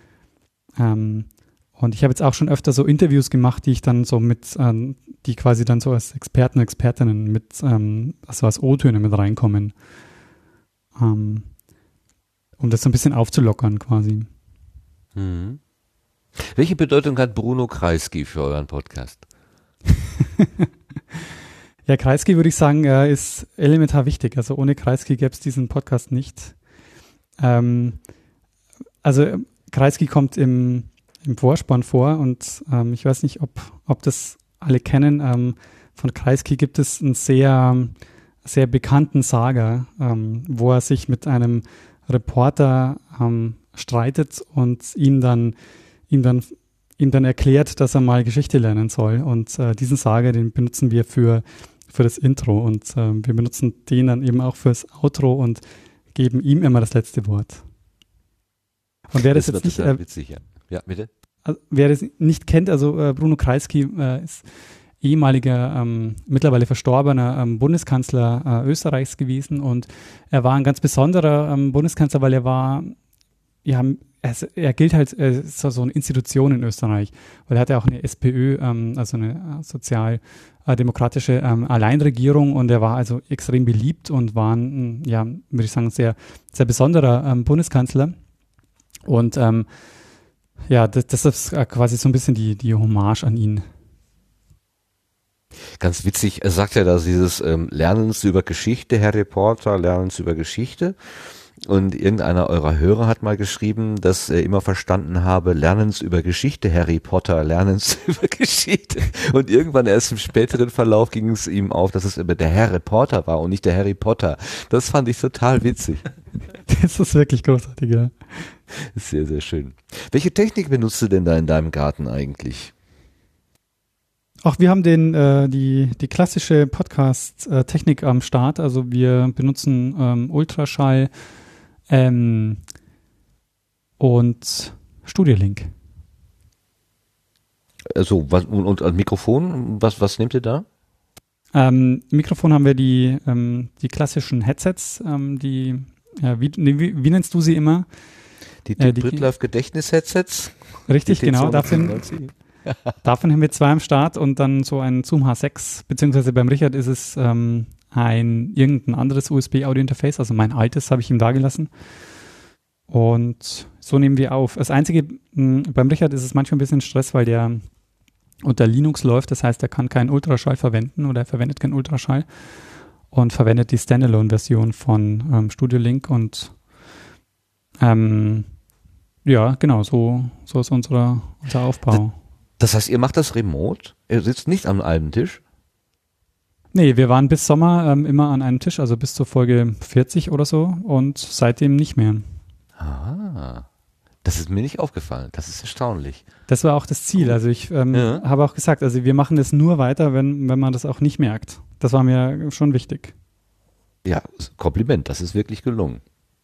Und ich habe jetzt auch schon öfter so Interviews gemacht, die ich dann so die quasi dann so als Experten, Expertinnen mit, also als O-Töne mit reinkommen. Um das so ein bisschen aufzulockern quasi. Mhm. Welche Bedeutung hat Bruno Kreisky für euren Podcast? Ja, Kreisky würde ich sagen, ist elementar wichtig. Also ohne Kreisky gäbe es diesen Podcast nicht. Also Kreisky kommt im Vorspann vor und ich weiß nicht, ob das alle kennen. Von Kreisky gibt es einen sehr, sehr bekannten Saga, wo er sich mit einem Reporter streitet und ihm dann erklärt, dass er mal Geschichte lernen soll. Und diesen Saga, den benutzen wir für das Intro und wir benutzen den dann eben auch fürs Outro und geben ihm immer das letzte Wort. Und wer das jetzt nicht, witzig, ja. Ja, bitte. Also, wer das nicht kennt, also Bruno Kreisky ist ehemaliger, mittlerweile verstorbener Bundeskanzler Österreichs gewesen und er war ein ganz besonderer Bundeskanzler, weil er gilt halt so eine Institution in Österreich, weil er hatte auch eine SPÖ, also eine sozialdemokratische Alleinregierung und er war also extrem beliebt und war ein, würde ich sagen, sehr, sehr besonderer Bundeskanzler und das ist quasi so ein bisschen die Hommage an ihn. Ganz witzig, er sagt ja da dieses Lernens über Geschichte, Herr Reporter, Lernens über Geschichte. Und irgendeiner eurer Hörer hat mal geschrieben, dass er immer verstanden habe, Lernens über Geschichte, Harry Potter, Lernens über Geschichte. Und irgendwann erst im späteren Verlauf ging es ihm auf, dass es immer der Herr Reporter war und nicht der Harry Potter. Das fand ich total witzig. Das ist wirklich großartig, ja. Sehr, sehr schön. Welche Technik benutzt du denn da in deinem Garten eigentlich? Ach, wir haben die klassische Podcast-Technik am Start. Also wir benutzen Ultraschall und Studio Link. Also und ein Mikrofon, was nehmt ihr da? Mikrofon haben wir die klassischen Headsets, wie nennst du sie immer? Die Britlauf Gedächtnis-Headsets? Richtig, genau. Davon haben wir 2 am Start und dann so ein Zoom H6, beziehungsweise beim Richard ist es irgendein anderes USB-Audio-Interface, also mein altes habe ich ihm dagelassen. Und so nehmen wir auf. Das Einzige, beim Richard ist es manchmal ein bisschen Stress, weil der unter Linux läuft, das heißt, er kann keinen Ultraschall verwenden oder er verwendet keinen Ultraschall und verwendet die Standalone-Version von Studio Link und genau, so ist unser Aufbau. Das heißt, ihr macht das remote? Ihr sitzt nicht am einen Tisch? Nee, wir waren bis Sommer immer an einem Tisch, also bis zur Folge 40 oder so und seitdem nicht mehr. Ah, das ist mir nicht aufgefallen. Das ist erstaunlich. Das war auch das Ziel. Also ich habe auch gesagt, also wir machen das nur weiter, wenn man das auch nicht merkt. Das war mir schon wichtig. Ja, Kompliment, das ist wirklich gelungen.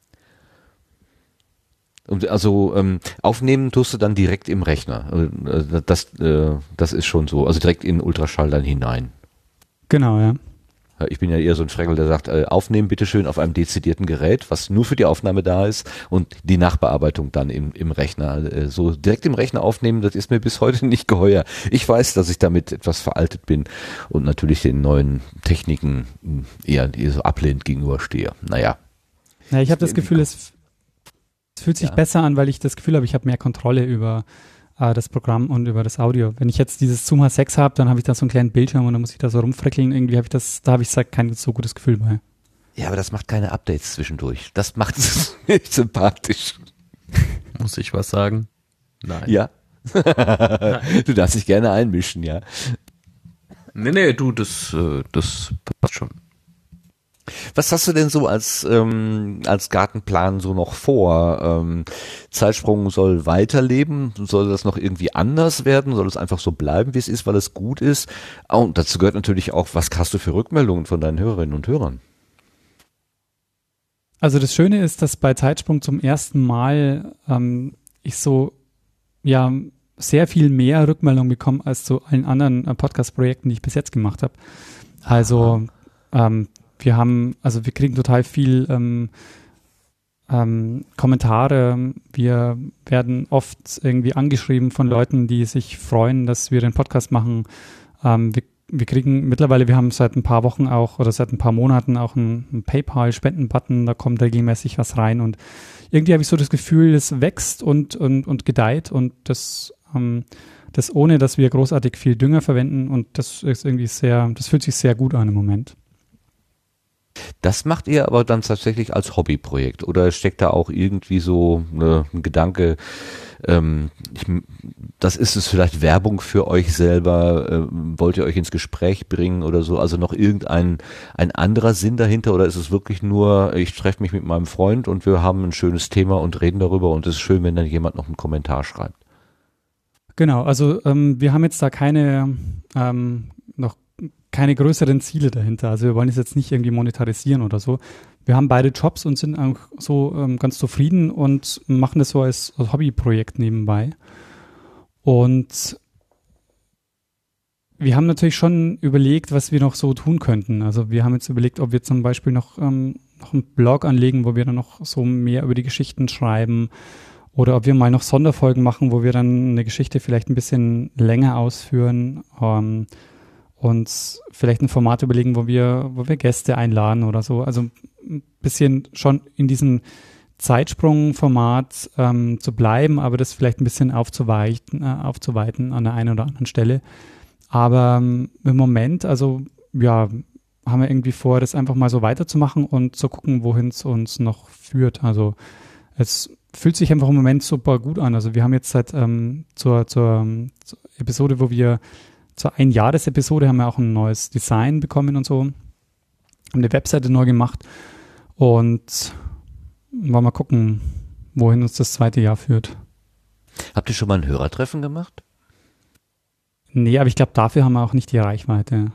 Und also aufnehmen tust du dann direkt im Rechner. Das ist schon so. Also direkt in Ultraschall dann hinein. Genau, ja. Ich bin ja eher so ein Fregel, der sagt, aufnehmen bitteschön auf einem dezidierten Gerät, was nur für die Aufnahme da ist und die Nachbearbeitung dann im Rechner. So direkt im Rechner aufnehmen, das ist mir bis heute nicht geheuer. Ich weiß, dass ich damit etwas veraltet bin und natürlich den neuen Techniken eher so ablehnend gegenüberstehe. Naja. Ja, ich habe das Gefühl, es fühlt sich besser an, weil ich das Gefühl habe, ich habe mehr Kontrolle über das Programm und über das Audio. Wenn ich jetzt dieses Zoom H6 habe, dann habe ich da so einen kleinen Bildschirm und dann muss ich da so rumfrickeln. Irgendwie habe ich da habe ich kein so gutes Gefühl bei. Ja, aber das macht keine Updates zwischendurch. Das macht es nicht sympathisch. Muss ich was sagen? Nein. Ja. Nein. Du darfst dich gerne einmischen, ja. Nee, du, das passt schon. Was hast du denn so als Gartenplan so noch vor? Zeitsprung soll weiterleben? Soll das noch irgendwie anders werden? Soll es einfach so bleiben, wie es ist, weil es gut ist? Und dazu gehört natürlich auch, was hast du für Rückmeldungen von deinen Hörerinnen und Hörern? Also das Schöne ist, dass bei Zeitsprung zum ersten Mal ich so sehr viel mehr Rückmeldungen bekomme als zu allen anderen Podcast-Projekten, die ich bis jetzt gemacht habe. Also wir kriegen total viel Kommentare. Wir werden oft irgendwie angeschrieben von Leuten, die sich freuen, dass wir den Podcast machen. Wir kriegen mittlerweile, wir haben seit ein paar Wochen auch oder seit ein paar Monaten auch einen PayPal-Spenden-Button, da kommt regelmäßig was rein und irgendwie habe ich so das Gefühl, es wächst und gedeiht und das ohne, dass wir großartig viel Dünger verwenden und das ist irgendwie das fühlt sich sehr gut an im Moment. Das macht ihr aber dann tatsächlich als Hobbyprojekt oder steckt da auch irgendwie so ein Gedanke, das ist es vielleicht Werbung für euch selber, wollt ihr euch ins Gespräch bringen oder so, also noch ein anderer Sinn dahinter oder ist es wirklich nur, ich treffe mich mit meinem Freund und wir haben ein schönes Thema und reden darüber und es ist schön, wenn dann jemand noch einen Kommentar schreibt. Genau, also wir haben jetzt da noch keine größeren Ziele dahinter. Also wir wollen es jetzt nicht irgendwie monetarisieren oder so. Wir haben beide Jobs und sind auch so ganz zufrieden und machen das so als Hobbyprojekt nebenbei. Und wir haben natürlich schon überlegt, was wir noch so tun könnten. Also wir haben jetzt überlegt, ob wir zum Beispiel noch einen Blog anlegen, wo wir dann noch so mehr über die Geschichten schreiben oder ob wir mal noch Sonderfolgen machen, wo wir dann eine Geschichte vielleicht ein bisschen länger ausführen, uns vielleicht ein Format überlegen, wo wir Gäste einladen oder so. Also ein bisschen schon in diesem Zeitsprung-Format zu bleiben, aber das vielleicht ein bisschen aufzuweiten an der einen oder anderen Stelle. Aber im Moment, also ja, haben wir irgendwie vor, das einfach mal so weiterzumachen und zu gucken, wohin es uns noch führt. Also es fühlt sich einfach im Moment super gut an. Also wir haben jetzt seit zur Episode, wo wir zur Einjahresepisode haben wir auch ein neues Design bekommen und so. Haben eine Webseite neu gemacht und wollen mal gucken, wohin uns das zweite Jahr führt. Habt ihr schon mal ein Hörertreffen gemacht? Nee, aber ich glaube, dafür haben wir auch nicht die Reichweite.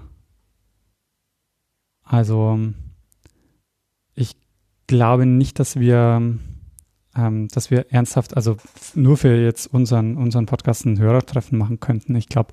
Also ich glaube nicht, dass wir ernsthaft, also nur für jetzt unseren Podcast ein Hörertreffen machen könnten. Ich glaube,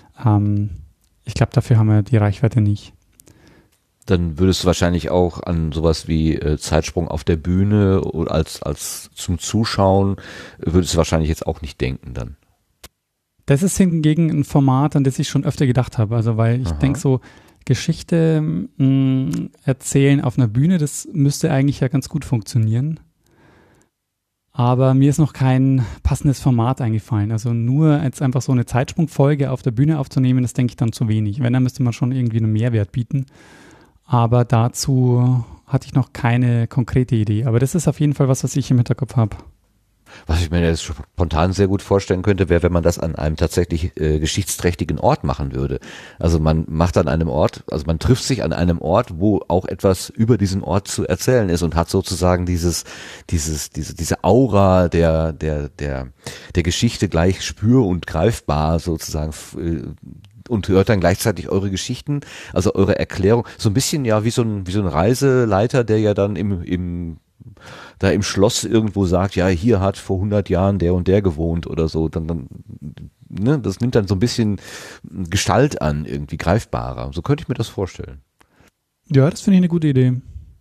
dafür haben wir die Reichweite nicht. Dann würdest du wahrscheinlich auch an sowas wie Zeitsprung auf der Bühne oder als zum Zuschauen, würdest du wahrscheinlich jetzt auch nicht denken dann. Das ist hingegen ein Format, an das ich schon öfter gedacht habe. Also weil ich denke so, Geschichte erzählen auf einer Bühne, das müsste eigentlich ja ganz gut funktionieren. Aber mir ist noch kein passendes Format eingefallen. Also nur jetzt einfach so eine Zeitsprungfolge auf der Bühne aufzunehmen, das denke ich dann zu wenig. Wenn, dann müsste man schon irgendwie einen Mehrwert bieten. Aber dazu hatte ich noch keine konkrete Idee. Aber das ist auf jeden Fall was ich im Hinterkopf habe. Was ich mir jetzt spontan sehr gut vorstellen könnte, wäre, wenn man das an einem tatsächlich geschichtsträchtigen Ort machen würde. Also man macht an einem Ort, also man trifft sich an einem Ort, wo auch etwas über diesen Ort zu erzählen ist und hat sozusagen diese Aura der Geschichte gleich spür- und greifbar sozusagen und hört dann gleichzeitig eure Geschichten, also eure Erklärung, so ein bisschen ja wie so ein Reiseleiter, der ja dann im Schloss irgendwo sagt, ja, hier hat vor 100 Jahren der und der gewohnt oder so, dann das nimmt dann so ein bisschen Gestalt an, irgendwie greifbarer. So könnte ich mir das vorstellen. Ja, das finde ich eine gute Idee.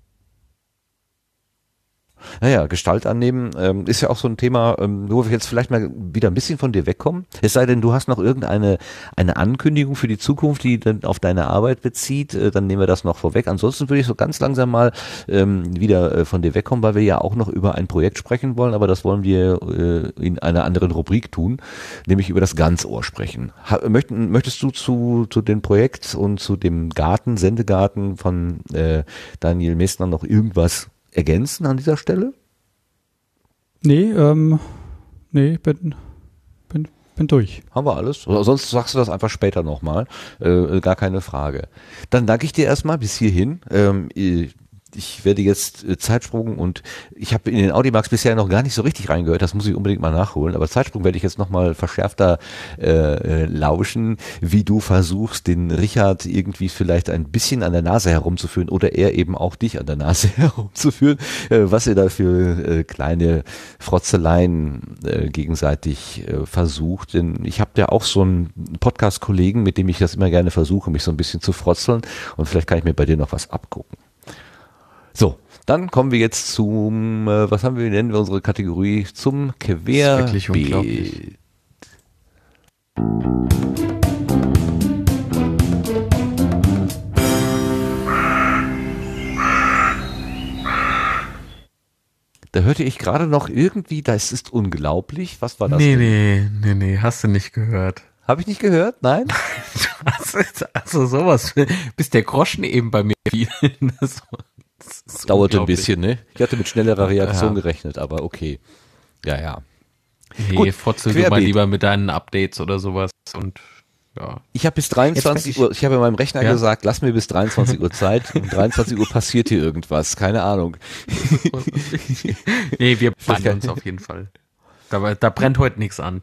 Naja, Gestalt annehmen ist ja auch so ein Thema, wo wir jetzt vielleicht mal wieder ein bisschen von dir wegkommen. Es sei denn, du hast noch irgendeine Ankündigung für die Zukunft, die dann auf deine Arbeit bezieht, dann nehmen wir das noch vorweg. Ansonsten würde ich so ganz langsam mal wieder von dir wegkommen, weil wir ja auch noch über ein Projekt sprechen wollen, aber das wollen wir in einer anderen Rubrik tun, nämlich über das Ganzohr sprechen. Möchtest du zu dem Projekt und zu dem Sendegarten von Daniel Mestner noch irgendwas ergänzen an dieser Stelle? Nee, bin durch. Haben wir alles? Sonst sagst du das einfach später nochmal. Gar keine Frage. Dann danke ich dir erstmal bis hierhin. ich werde jetzt Zeitsprung und ich habe in den Audimax bisher noch gar nicht so richtig reingehört, das muss ich unbedingt mal nachholen, aber Zeitsprung werde ich jetzt nochmal verschärfter lauschen, wie du versuchst, den Richard irgendwie vielleicht ein bisschen an der Nase herumzuführen oder er eben auch dich an der Nase herumzuführen, was ihr da für kleine Frotzeleien gegenseitig versucht, denn ich habe ja auch so einen Podcast-Kollegen, mit dem ich das immer gerne versuche, mich so ein bisschen zu frotzeln und vielleicht kann ich mir bei dir noch was abgucken. So, dann kommen wir jetzt zum, was haben wir, nennen wir unsere Kategorie, zum Querbeet. Wirklich unglaublich. Da hörte ich gerade noch irgendwie, das ist unglaublich. Was war das denn? Nee, hast du nicht gehört. Habe ich nicht gehört? Nein? Also sowas, bis der Groschen eben bei mir fiel. Das dauerte ein bisschen, ne? Ich hatte mit schnellerer Reaktion gerechnet, aber okay. Ja. Nee, fotzel du mal lieber mit deinen Updates oder sowas und ja. Ich habe bis 23 Uhr, ich habe in meinem Rechner gesagt, lass mir bis 23 Uhr Zeit. Um 23 Uhr passiert hier irgendwas, keine Ahnung. Nee, wir planen uns auf jeden Fall. Da brennt heute nichts an.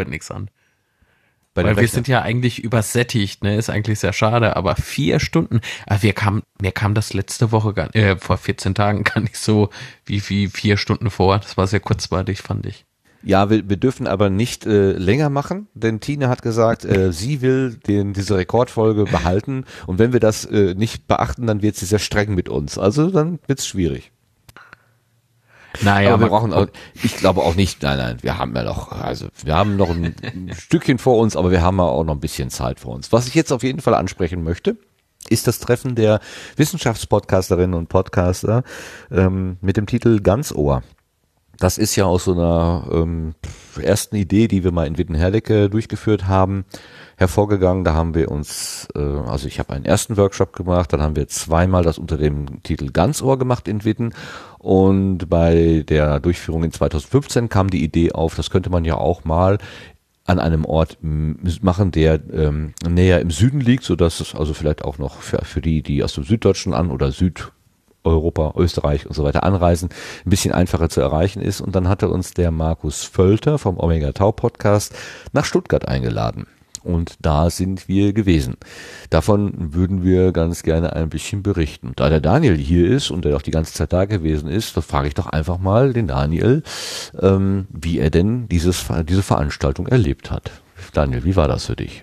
Weil wir sind ja eigentlich übersättigt, ne? Ist eigentlich sehr schade, aber 4 Stunden. Mir kam das letzte Woche vor 14 Tagen gar nicht so wie 4 Stunden vor. Das war sehr kurzweilig, fand ich. Ja, wir dürfen aber nicht länger machen, denn Tine hat gesagt, sie will diese Rekordfolge behalten und wenn wir das nicht beachten, dann wird sie sehr streng mit uns. Also dann wird's schwierig. Naja, aber wir brauchen auch, ich glaube auch nicht, nein, wir haben noch ein Stückchen vor uns, aber wir haben auch noch ein bisschen Zeit vor uns. Was ich jetzt auf jeden Fall ansprechen möchte, ist das Treffen der Wissenschaftspodcasterinnen und Podcaster mit dem Titel Ganzohr. Das ist ja aus so einer ersten Idee, die wir mal in Wittenherdecke durchgeführt haben, hervorgegangen. Da haben wir uns, also ich habe einen ersten Workshop gemacht, dann haben wir zweimal das unter dem Titel Ganzohr gemacht in Witten und bei der Durchführung in 2015 kam die Idee auf, das könnte man ja auch mal an einem Ort machen, der näher im Süden liegt, sodass es also vielleicht auch noch für die aus dem Süddeutschen oder Südeuropa, Österreich und so weiter anreisen, ein bisschen einfacher zu erreichen ist. Und dann hatte uns der Markus Völter vom Omega Tau Podcast nach Stuttgart eingeladen. Und da sind wir gewesen. Davon würden wir ganz gerne ein bisschen berichten. Da der Daniel hier ist und der auch die ganze Zeit da gewesen ist, da frage ich doch einfach mal den Daniel, wie er denn diese Veranstaltung erlebt hat. Daniel, wie war das für dich?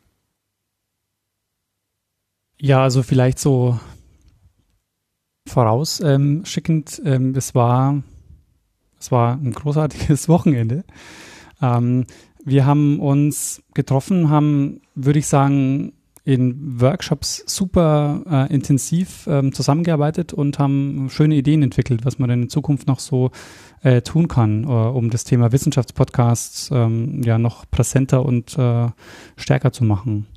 Ja, also vielleicht so vorausschickend, es war ein großartiges Wochenende. Wir haben uns getroffen, haben, würde ich sagen, in Workshops super intensiv zusammengearbeitet und haben schöne Ideen entwickelt, was man denn in Zukunft noch so tun kann, um das Thema Wissenschaftspodcasts noch präsenter und stärker zu machen.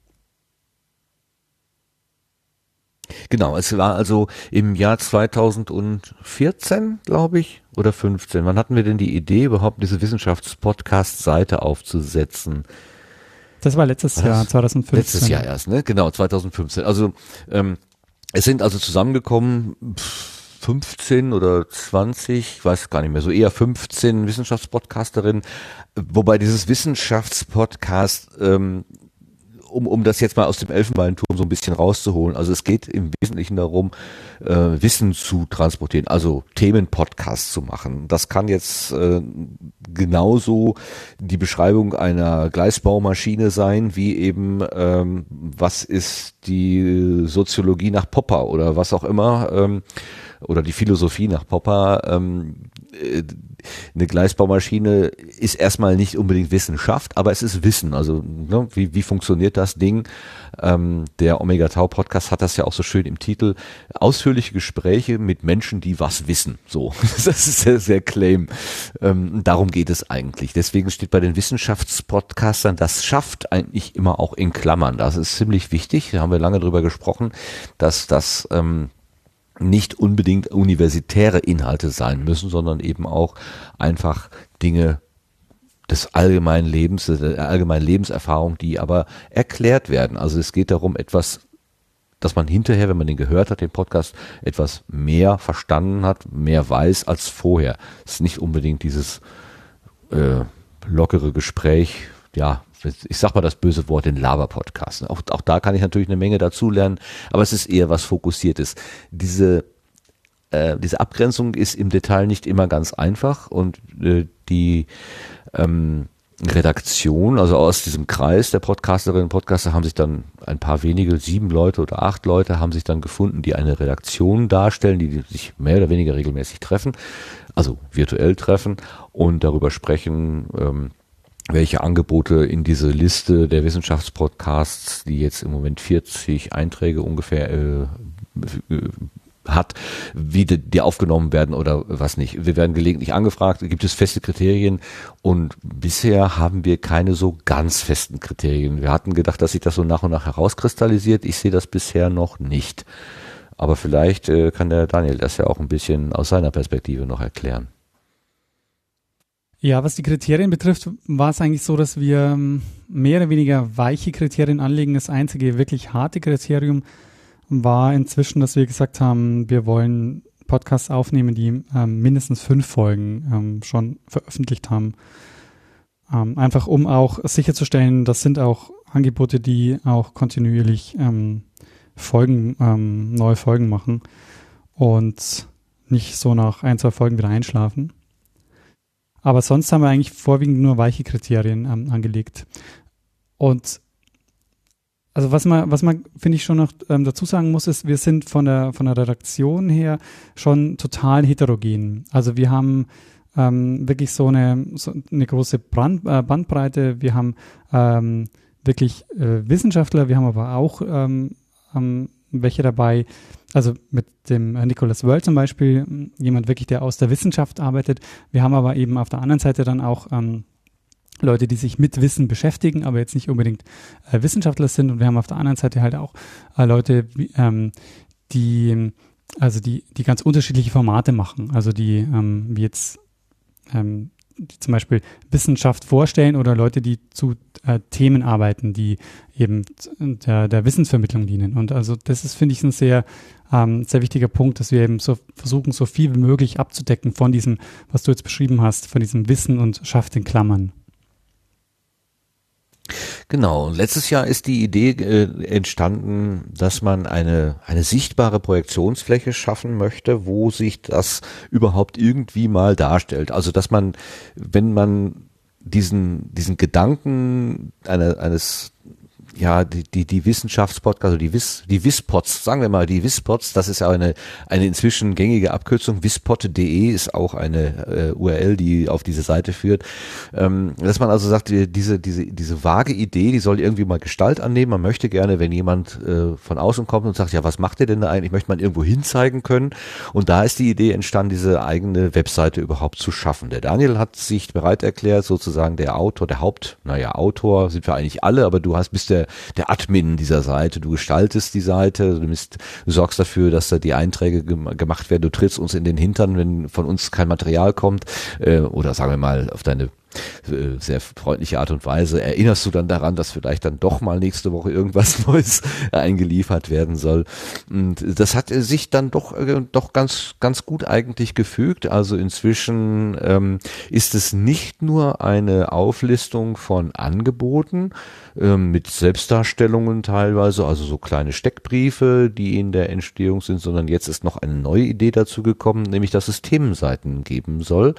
Genau, es war also im Jahr 2014, glaube ich, oder 15. Wann hatten wir denn die Idee, überhaupt diese Wissenschaftspodcast-Seite aufzusetzen? Das war letztes Jahr, 2015. Letztes Jahr erst, ne? Genau, 2015. Also es sind also zusammengekommen 15 oder 20, ich weiß gar nicht mehr, so eher 15 Wissenschaftspodcasterinnen, wobei dieses Wissenschaftspodcast um das jetzt mal aus dem Elfenbeinturm so ein bisschen rauszuholen. Also es geht im Wesentlichen darum, Wissen zu transportieren, also Themenpodcasts zu machen. Das kann jetzt genauso die Beschreibung einer Gleisbaumaschine sein, wie eben was ist die Soziologie nach Popper oder was auch immer, oder die Philosophie nach Popper. Eine Gleisbaumaschine ist erstmal nicht unbedingt Wissenschaft, aber es ist Wissen. Also ne, wie funktioniert das Ding? Der Omega Tau Podcast hat das ja auch so schön im Titel: ausführliche Gespräche mit Menschen, die was wissen. So, das ist sehr claim. Darum geht es eigentlich. Deswegen steht bei den Wissenschaftspodcastern das schafft eigentlich immer auch in Klammern. Das ist ziemlich wichtig. Da haben wir lange drüber gesprochen, dass das nicht unbedingt universitäre Inhalte sein müssen, sondern eben auch einfach Dinge des allgemeinen Lebens, der allgemeinen Lebenserfahrung, die aber erklärt werden. Also es geht darum, etwas dass man hinterher, wenn man den gehört hat, den Podcast, etwas mehr verstanden hat, mehr weiß als vorher. Es ist nicht unbedingt dieses lockere Gespräch, ja, ich sag mal das böse Wort, den Laber-Podcast. Auch da kann ich natürlich eine Menge dazulernen, aber es ist eher was Fokussiertes. Diese Abgrenzung ist im Detail nicht immer ganz einfach und die Redaktion, also aus diesem Kreis der Podcasterinnen und Podcaster haben sich dann ein paar wenige, 7 Leute oder 8 Leute haben sich dann gefunden, die eine Redaktion darstellen, die sich mehr oder weniger regelmäßig treffen, also virtuell treffen und darüber sprechen, welche Angebote in diese Liste der Wissenschaftspodcasts, die jetzt im Moment 40 Einträge ungefähr hat, wie die aufgenommen werden oder was nicht. Wir werden gelegentlich angefragt, gibt es feste Kriterien und bisher haben wir keine so ganz festen Kriterien. Wir hatten gedacht, dass sich das so nach und nach herauskristallisiert. Ich sehe das bisher noch nicht. Aber vielleicht kann der Daniel das ja auch ein bisschen aus seiner Perspektive noch erklären. Ja, was die Kriterien betrifft, war es eigentlich so, dass wir mehr oder weniger weiche Kriterien anlegen. Das einzige wirklich harte Kriterium war inzwischen, dass wir gesagt haben, wir wollen Podcasts aufnehmen, die mindestens 5 Folgen schon veröffentlicht haben. Einfach um auch sicherzustellen, das sind auch Angebote, die auch kontinuierlich neue Folgen machen und nicht so nach 1, 2 Folgen wieder einschlafen. Aber sonst haben wir eigentlich vorwiegend nur weiche Kriterien angelegt. Und also was man finde ich schon noch dazu sagen muss, ist, wir sind von der Redaktion her schon total heterogen. Also wir haben wirklich so eine große Bandbreite. Wir haben wirklich Wissenschaftler, wir haben aber auch welche dabei, also mit dem Nicholas Wörl zum Beispiel, jemand wirklich, der aus der Wissenschaft arbeitet. Wir haben aber eben auf der anderen Seite dann auch Leute, die sich mit Wissen beschäftigen, aber jetzt nicht unbedingt Wissenschaftler sind. Und wir haben auf der anderen Seite halt auch Leute, die ganz unterschiedliche Formate machen. Also die wie jetzt die zum Beispiel Wissenschaft vorstellen oder Leute, die zu Themen arbeiten, die eben der Wissensvermittlung dienen. Und also das ist, finde ich, ein sehr wichtiger Punkt, dass wir eben so versuchen, so viel wie möglich abzudecken von diesem, was du jetzt beschrieben hast, von diesem Wissen und Schaft in Klammern. Genau, und letztes Jahr ist die Idee entstanden, dass man eine sichtbare Projektionsfläche schaffen möchte, wo sich das überhaupt irgendwie mal darstellt. Also dass man, wenn man diesen Gedanken eines die Wissenschaftspodcasts, also die Wispods, sagen wir mal, die Wispods, das ist ja eine inzwischen gängige Abkürzung, wispod.de ist auch eine URL, die auf diese Seite führt, dass man also sagt, diese vage Idee, die soll irgendwie mal Gestalt annehmen, man möchte gerne, wenn jemand von außen kommt und sagt, ja, was macht ihr denn da eigentlich, möchte man irgendwo hinzeigen können und da ist die Idee entstanden, diese eigene Webseite überhaupt zu schaffen. Der Daniel hat sich bereit erklärt, sozusagen der Autor, Autor sind wir eigentlich alle, aber du bist der Admin dieser Seite, du gestaltest die Seite, du sorgst dafür, dass da die Einträge gemacht werden, du trittst uns in den Hintern, wenn von uns kein Material kommt, oder sagen wir mal auf deine sehr freundliche Art und Weise erinnerst du dann daran, dass vielleicht dann doch mal nächste Woche irgendwas Neues eingeliefert werden soll. Und das hat sich dann doch ganz, ganz gut eigentlich gefügt. Also inzwischen ist es nicht nur eine Auflistung von Angeboten mit Selbstdarstellungen teilweise, also so kleine Steckbriefe, die in der Entstehung sind, sondern jetzt ist noch eine neue Idee dazu gekommen, nämlich dass es Themenseiten geben soll,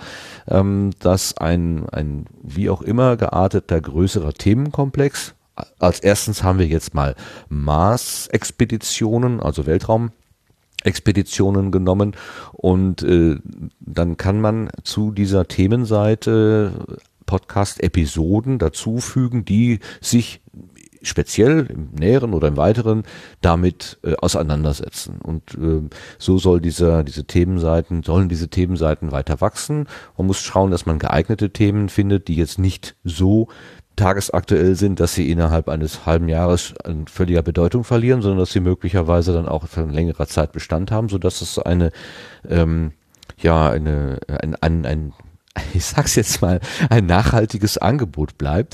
dass ein wie auch immer gearteter größerer Themenkomplex. Als erstens haben wir jetzt mal Mars-Expeditionen, also Weltraum-Expeditionen genommen und dann kann man zu dieser Themenseite Podcast-Episoden dazufügen, die sich speziell im Näheren oder im Weiteren damit auseinandersetzen. Und so sollen diese Themenseiten weiter wachsen. Man muss schauen, dass man geeignete Themen findet, die jetzt nicht so tagesaktuell sind, dass sie innerhalb eines halben Jahres an völliger Bedeutung verlieren, sondern dass sie möglicherweise dann auch für eine längere Zeit Bestand haben, sodass es ein ich sag's jetzt mal, ein nachhaltiges Angebot bleibt.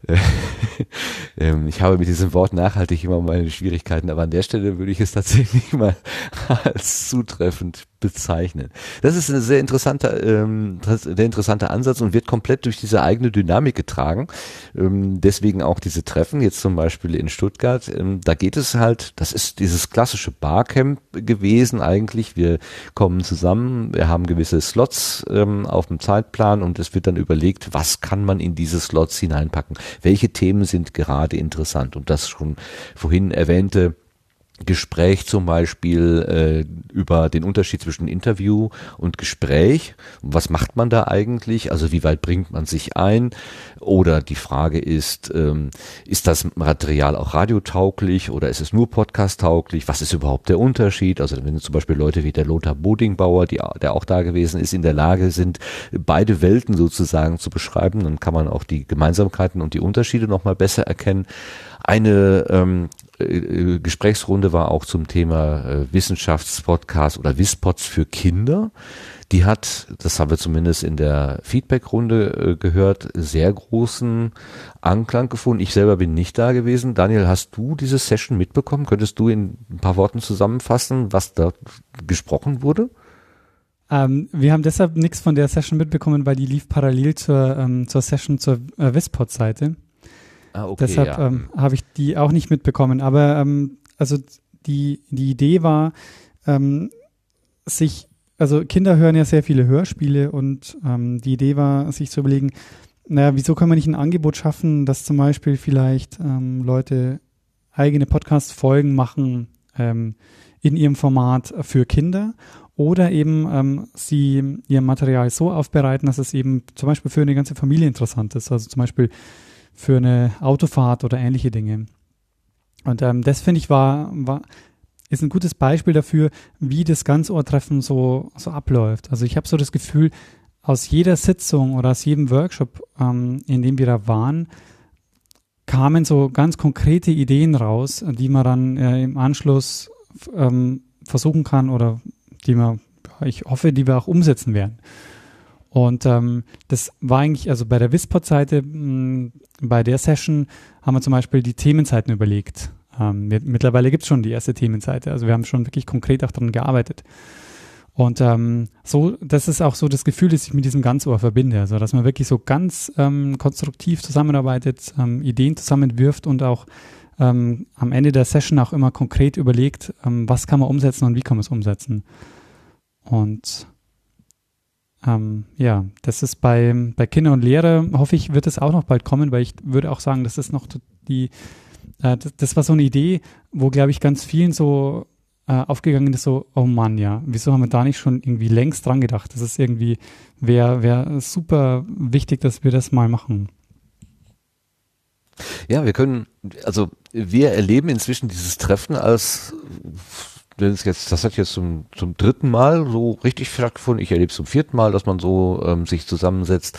Ich habe mit diesem Wort nachhaltig immer meine Schwierigkeiten, aber an der Stelle würde ich es tatsächlich mal als zutreffend bezeichnen. Das ist ein sehr interessanter Ansatz und wird komplett durch diese eigene Dynamik getragen. Deswegen auch diese Treffen, jetzt zum Beispiel in Stuttgart, da geht es halt, das ist dieses klassische Barcamp gewesen eigentlich. Wir kommen zusammen, wir haben gewisse Slots auf dem Zeitplan und es wird dann überlegt, was kann man in diese Slots hineinpacken? Welche Themen sind gerade interessant? Und das schon vorhin erwähnte Gespräch zum Beispiel über den Unterschied zwischen Interview und Gespräch. Was macht man da eigentlich? Also wie weit bringt man sich ein? Oder die Frage ist das Material auch radiotauglich oder ist es nur podcast-tauglich? Was ist überhaupt der Unterschied? Also wenn zum Beispiel Leute wie der Lothar Bodingbauer, der auch da gewesen ist, in der Lage sind, beide Welten sozusagen zu beschreiben, dann kann man auch die Gemeinsamkeiten und die Unterschiede nochmal besser erkennen. Eine Gesprächsrunde war auch zum Thema Wissenschaftspodcast oder Wispods für Kinder. Die hat, das haben wir zumindest in der Feedback-Runde gehört, sehr großen Anklang gefunden. Ich selber bin nicht da gewesen. Daniel, hast du diese Session mitbekommen? Könntest du in ein paar Worten zusammenfassen, was da gesprochen wurde? Wir haben deshalb nichts von der Session mitbekommen, weil die lief parallel zur Session zur Wispod-Seite. Okay, deshalb habe ich die auch nicht mitbekommen. Aber also die Idee war, also Kinder hören ja sehr viele Hörspiele und die Idee war, sich zu überlegen, naja, wieso können wir nicht ein Angebot schaffen, dass zum Beispiel vielleicht Leute eigene Podcast-Folgen machen in ihrem Format für Kinder oder eben sie ihr Material so aufbereiten, dass es eben zum Beispiel für eine ganze Familie interessant ist. Also zum Beispiel für eine Autofahrt oder ähnliche Dinge. Und das finde ich ist ein gutes Beispiel dafür, wie das Ganzohrtreffen so abläuft. Also ich habe so das Gefühl, aus jeder Sitzung oder aus jedem Workshop, in dem wir da waren, kamen so ganz konkrete Ideen raus, die man dann im Anschluss versuchen kann oder ich hoffe, die wir auch umsetzen werden. Und das war eigentlich, also bei der Wispod-Seite, bei der Session haben wir zum Beispiel die Themenseiten überlegt. Mittlerweile gibt es schon die erste Themenseite, also wir haben schon wirklich konkret auch daran gearbeitet. Und das ist auch so das Gefühl, das ich mit diesem Ganzohr verbinde, also dass man wirklich so ganz konstruktiv zusammenarbeitet, Ideen zusammenwirft und auch am Ende der Session auch immer konkret überlegt, was kann man umsetzen und wie kann man es umsetzen. Und das ist bei Kinder und Lehrer, hoffe ich, wird es auch noch bald kommen, weil ich würde auch sagen, das ist noch das war so eine Idee, wo, glaube ich, ganz vielen so aufgegangen ist, so, oh Mann, ja, wieso haben wir da nicht schon irgendwie längst dran gedacht? Das ist irgendwie, wäre super wichtig, dass wir das mal machen. Ja, wir erleben inzwischen dieses Treffen als das hat jetzt zum dritten Mal so richtig stattgefunden. Ich erlebe es zum vierten Mal, dass man so sich zusammensetzt.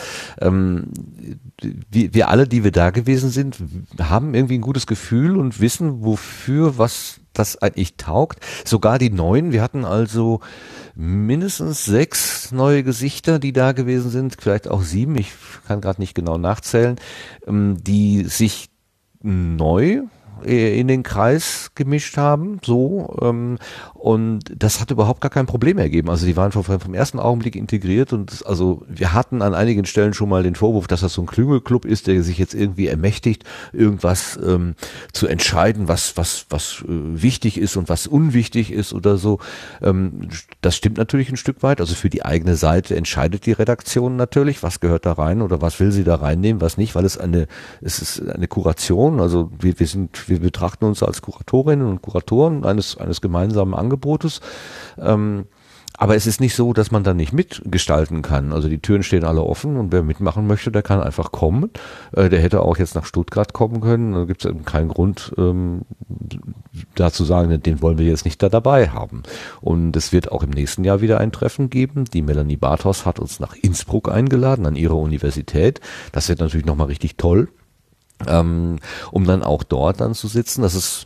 Wir alle, die wir da gewesen sind, haben irgendwie ein gutes Gefühl und wissen, was das eigentlich taugt. Sogar die Neuen. Wir hatten also mindestens 6 neue Gesichter, die da gewesen sind, vielleicht auch 7. Ich kann gerade nicht genau nachzählen, die sich neu in den Kreis gemischt haben, und das hat überhaupt gar kein Problem ergeben. Also die waren vom ersten Augenblick integriert und also wir hatten an einigen Stellen schon mal den Vorwurf, dass das so ein Klüngelclub ist, der sich jetzt irgendwie ermächtigt, irgendwas zu entscheiden, was wichtig ist und was unwichtig ist oder so. Das stimmt natürlich ein Stück weit. Also für die eigene Seite entscheidet die Redaktion natürlich, was gehört da rein oder was will sie da reinnehmen, was nicht, weil es ist eine Kuration. Also wir betrachten uns als Kuratorinnen und Kuratoren eines gemeinsamen Angebotes. Aber es ist nicht so, dass man da nicht mitgestalten kann. Also die Türen stehen alle offen und wer mitmachen möchte, der kann einfach kommen. Der hätte auch jetzt nach Stuttgart kommen können. Da gibt es keinen Grund, da zu sagen, den wollen wir jetzt nicht da dabei haben. Und es wird auch im nächsten Jahr wieder ein Treffen geben. Die Melanie Bartos hat uns nach Innsbruck eingeladen, an ihrer Universität. Das wird natürlich nochmal richtig toll. Um dann auch dort dann zu sitzen. Das ist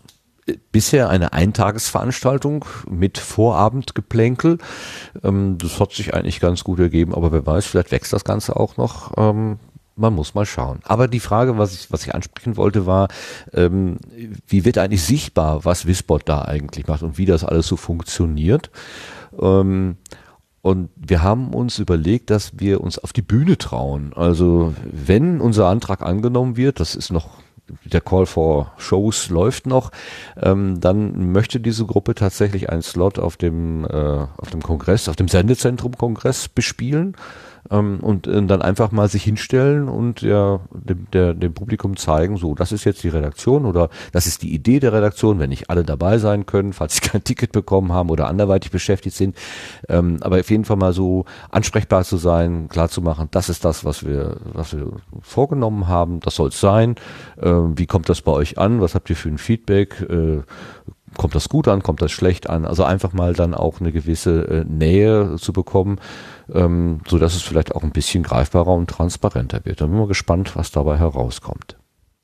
bisher eine Eintagesveranstaltung mit Vorabendgeplänkel. Das hat sich eigentlich ganz gut ergeben, aber wer weiß, vielleicht wächst das Ganze auch noch. Man muss mal schauen. Aber die Frage, was ich ansprechen wollte, war, wie wird eigentlich sichtbar, was Wispod da eigentlich macht und wie das alles so funktioniert. Und wir haben uns überlegt, dass wir uns auf die Bühne trauen. Also wenn unser Antrag angenommen wird, das ist noch, der Call for Shows läuft noch, dann möchte diese Gruppe tatsächlich einen Slot auf dem Kongress, auf dem Sendezentrum-Kongress bespielen. Und dann einfach mal sich hinstellen und dem Publikum zeigen, so, das ist jetzt die Redaktion oder das ist die Idee der Redaktion, wenn nicht alle dabei sein können, falls sie kein Ticket bekommen haben oder anderweitig beschäftigt sind. Aber auf jeden Fall mal so ansprechbar zu sein, klar zu machen, das ist das, was wir vorgenommen haben, das soll es sein. Wie kommt das bei euch an? Was habt ihr für ein Feedback? Kommt das gut an? Kommt das schlecht an? Also einfach mal dann auch eine gewisse Nähe zu bekommen, so dass es vielleicht auch ein bisschen greifbarer und transparenter wird. Da bin ich mal gespannt, was dabei herauskommt.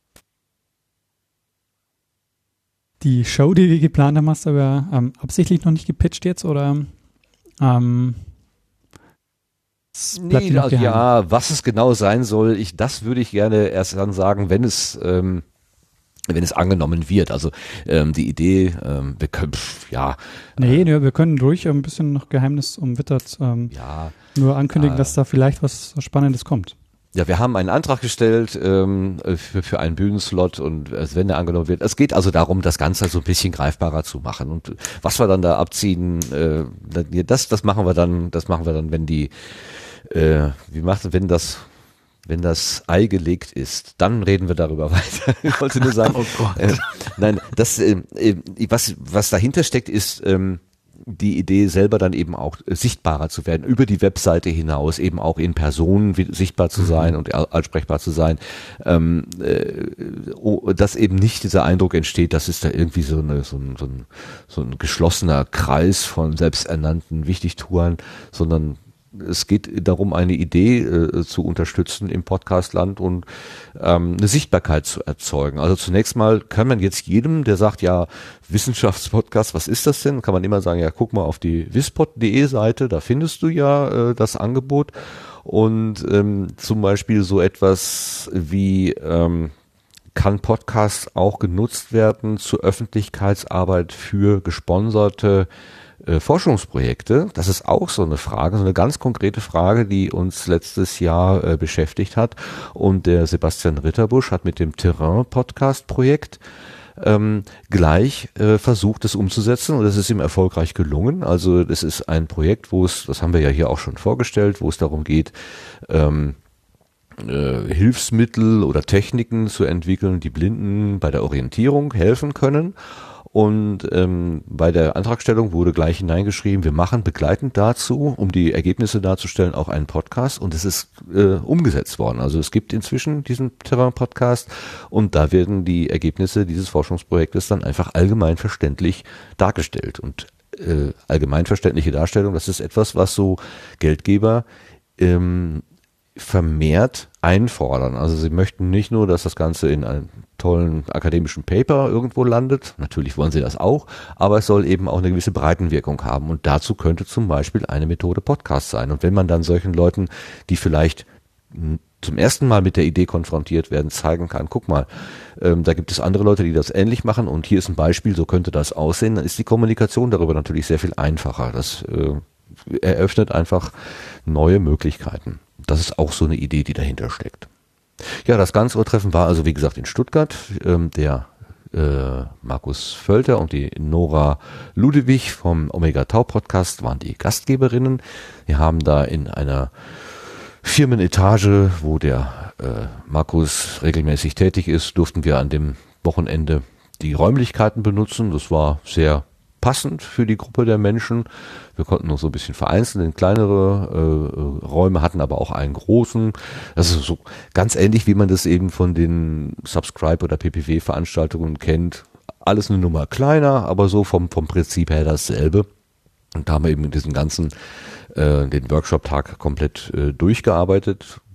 Die Show, die wir geplant haben, hast du aber absichtlich noch nicht gepitcht jetzt oder? Nee, also ja, was es genau sein soll, das würde ich gerne erst dann sagen, wenn es angenommen wird. Also die Idee, wir können, wir können ruhig ein bisschen noch Geheimnis umwittert nur ankündigen, dass da vielleicht was Spannendes kommt. Ja, wir haben einen Antrag gestellt für einen Bühnenslot und wenn der angenommen wird, es geht also darum, das Ganze so ein bisschen greifbarer zu machen. Und was wir dann da abziehen, das machen wir dann, wenn wenn das Ei gelegt ist, dann reden wir darüber weiter. Ich wollte nur sagen, oh Gott. Nein, was dahinter steckt, ist die Idee selber dann eben auch sichtbarer zu werden, über die Webseite hinaus, eben auch in Person sichtbar zu sein und ansprechbar zu sein, dass eben nicht dieser Eindruck entsteht, dass es da irgendwie so ein geschlossener Kreis von selbsternannten Wichtigtuern, sondern es geht darum, eine Idee zu unterstützen im Podcastland und eine Sichtbarkeit zu erzeugen. Also zunächst mal kann man jetzt jedem, der sagt, ja, Wissenschaftspodcast, was ist das denn? Kann man immer sagen, ja, guck mal auf die wispod.de Seite, da findest du ja das Angebot. Und zum Beispiel so etwas wie kann Podcast auch genutzt werden zur Öffentlichkeitsarbeit für gesponserte Forschungsprojekte. Das ist auch so eine Frage, so eine ganz konkrete Frage, die uns letztes Jahr beschäftigt hat. Und der Sebastian Ritterbusch hat mit dem Terrain-Podcast-Projekt gleich versucht, es umzusetzen und es ist ihm erfolgreich gelungen. Also das ist ein Projekt, das haben wir ja hier auch schon vorgestellt, wo es darum geht, Hilfsmittel oder Techniken zu entwickeln, die Blinden bei der Orientierung helfen können. Und bei der Antragstellung wurde gleich hineingeschrieben, wir machen begleitend dazu, um die Ergebnisse darzustellen, auch einen Podcast und es ist umgesetzt worden. Also es gibt inzwischen diesen Terrain-Podcast und da werden die Ergebnisse dieses Forschungsprojektes dann einfach allgemein verständlich dargestellt. Und allgemeinverständliche Darstellung, das ist etwas, was so Geldgeber vermehrt einfordern. Also sie möchten nicht nur, dass das Ganze in einem tollen akademischen Paper irgendwo landet, natürlich wollen sie das auch, aber es soll eben auch eine gewisse Breitenwirkung haben und dazu könnte zum Beispiel eine Methode Podcast sein. Und wenn man dann solchen Leuten, die vielleicht zum ersten Mal mit der Idee konfrontiert werden, zeigen kann, guck mal, da gibt es andere Leute, die das ähnlich machen und hier ist ein Beispiel, so könnte das aussehen, dann ist die Kommunikation darüber natürlich sehr viel einfacher. Das eröffnet einfach neue Möglichkeiten. Das ist auch so eine Idee, die dahinter steckt. Ja, das Ganz-Ohr-Treffen war also wie gesagt in Stuttgart. Der Markus Völter und die Nora Ludewig vom Omega Tau Podcast waren die Gastgeberinnen. Wir haben da in einer Firmenetage, wo der Markus regelmäßig tätig ist, durften wir an dem Wochenende die Räumlichkeiten benutzen. Das war sehr passend für die Gruppe der Menschen. Wir konnten noch so ein bisschen vereinzelt in kleinere Räume, hatten aber auch einen großen. Das ist so ganz ähnlich, wie man das eben von den Subscribe- oder PPW-Veranstaltungen kennt. Alles eine Nummer kleiner, aber so vom Prinzip her dasselbe. Und da haben wir eben diesen ganzen, den Workshop-Tag komplett durchgearbeitet.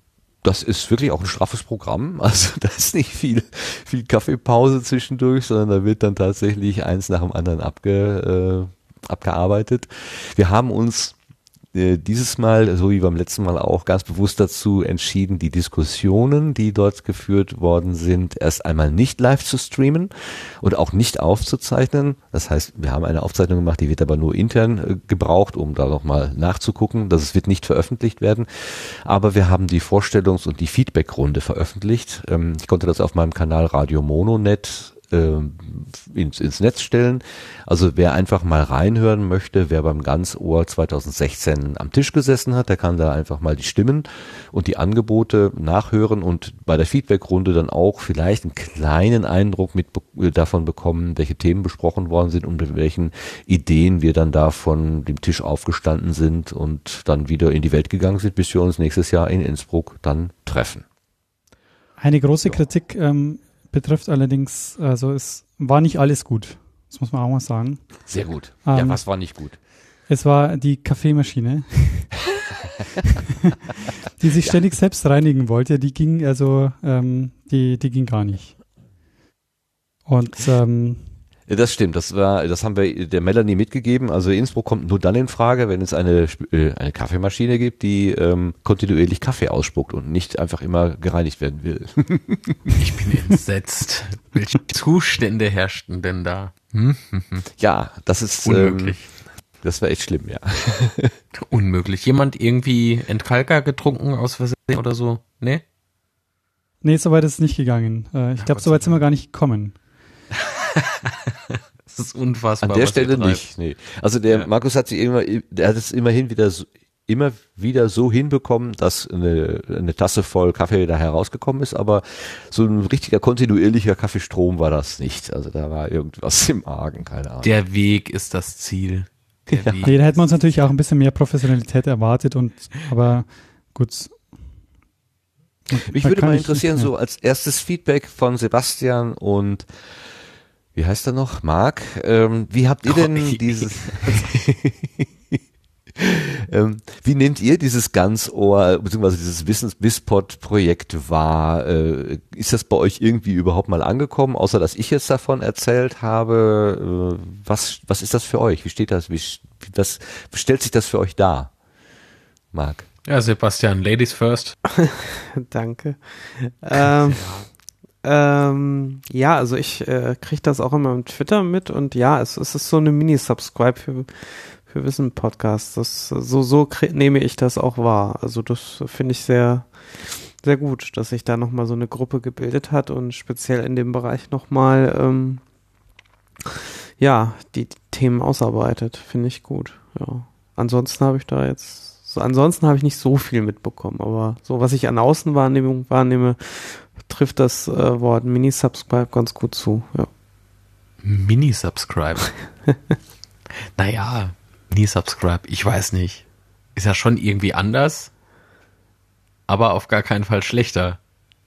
Das ist wirklich auch ein straffes Programm. Also da ist nicht viel Kaffeepause zwischendurch, sondern da wird dann tatsächlich eins nach dem anderen abgearbeitet. Wir haben uns dieses Mal, so wie beim letzten Mal auch, ganz bewusst dazu entschieden, die Diskussionen, die dort geführt worden sind, erst einmal nicht live zu streamen und auch nicht aufzuzeichnen. Das heißt, wir haben eine Aufzeichnung gemacht, die wird aber nur intern gebraucht, um da nochmal nachzugucken. Das wird nicht veröffentlicht werden. Aber wir haben die Vorstellungs- und die Feedbackrunde veröffentlicht. Ich konnte das auf meinem Kanal Radio Mononet ins Netz stellen. Also wer einfach mal reinhören möchte, wer beim Ganzohr 2016 am Tisch gesessen hat, der kann da einfach mal die Stimmen und die Angebote nachhören und bei der Feedbackrunde dann auch vielleicht einen kleinen Eindruck davon bekommen, welche Themen besprochen worden sind und mit welchen Ideen wir dann da von dem Tisch aufgestanden sind und dann wieder in die Welt gegangen sind, bis wir uns nächstes Jahr in Innsbruck dann treffen. Eine große Kritik betrifft allerdings, also es war nicht alles gut. Das muss man auch mal sagen. Sehr gut. Ja, was war nicht gut? Es war die Kaffeemaschine, die sich ständig selbst reinigen wollte. Die ging die ging gar nicht. Und das stimmt, das haben wir der Melanie mitgegeben. Also Innsbruck kommt nur dann in Frage, wenn es eine Kaffeemaschine gibt, die kontinuierlich Kaffee ausspuckt und nicht einfach immer gereinigt werden will. Ich bin entsetzt. Welche Zustände herrschten denn da? Ja, das ist unmöglich. Das war echt schlimm, ja. Unmöglich. Jemand irgendwie Entkalker getrunken aus Versehen oder so? Nee? Nee, soweit ist es nicht gegangen. Ich glaube, soweit sind wir gar nicht gekommen. Das ist unfassbar. An der Stelle nicht. Nee. Also der Markus hat es immerhin immer wieder so hinbekommen, dass eine Tasse voll Kaffee da herausgekommen ist, aber so ein richtiger kontinuierlicher Kaffeestrom war das nicht. Also da war irgendwas im Argen, keine Ahnung. Der Weg ist das Ziel. Da hätten wir uns natürlich auch ein bisschen mehr Professionalität erwartet aber gut. Mich würde mal interessieren, so als erstes Feedback von Sebastian und wie heißt er noch? Marc? Wie habt ihr denn dieses wie nehmt ihr dieses Ganzohr bzw. dieses Wissens-Bispod-Projekt wahr? Ist das bei euch irgendwie überhaupt mal angekommen, außer dass ich jetzt davon erzählt habe? Was ist das für euch? Wie steht das? Wie stellt sich das für euch dar? Marc? Ja, Sebastian, Ladies first. Danke. Ja, also ich kriege das auch immer im Twitter mit und ja, es ist so eine Mini-Subscribe für Wissen-Podcasts. Nehme ich das auch wahr. Also das finde ich sehr, sehr gut, dass sich da nochmal so eine Gruppe gebildet hat und speziell in dem Bereich nochmal die Themen ausarbeitet. Finde ich gut. Ja. Ansonsten habe ich nicht so viel mitbekommen, aber so was ich an Außenwahrnehmung wahrnehme, trifft das Wort Mini-Subscribe ganz gut zu. Ja. Mini-Subscribe? Naja, Mini-Subscribe, ich weiß nicht. Ist ja schon irgendwie anders, aber auf gar keinen Fall schlechter.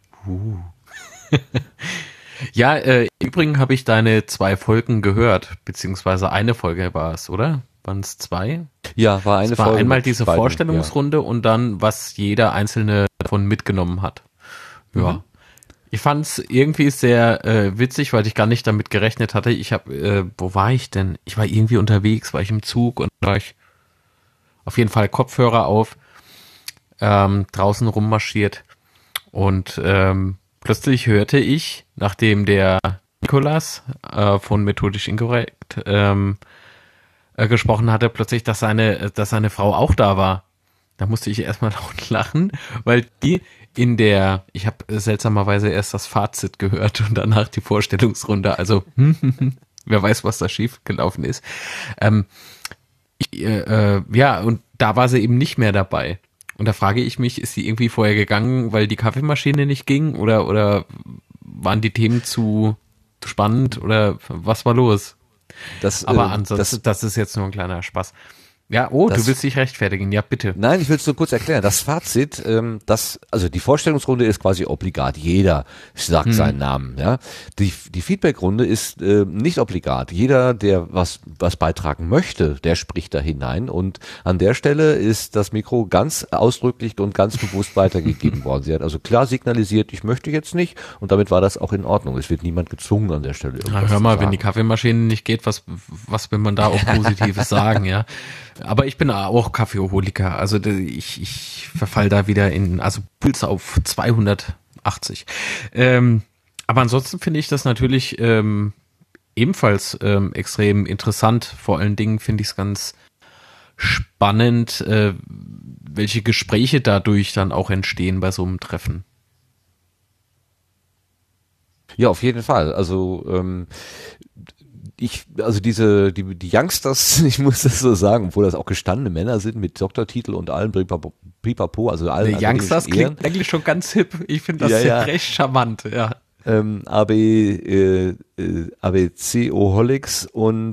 Ja, im Übrigen habe ich deine 2 Folgen gehört, beziehungsweise eine Folge war es, oder? Waren es 2? Ja, war eine Folge. War einmal diese Vorstellungsrunde und dann, was jeder Einzelne davon mitgenommen hat. Ja. Mhm. Ich fand es irgendwie sehr witzig, weil ich gar nicht damit gerechnet hatte. Wo war ich denn? Ich war irgendwie unterwegs, war ich im Zug und war ich auf jeden Fall Kopfhörer auf, draußen rummarschiert und plötzlich hörte ich, nachdem der Nikolas von Methodisch Inkorrekt gesprochen hatte, plötzlich, dass seine Frau auch da war. Da musste ich erstmal laut lachen, weil ich habe seltsamerweise erst das Fazit gehört und danach die Vorstellungsrunde, also wer weiß, was da schief gelaufen ist. Und da war sie eben nicht mehr dabei. Und da frage ich mich, ist sie irgendwie vorher gegangen, weil die Kaffeemaschine nicht ging oder waren die Themen zu spannend oder was war los? Aber ansonsten, das ist jetzt nur ein kleiner Spaß. Ja, du willst dich rechtfertigen. Ja, bitte. Nein, ich will es nur kurz erklären. Das Fazit, also die Vorstellungsrunde ist quasi obligat. Jeder sagt seinen Namen. Ja, die Feedbackrunde ist nicht obligat. Jeder, der was beitragen möchte, der spricht da hinein. Und an der Stelle ist das Mikro ganz ausdrücklich und ganz bewusst weitergegeben worden. Sie hat also klar signalisiert, ich möchte jetzt nicht. Und damit war das auch in Ordnung. Es wird niemand gezwungen an der Stelle. Hör mal, wenn die Kaffeemaschine nicht geht, was will man da auch Positives sagen, ja? Aber ich bin auch Kaffeeholiker, also ich verfall da wieder also Puls auf 280. Aber ansonsten finde ich das natürlich ebenfalls extrem interessant. Vor allen Dingen finde ich es ganz spannend, welche Gespräche dadurch dann auch entstehen bei so einem Treffen. Ja, auf jeden Fall. Also die Youngsters, ich muss das so sagen, obwohl das auch gestandene Männer sind mit Doktortitel und allem Pipapo, also allen. Die Youngsters klingt eigentlich schon ganz hip. Ich finde das recht charmant, ja. ABC-Oholics und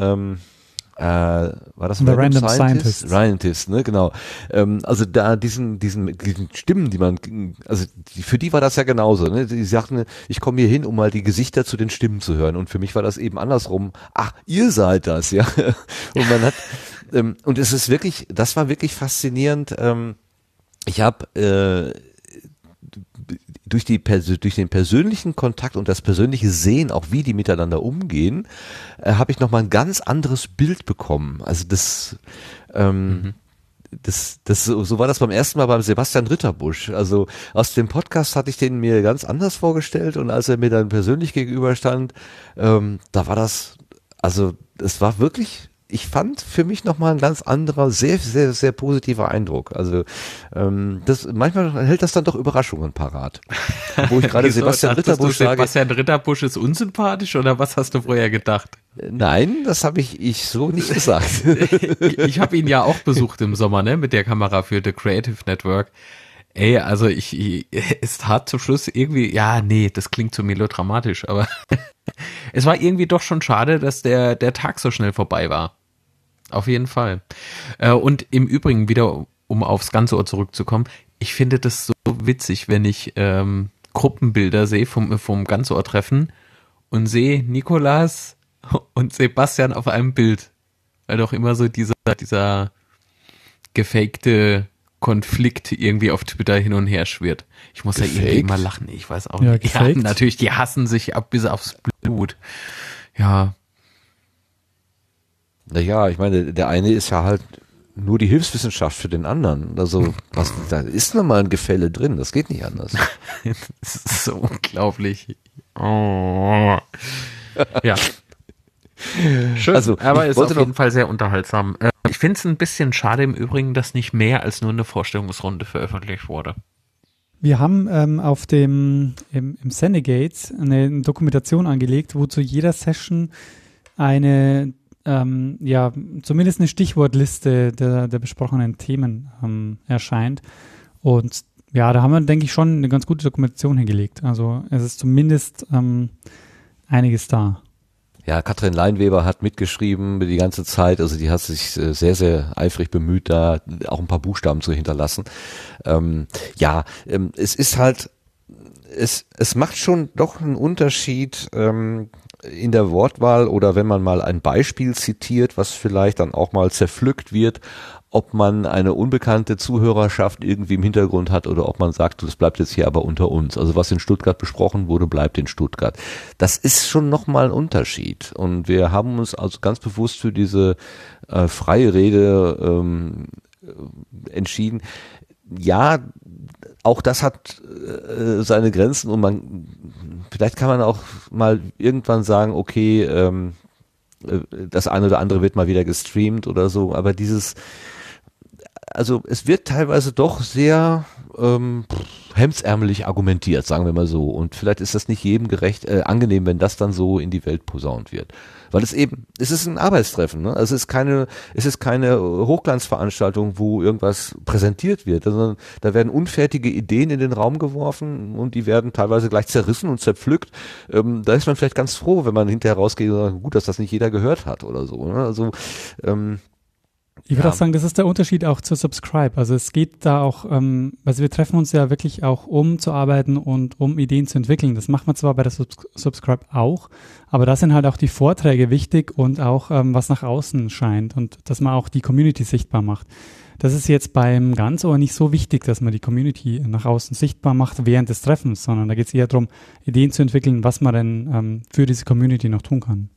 war das The Random Scientist? Scientist, ne, genau. Also da diesen Stimmen, die man, also für die war das ja genauso, ne? Die sagten, ich komme hier hin, um mal die Gesichter zu den Stimmen zu hören. Und für mich war das eben andersrum. Ach, ihr seid das, ja. Und man hat, und es ist wirklich, das war wirklich faszinierend. Ich habe durch den persönlichen Kontakt und das persönliche Sehen, auch wie die miteinander umgehen, habe ich nochmal ein ganz anderes Bild bekommen. Also so war das beim ersten Mal beim Sebastian Ritterbusch. Also aus dem Podcast hatte ich den mir ganz anders vorgestellt und als er mir dann persönlich gegenüberstand, da war das, also es war wirklich, ich fand für mich nochmal ein ganz anderer, sehr, sehr, sehr positiver Eindruck. Also manchmal hält das dann doch Überraschungen parat. Wo ich gerade Sebastian Ritterbusch sage. Sebastian Ritterbusch ist unsympathisch oder was hast du vorher gedacht? Nein, das habe ich so nicht gesagt. Ich habe ihn ja auch besucht im Sommer, ne, mit der Kamera für The Creative Network. Ey, also es tat zum Schluss irgendwie, ja, nee, das klingt so melodramatisch, aber es war irgendwie doch schon schade, dass der Tag so schnell vorbei war. Auf jeden Fall. Und im Übrigen wieder, um aufs ganze Ohr zurückzukommen, ich finde das so witzig, wenn ich Gruppenbilder sehe vom Ganzohr-Treffen und sehe Nikolas und Sebastian auf einem Bild. Weil doch immer so dieser gefakte Konflikt irgendwie auf Twitter hin und her schwirrt. Ich muss ja irgendwie mal lachen, ich weiß auch nicht. Ja, natürlich, die hassen sich ab bis aufs Blut. Ja. Naja, ich meine, der eine ist ja halt nur die Hilfswissenschaft für den anderen. Also, da ist nun mal ein Gefälle drin, das geht nicht anders. Das ist so unglaublich. Oh. Ja. Schön, also, aber ist auf jeden Fall sehr unterhaltsam. Ich finde es ein bisschen schade im Übrigen, dass nicht mehr als nur eine Vorstellungsrunde veröffentlicht wurde. Wir haben im Senegate eine Dokumentation angelegt, wo zu jeder Session eine zumindest eine Stichwortliste der besprochenen Themen erscheint. Und ja, da haben wir, denke ich, schon eine ganz gute Dokumentation hingelegt. Also es ist zumindest einiges da. Ja, Katrin Leinweber hat mitgeschrieben die ganze Zeit, also die hat sich sehr, sehr eifrig bemüht, da auch ein paar Buchstaben zu hinterlassen. Es ist halt, es macht schon doch einen Unterschied in der Wortwahl oder wenn man mal ein Beispiel zitiert, was vielleicht dann auch mal zerpflückt wird, ob man eine unbekannte Zuhörerschaft irgendwie im Hintergrund hat oder ob man sagt, das bleibt jetzt hier aber unter uns. Also was in Stuttgart besprochen wurde, bleibt in Stuttgart. Das ist schon nochmal ein Unterschied. Und wir haben uns also ganz bewusst für diese freie Rede entschieden. Ja, auch das hat seine Grenzen und vielleicht kann man auch mal irgendwann sagen, okay, das eine oder andere wird mal wieder gestreamt oder so, aber also es wird teilweise doch sehr hemdsärmelig argumentiert, sagen wir mal so. Und vielleicht ist das nicht jedem angenehm, wenn das dann so in die Welt posaunt wird. Weil es ist ein Arbeitstreffen, ne? Also es ist keine Hochglanzveranstaltung, wo irgendwas präsentiert wird, sondern da werden unfertige Ideen in den Raum geworfen und die werden teilweise gleich zerrissen und zerpflückt. Da ist man vielleicht ganz froh, wenn man hinterher rausgeht und sagt, gut, dass das nicht jeder gehört hat oder so, ne? Also Ich würde auch sagen, das ist der Unterschied auch zur Subscribe. Also es geht da auch, also wir treffen uns ja wirklich auch, um zu arbeiten und um Ideen zu entwickeln. Das macht man zwar bei der Subscribe auch, aber da sind halt auch die Vorträge wichtig und auch was nach außen scheint und dass man auch die Community sichtbar macht. Das ist jetzt beim Ganzohr nicht so wichtig, dass man die Community nach außen sichtbar macht während des Treffens, sondern da geht es eher darum, Ideen zu entwickeln, was man denn für diese Community noch tun kann.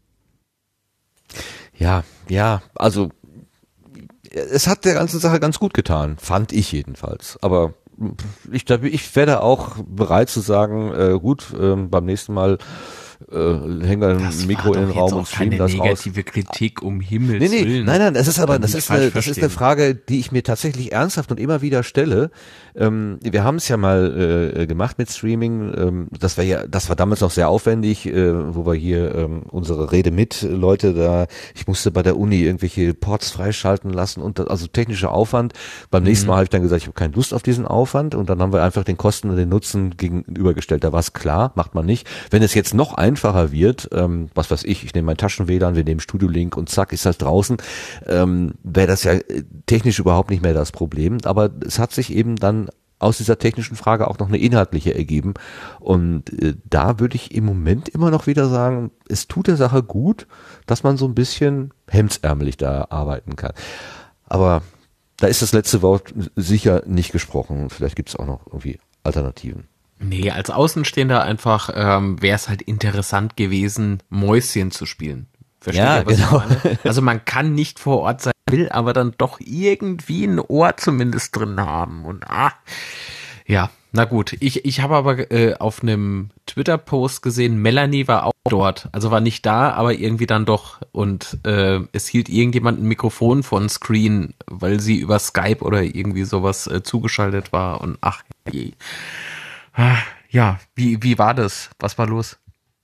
Ja, also es hat der ganzen Sache ganz gut getan, fand ich jedenfalls. Aber ich werde auch bereit zu sagen, gut, beim nächsten Mal hängen wir ein Mikro in den Raum und streamen das raus. Negative Kritik, um Himmels Willen. Nein, das ist eine Frage, die ich mir tatsächlich ernsthaft und immer wieder stelle. Wir haben es ja mal gemacht mit Streaming. Das war damals noch sehr aufwendig, wo wir hier unsere Rede mit Leute da. Ich musste bei der Uni irgendwelche Ports freischalten lassen und also technischer Aufwand. Beim nächsten Mal habe ich dann gesagt, ich habe keine Lust auf diesen Aufwand und dann haben wir einfach den Kosten und den Nutzen gegenübergestellt. Da war es klar, macht man nicht. Wenn es jetzt noch einfacher wird, was weiß ich nehme mein Taschen-WLAN, wir nehmen Studio Link und zack, ist das draußen, wäre das ja technisch überhaupt nicht mehr das Problem. Aber es hat sich eben dann aus dieser technischen Frage auch noch eine inhaltliche ergeben. Und da würde ich im Moment immer noch wieder sagen, es tut der Sache gut, dass man so ein bisschen hemdsärmelig da arbeiten kann. Aber da ist das letzte Wort sicher nicht gesprochen. Vielleicht gibt es auch noch irgendwie Alternativen. Nee, als Außenstehender einfach wäre es halt interessant gewesen, Mäuschen zu spielen. Versteht ihr, was ich meine? Also man kann nicht vor Ort sein, will aber dann doch irgendwie ein Ohr zumindest drin haben. Und ja, na gut. Ich habe aber auf einem Twitter-Post gesehen, Melanie war auch dort. Also war nicht da, aber irgendwie dann doch. Und es hielt irgendjemand ein Mikrofon von Screen, weil sie über Skype oder irgendwie sowas zugeschaltet war. Und je. Ja, wie war das? Was war los?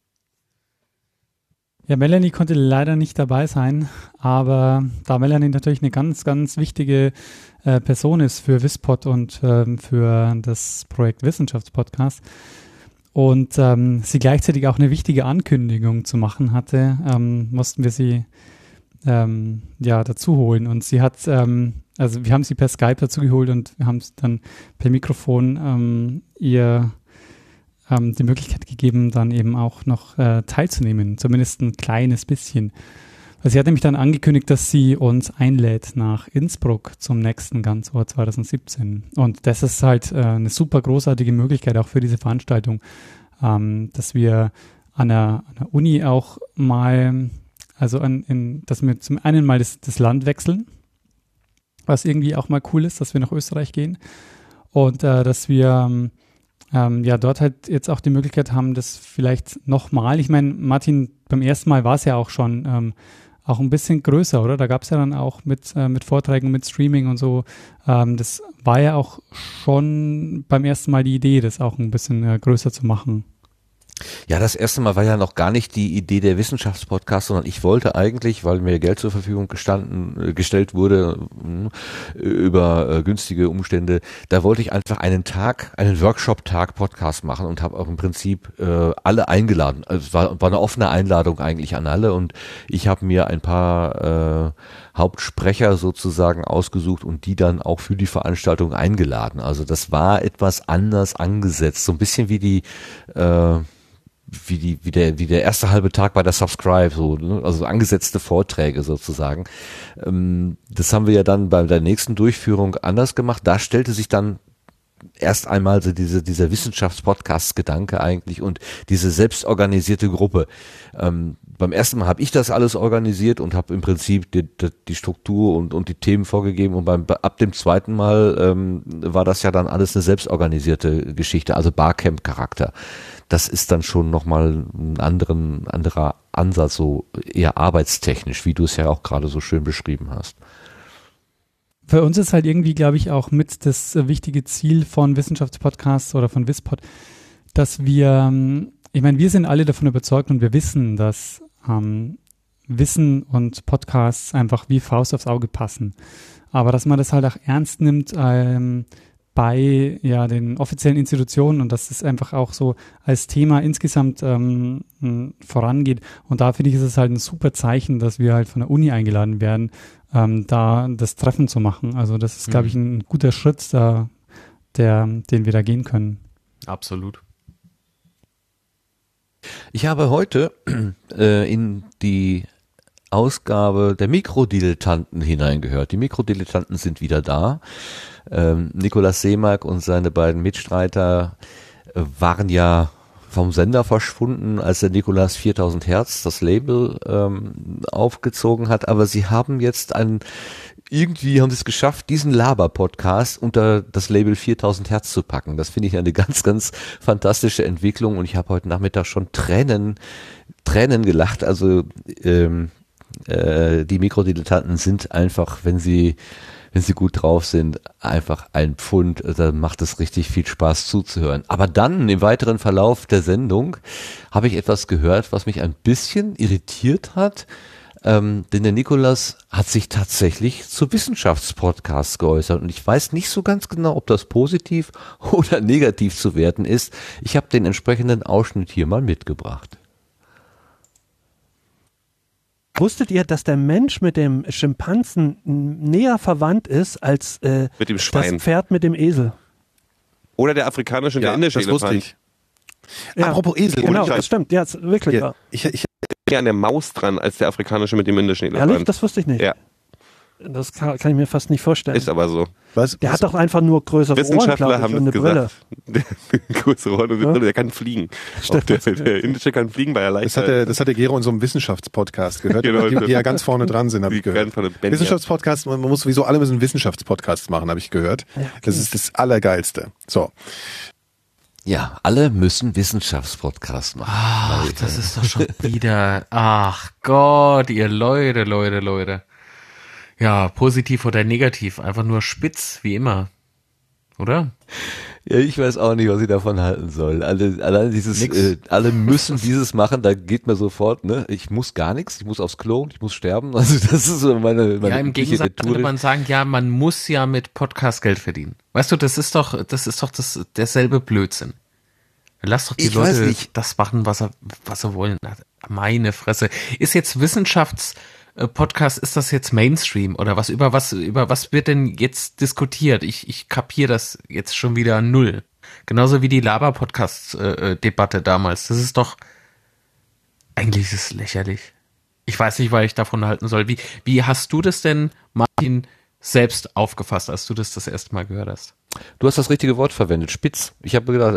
Ja, Melanie konnte leider nicht dabei sein, aber da Melanie natürlich eine ganz, ganz wichtige Person ist für Wispod und für das Projekt Wissenschaftspodcast und sie gleichzeitig auch eine wichtige Ankündigung zu machen hatte, mussten wir sie dazu holen und sie hat, also wir haben sie per Skype dazu geholt und wir haben es dann per Mikrofon ihr die Möglichkeit gegeben, dann eben auch noch teilzunehmen, zumindest ein kleines bisschen. Also sie hat nämlich dann angekündigt, dass sie uns einlädt nach Innsbruck zum nächsten Ganzohr 2017. Und das ist halt eine super großartige Möglichkeit auch für diese Veranstaltung, dass wir an der Uni auch mal, also dass wir zum einen mal das Land wechseln, was irgendwie auch mal cool ist, dass wir nach Österreich gehen und dass wir dort halt jetzt auch die Möglichkeit haben, das vielleicht nochmal, ich meine, Martin, beim ersten Mal war es ja auch schon auch ein bisschen größer, oder? Da gab es ja dann auch mit Vorträgen, mit Streaming und so, das war ja auch schon beim ersten Mal die Idee, das auch ein bisschen größer zu machen. Ja, das erste Mal war ja noch gar nicht die Idee der Wissenschaftspodcast, sondern ich wollte eigentlich, weil mir Geld zur Verfügung gestellt wurde über günstige Umstände, da wollte ich einfach einen Workshop-Tag Podcast machen und habe auch im Prinzip alle eingeladen. Also es war eine offene Einladung eigentlich an alle und ich habe mir ein paar Hauptsprecher sozusagen ausgesucht und die dann auch für die Veranstaltung eingeladen. Also das war etwas anders angesetzt, so ein bisschen wie der erste halbe Tag bei der Subscribe, so, ne? Also angesetzte Vorträge sozusagen. Das haben wir ja dann bei der nächsten Durchführung anders gemacht. Da stellte sich dann erst einmal so dieser Wissenschaftspodcast-Gedanke eigentlich und diese selbstorganisierte Gruppe. Beim ersten Mal habe ich das alles organisiert und habe im Prinzip die Struktur und die Themen vorgegeben und ab dem zweiten Mal war das ja dann alles eine selbstorganisierte Geschichte, also Barcamp-Charakter. Das ist dann schon nochmal ein anderer Ansatz, so eher arbeitstechnisch, wie du es ja auch gerade so schön beschrieben hast. Für uns ist halt irgendwie, glaube ich, auch mit das wichtige Ziel von Wissenschaftspodcasts oder von Wispod, dass wir, ich meine, wir sind alle davon überzeugt und wir wissen, dass Wissen und Podcasts einfach wie Faust aufs Auge passen. Aber dass man das halt auch ernst nimmt, bei den offiziellen Institutionen und dass das einfach auch so als Thema insgesamt vorangeht. Und da finde ich, ist es halt ein super Zeichen, dass wir halt von der Uni eingeladen werden, da das Treffen zu machen. Also das ist, glaube ich, ein guter Schritt, den wir da gehen können. Absolut. Ich habe heute in die Ausgabe der Mikrodilettanten hineingehört. Die Mikrodilettanten sind wieder da. Nikolaus Seemack und seine beiden Mitstreiter waren ja vom Sender verschwunden, als der Nikolaus 4000 Hertz das Label aufgezogen hat, aber sie haben jetzt irgendwie haben sie es geschafft, diesen Laber-Podcast unter das Label 4000 Hertz zu packen. Das finde ich eine ganz, ganz fantastische Entwicklung und ich habe heute Nachmittag schon Tränen gelacht. Also die Mikrodilettanten sind einfach, wenn sie gut drauf sind, einfach ein Pfund. Da macht es richtig viel Spaß zuzuhören. Aber dann im weiteren Verlauf der Sendung habe ich etwas gehört, was mich ein bisschen irritiert hat. Denn der Nikolaus hat sich tatsächlich zu Wissenschaftspodcasts geäußert und ich weiß nicht so ganz genau, ob das positiv oder negativ zu werten ist. Ich habe den entsprechenden Ausschnitt hier mal mitgebracht. Wusstet ihr, dass der Mensch mit dem Schimpansen näher verwandt ist als mit dem Schwein. Das Pferd mit dem Esel? Oder der afrikanische und der indische das wusste Elefant. ich. Ja, Apropos Esel. genau, das stimmt. Ja, wirklich. Ja, ich eher an der Maus dran als der afrikanische mit dem indischen Elefant. Ehrlich? Das wusste ich nicht. Ja. Das kann ich mir fast nicht vorstellen. Ist aber so. Der hat doch einfach nur größere Ohren, Wissenschaftler glaube ich, haben und eine Brille. gesagt, der größere Ohren und eine Brille, der kann fliegen. Auch der indische kann fliegen bei der Leichtigkeit. Das hat der Gero in so einem Wissenschaftspodcast gehört, Genau, die ja ganz vorne dran sind, habe ich gehört. Wissenschaftspodcast, man muss sowieso, alle müssen Wissenschaftspodcasts machen, habe ich gehört. Ja, okay. Das ist das Allergeilste. So. Ja, alle müssen Wissenschaftspodcasts machen. Ach, das ist doch schon wieder, ach Gott, ihr Leute. Ja, positiv oder negativ, einfach nur spitz, wie immer. Oder? Ja, ich weiß auch nicht, was ich davon halten soll. Allein dieses, alle müssen dieses machen, da geht mir sofort, ne? Ich muss gar nichts, ich muss aufs Klo, ich muss sterben. Also das ist so meine ja, im Gegensatz würde man sagen, ja, man muss ja mit Podcast Geld verdienen. Weißt du, das ist doch derselbe Blödsinn. Lass doch die Leute das machen, was sie wollen. Meine Fresse. Ist jetzt Podcast, ist das jetzt Mainstream oder über was wird denn jetzt diskutiert? Ich kapiere das jetzt schon wieder null. Genauso wie die Laber-Podcast-Debatte damals. Das ist doch, eigentlich ist es lächerlich. Ich weiß nicht, was ich davon halten soll. Wie hast du das denn, Martin, selbst aufgefasst, als du das erste Mal gehört hast? Du hast das richtige Wort verwendet, spitz. Ich habe gedacht,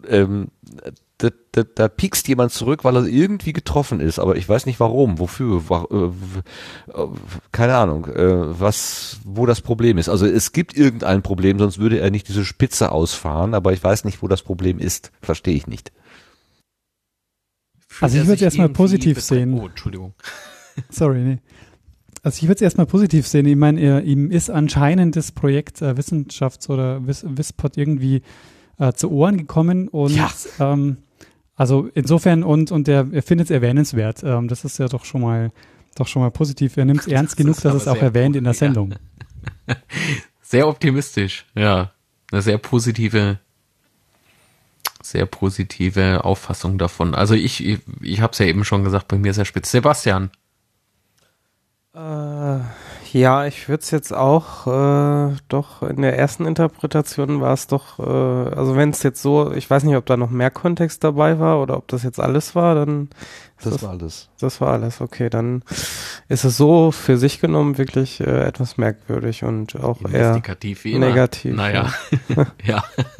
da piekst jemand zurück, weil er irgendwie getroffen ist, aber ich weiß nicht warum, wofür, keine Ahnung, wo das Problem ist. Also es gibt irgendein Problem, sonst würde er nicht diese Spitze ausfahren, aber ich weiß nicht, wo das Problem ist. Verstehe ich nicht. Also ich würde es erstmal positiv sehen. Oh, Entschuldigung. Sorry, nee. Also ich würde es erstmal positiv sehen. Ich meine, ihm ist anscheinend das Projekt Wissenschafts- oder Wisspod irgendwie zu Ohren gekommen und also insofern und er findet es erwähnenswert. Das ist ja doch schon mal positiv. Er nimmt es ernst genug, dass es auch erwähnt in der Sendung. Sehr optimistisch, ja. Eine sehr positive Auffassung davon. Also ich habe es ja eben schon gesagt, bei mir sehr spitz. Sebastian. Ja, ich würde es jetzt auch, doch in der ersten Interpretation war es doch, also wenn es jetzt so, ich weiß nicht, ob da noch mehr Kontext dabei war oder ob das jetzt alles war, dann das war alles. Das war alles, okay, dann ist es so für sich genommen wirklich etwas merkwürdig und auch eher negativ. Naja, ja.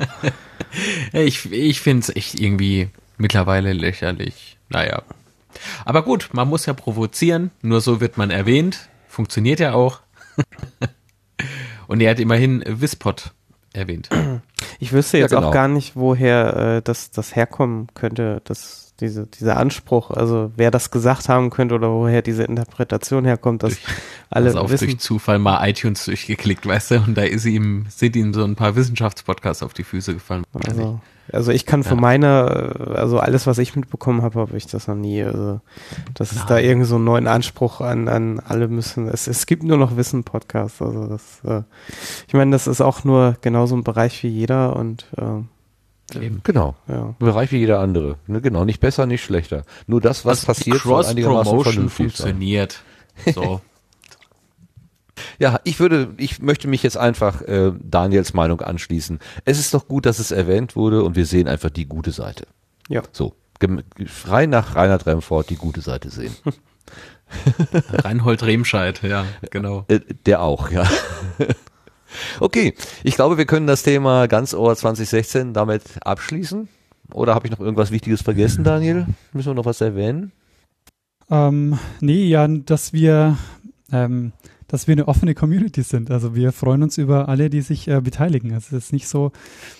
Ich finde es echt irgendwie mittlerweile lächerlich. Naja. Aber gut, man muss ja provozieren, nur so wird man erwähnt. Funktioniert ja auch. Und er hat immerhin Wisspod erwähnt. Ich wüsste jetzt auch gar nicht, woher das herkommen könnte, dass dieser Anspruch, also wer das gesagt haben könnte oder woher diese Interpretation herkommt, dass alle wissen. Durch Zufall mal iTunes durchgeklickt, weißt du, und da sind ihm so ein paar Wissenschaftspodcasts auf die Füße gefallen. Also ich kann für also alles, was ich mitbekommen habe ich das noch nie. Also dass es da irgendwie so einen neuen Anspruch an alle müssen. Es gibt nur noch Wissen-Podcasts. Also das, ich meine, das ist auch nur genauso ein Bereich wie jeder und Genau. Ja. Ein Bereich wie jeder andere. Ne, genau, nicht besser, nicht schlechter. Nur das, was passiert, soll einigermaßen vernünftig funktioniert. So. Ja, ich möchte mich jetzt einfach Daniels Meinung anschließen. Es ist doch gut, dass es erwähnt wurde und wir sehen einfach die gute Seite. Ja. So, frei nach Reinhard Remford die gute Seite sehen. Reinhold Remscheid, ja, genau. Der auch, ja. Okay, ich glaube, wir können das Thema Ganzohr 2016 damit abschließen. Oder habe ich noch irgendwas Wichtiges vergessen, Daniel? Müssen wir noch was erwähnen? Nee, ja, dass wir eine offene Community sind. Also wir freuen uns über alle, die sich beteiligen. Also es ist nicht so,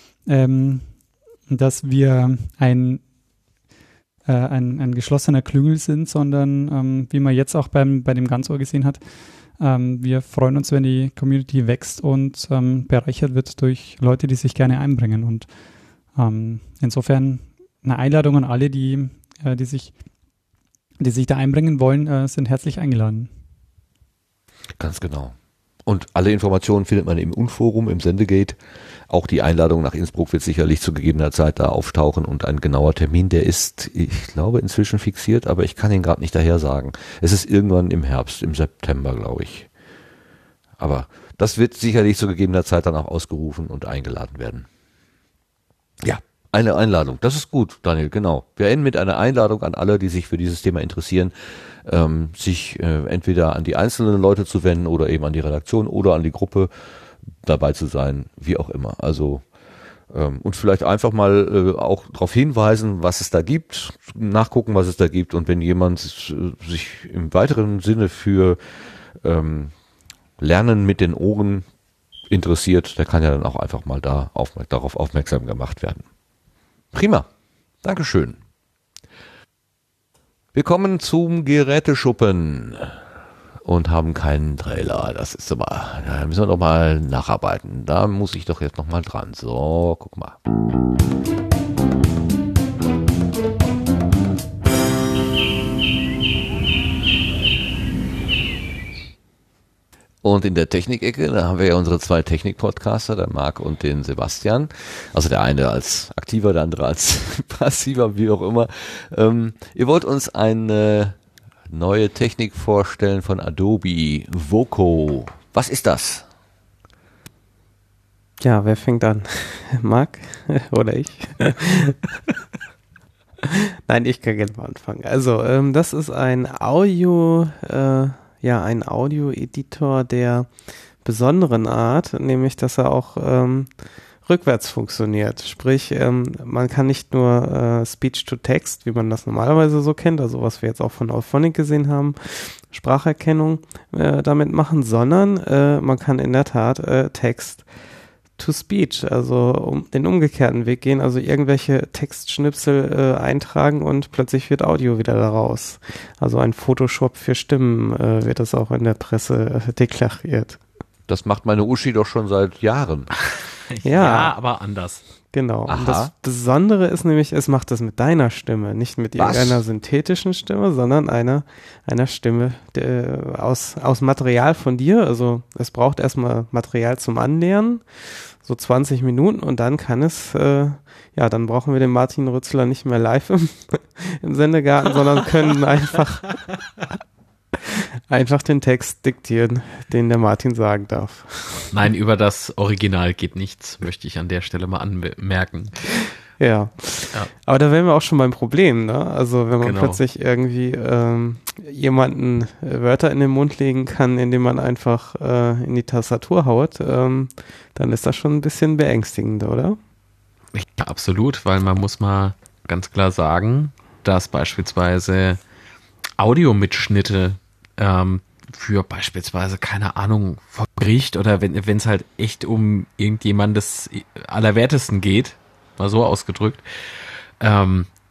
dass wir ein geschlossener Klüngel sind, sondern wie man jetzt auch bei dem Ganzohr gesehen hat, wir freuen uns, wenn die Community wächst und bereichert wird durch Leute, die sich gerne einbringen. Und insofern eine Einladung an alle, die sich da einbringen wollen, sind herzlich eingeladen. Ganz genau. Und alle Informationen findet man im Unforum, im Sendegate. Auch die Einladung nach Innsbruck wird sicherlich zu gegebener Zeit da auftauchen und ein genauer Termin, der ist, ich glaube, inzwischen fixiert, aber ich kann ihn gerade nicht daher sagen. Es ist irgendwann im Herbst, im September, glaube ich. Aber das wird sicherlich zu gegebener Zeit dann auch ausgerufen und eingeladen werden. Ja, eine Einladung. Das ist gut, Daniel, genau. Wir enden mit einer Einladung an alle, die sich für dieses Thema interessieren, sich entweder an die einzelnen Leute zu wenden oder eben an die Redaktion oder an die Gruppe dabei zu sein, wie auch immer. Also und vielleicht einfach mal auch darauf hinweisen, was es da gibt, nachgucken, was es da gibt und wenn jemand sich im weiteren Sinne für Lernen mit den Ohren interessiert, der kann ja dann auch einfach mal darauf aufmerksam gemacht werden. Prima, Dankeschön. Wir kommen zum Geräteschuppen und haben keinen Trailer. Das ist aber, da müssen wir doch mal nacharbeiten. Da muss ich doch jetzt noch mal dran. So, guck mal. Und in der Technikecke, da haben wir ja unsere zwei Technik-Podcaster, der Marc und den Sebastian. Also der eine als aktiver, der andere als passiver, wie auch immer. Ihr wollt uns eine neue Technik vorstellen von Adobe, Voco. Was ist das? Ja, wer fängt an? Marc oder ich? Nein, ich kann gerne mal anfangen. Also, das ist ein ein Audio-Editor der besonderen Art, nämlich, dass er auch rückwärts funktioniert. Sprich, man kann nicht nur Speech-to-Text, wie man das normalerweise so kennt, also was wir jetzt auch von Auphonic gesehen haben, Spracherkennung damit machen, sondern man kann in der Tat Text to Speech, also den umgekehrten Weg gehen, also irgendwelche Textschnipsel eintragen und plötzlich wird Audio wieder daraus. Also ein Photoshop für Stimmen wird das auch in der Presse deklariert. Das macht meine Uschi doch schon seit Jahren. Ja, aber anders. Genau. Aha. Und das Besondere ist nämlich, es macht das mit deiner Stimme, nicht mit irgendeiner synthetischen Stimme, sondern einer Stimme aus Material von dir. Also es braucht erstmal Material zum Anlernen, so 20 Minuten und dann kann es, dann brauchen wir den Martin Rützler nicht mehr live im Sendegarten, sondern können einfach den Text diktieren, den der Martin sagen darf. Nein, über das Original geht nichts, möchte ich an der Stelle mal anmerken. Ja. Aber da wären wir auch schon beim Problem, ne? Also wenn man plötzlich irgendwie jemanden Wörter in den Mund legen kann, indem man einfach in die Tastatur haut, dann ist das schon ein bisschen beängstigend, oder? Ja, absolut, weil man muss mal ganz klar sagen, dass beispielsweise Audiomitschnitte für beispielsweise, keine Ahnung, vor Gericht oder wenn es halt echt um irgendjemand des Allerwertesten geht, mal so ausgedrückt,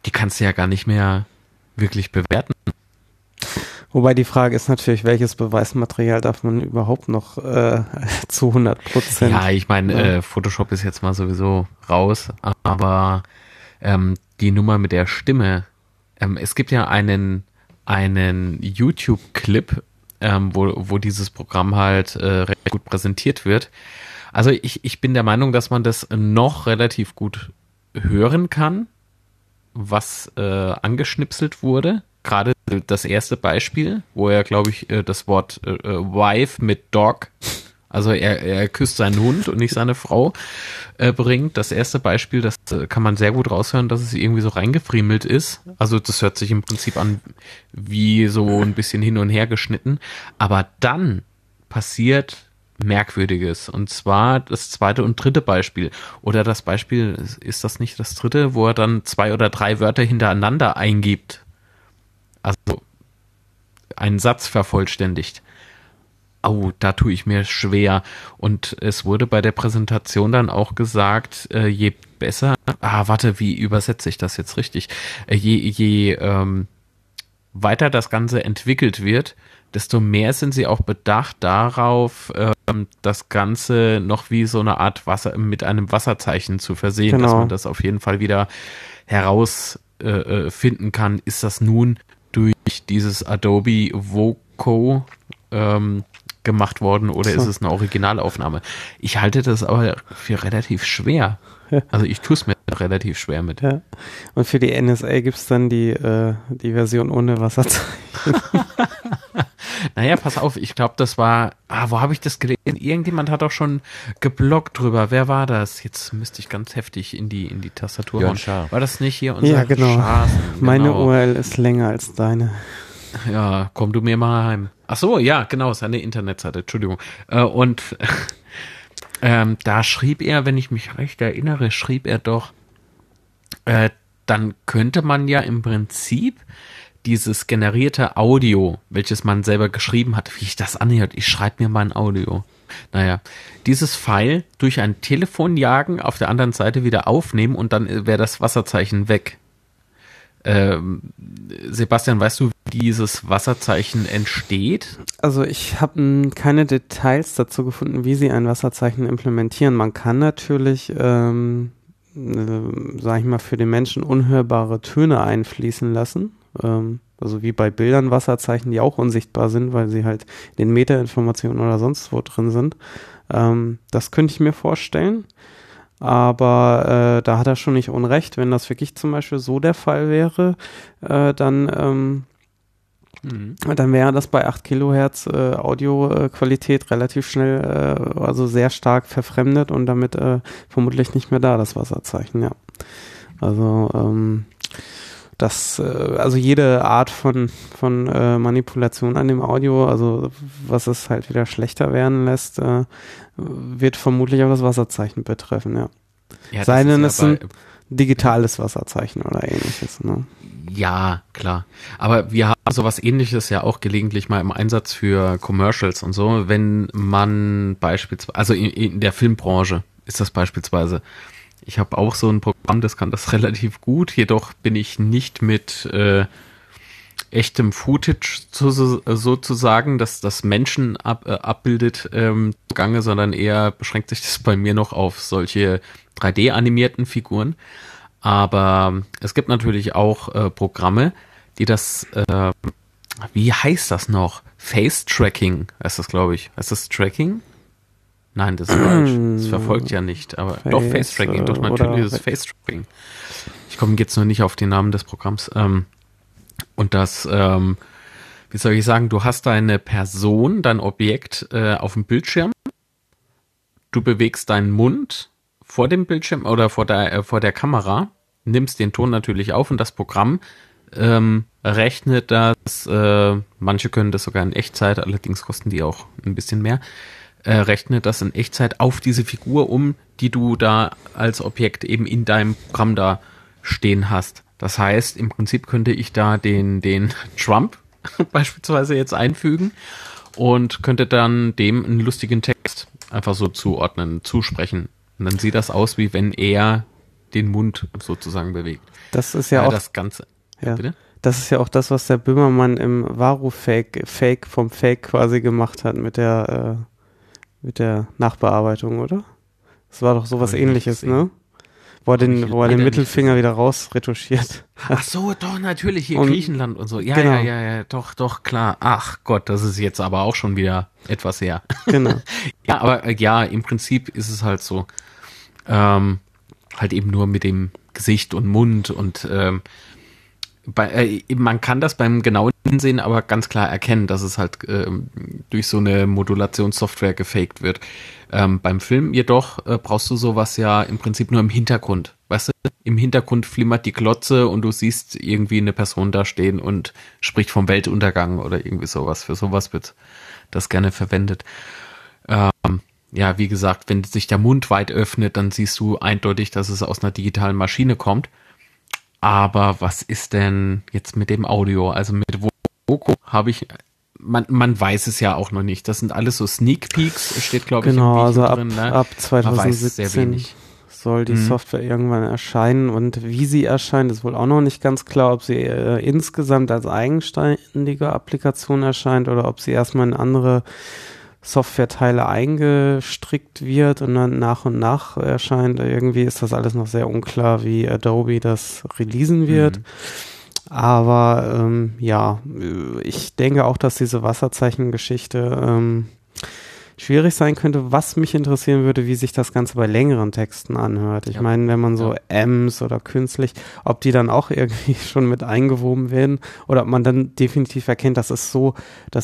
die kannst du ja gar nicht mehr wirklich bewerten. Wobei die Frage ist natürlich, welches Beweismaterial darf man überhaupt noch zu 100%? Ja, ich meine, Photoshop ist jetzt mal sowieso raus, aber die Nummer mit der Stimme, es gibt ja einen YouTube-Clip, wo dieses Programm halt recht gut präsentiert wird. Also ich bin der Meinung, dass man das noch relativ gut hören kann, was angeschnipselt wurde. Gerade das erste Beispiel, wo er, glaube ich, das Wort Wife mit Dog, also er küsst seinen Hund und nicht seine Frau, bringt. Das erste Beispiel, das kann man sehr gut raushören, dass es irgendwie so reingefriemelt ist. Also das hört sich im Prinzip an wie so ein bisschen hin und her geschnitten. Aber dann passiert Merkwürdiges. Und zwar das zweite und dritte Beispiel. Oder das Beispiel, ist das nicht das dritte, wo er dann 2 oder 3 Wörter hintereinander eingibt? Also einen Satz vervollständigt. Oh, da tue ich mir schwer. Und es wurde bei der Präsentation dann auch gesagt, je besser, wie übersetze ich das jetzt richtig? Je weiter das Ganze entwickelt wird, desto mehr sind sie auch bedacht darauf, das Ganze noch wie so eine Art Wasser mit einem Wasserzeichen zu versehen, dass man das auf jeden Fall wieder herausfinden kann. Ist das nun durch dieses Adobe Voco gemacht worden oder ist es eine Originalaufnahme? Ich halte das aber für relativ schwer. Also ich tue es mir relativ schwer mit. Ja. Und für die NSA gibt es dann die Version ohne Wasserzeichen. Naja, pass auf, ich glaube, das war, wo habe ich das gelesen? Irgendjemand hat auch schon gebloggt drüber. Wer war das? Jetzt müsste ich ganz heftig in die Tastatur hauen. War das nicht hier unser Ja, genau. Schaßen? Meine URL ist länger als deine. Ja, komm du mir mal heim. Ach so, ja, genau, seine Internetseite, Entschuldigung. Und da schrieb er, wenn ich mich recht erinnere, doch, dann könnte man ja im Prinzip dieses generierte Audio, welches man selber geschrieben hat, wie ich das anhört, ich schreibe mir mal ein Audio. Naja, dieses File durch ein Telefon jagen, auf der anderen Seite wieder aufnehmen und dann wäre das Wasserzeichen weg. Sebastian, weißt du, wie dieses Wasserzeichen entsteht? Also ich habe keine Details dazu gefunden, wie sie ein Wasserzeichen implementieren. Man kann natürlich, sag ich mal, für den Menschen unhörbare Töne einfließen lassen. Also wie bei Bildern Wasserzeichen, die auch unsichtbar sind, weil sie halt in den Metainformationen oder sonst wo drin sind. Das könnte ich mir vorstellen. Aber da hat er schon nicht unrecht. Wenn das wirklich zum Beispiel so der Fall wäre, dann wäre das bei 8 Kilohertz Audioqualität relativ schnell, also sehr stark verfremdet und damit vermutlich nicht mehr da, das Wasserzeichen, ja. Also also jede Art von Manipulation an dem Audio, also was es halt wieder schlechter werden lässt, wird vermutlich auch das Wasserzeichen betreffen, ja. Sei denn, es ist ein digitales Wasserzeichen oder ähnliches, ne? Ja, klar. Aber wir haben sowas Ähnliches ja auch gelegentlich mal im Einsatz für Commercials und so, wenn man beispielsweise, also in der Filmbranche ist das beispielsweise. Ich habe auch so ein Programm, das kann das relativ gut, jedoch bin ich nicht mit echtem Footage sozusagen, dass das Menschen abbildet, zugange, sondern eher beschränkt sich das bei mir noch auf solche 3D-animierten Figuren. Aber es gibt natürlich auch Programme, die das, wie heißt das noch? Face-Tracking heißt das, glaube ich. Heißt das Tracking? Nein, das ist falsch. Das verfolgt ja nicht. Aber doch Face-Tracking, doch natürlich ist es Face-Tracking. Ich komme jetzt nur nicht auf den Namen des Programms. Und das, wie soll ich sagen, du hast deine Person, dein Objekt auf dem Bildschirm. Du bewegst deinen Mund vor dem Bildschirm oder vor der Kamera, nimmst den Ton natürlich auf und das Programm rechnet das, manche können das sogar in Echtzeit, allerdings kosten die auch ein bisschen mehr, rechnet das in Echtzeit auf diese Figur um, die du da als Objekt eben in deinem Programm da stehen hast. Das heißt, im Prinzip könnte ich da den Trump beispielsweise jetzt einfügen und könnte dann dem einen lustigen Text einfach so zuordnen, zusprechen. Und dann sieht das aus, wie wenn er den Mund sozusagen bewegt. Das ist ja auch das Ganze. Ja. Bitte? Das ist ja auch das, was der Böhmermann im Varu-Fake vom Fake quasi gemacht hat mit der Nachbearbeitung, oder? Das war doch sowas Ähnliches, ne? Wo er den Mittelfinger wieder rausretuschiert. Ach so, doch, natürlich, hier Und, Griechenland und so. Ja, genau. ja, doch, klar. Ach Gott, das ist jetzt aber auch schon wieder etwas her. Genau. Ja, aber ja, im Prinzip ist es halt so, halt eben nur mit dem Gesicht und Mund und man kann das beim genauen Hinsehen aber ganz klar erkennen, dass es halt durch so eine Modulationssoftware gefaked wird. Beim Film jedoch brauchst du sowas ja im Prinzip nur im Hintergrund. Weißt du, im Hintergrund flimmert die Glotze und du siehst irgendwie eine Person da stehen und spricht vom Weltuntergang oder irgendwie sowas. Für sowas wird das gerne verwendet. Ja, wie gesagt, wenn sich der Mund weit öffnet, dann siehst du eindeutig, dass es aus einer digitalen Maschine kommt. Aber was ist denn jetzt mit dem Audio? Also mit Voco habe ich, man weiß es ja auch noch nicht. Das sind alles so Sneak Peeks, steht glaube ich im Video also drin. Ne? Ab 2017 soll die Software irgendwann erscheinen und wie sie erscheint, ist wohl auch noch nicht ganz klar, ob sie insgesamt als eigenständige Applikation erscheint oder ob sie erstmal in andere Softwareteile eingestrickt wird und dann nach und nach erscheint. Irgendwie ist das alles noch sehr unklar, wie Adobe das releasen wird. Aber ja, ich denke auch, dass diese Wasserzeichen-Geschichte schwierig sein könnte. Was mich interessieren würde, wie sich das Ganze bei längeren Texten anhört. Ich meine, wenn man so Ms oder künstlich, ob die dann auch irgendwie schon mit eingewoben werden oder ob man dann definitiv erkennt, das ist so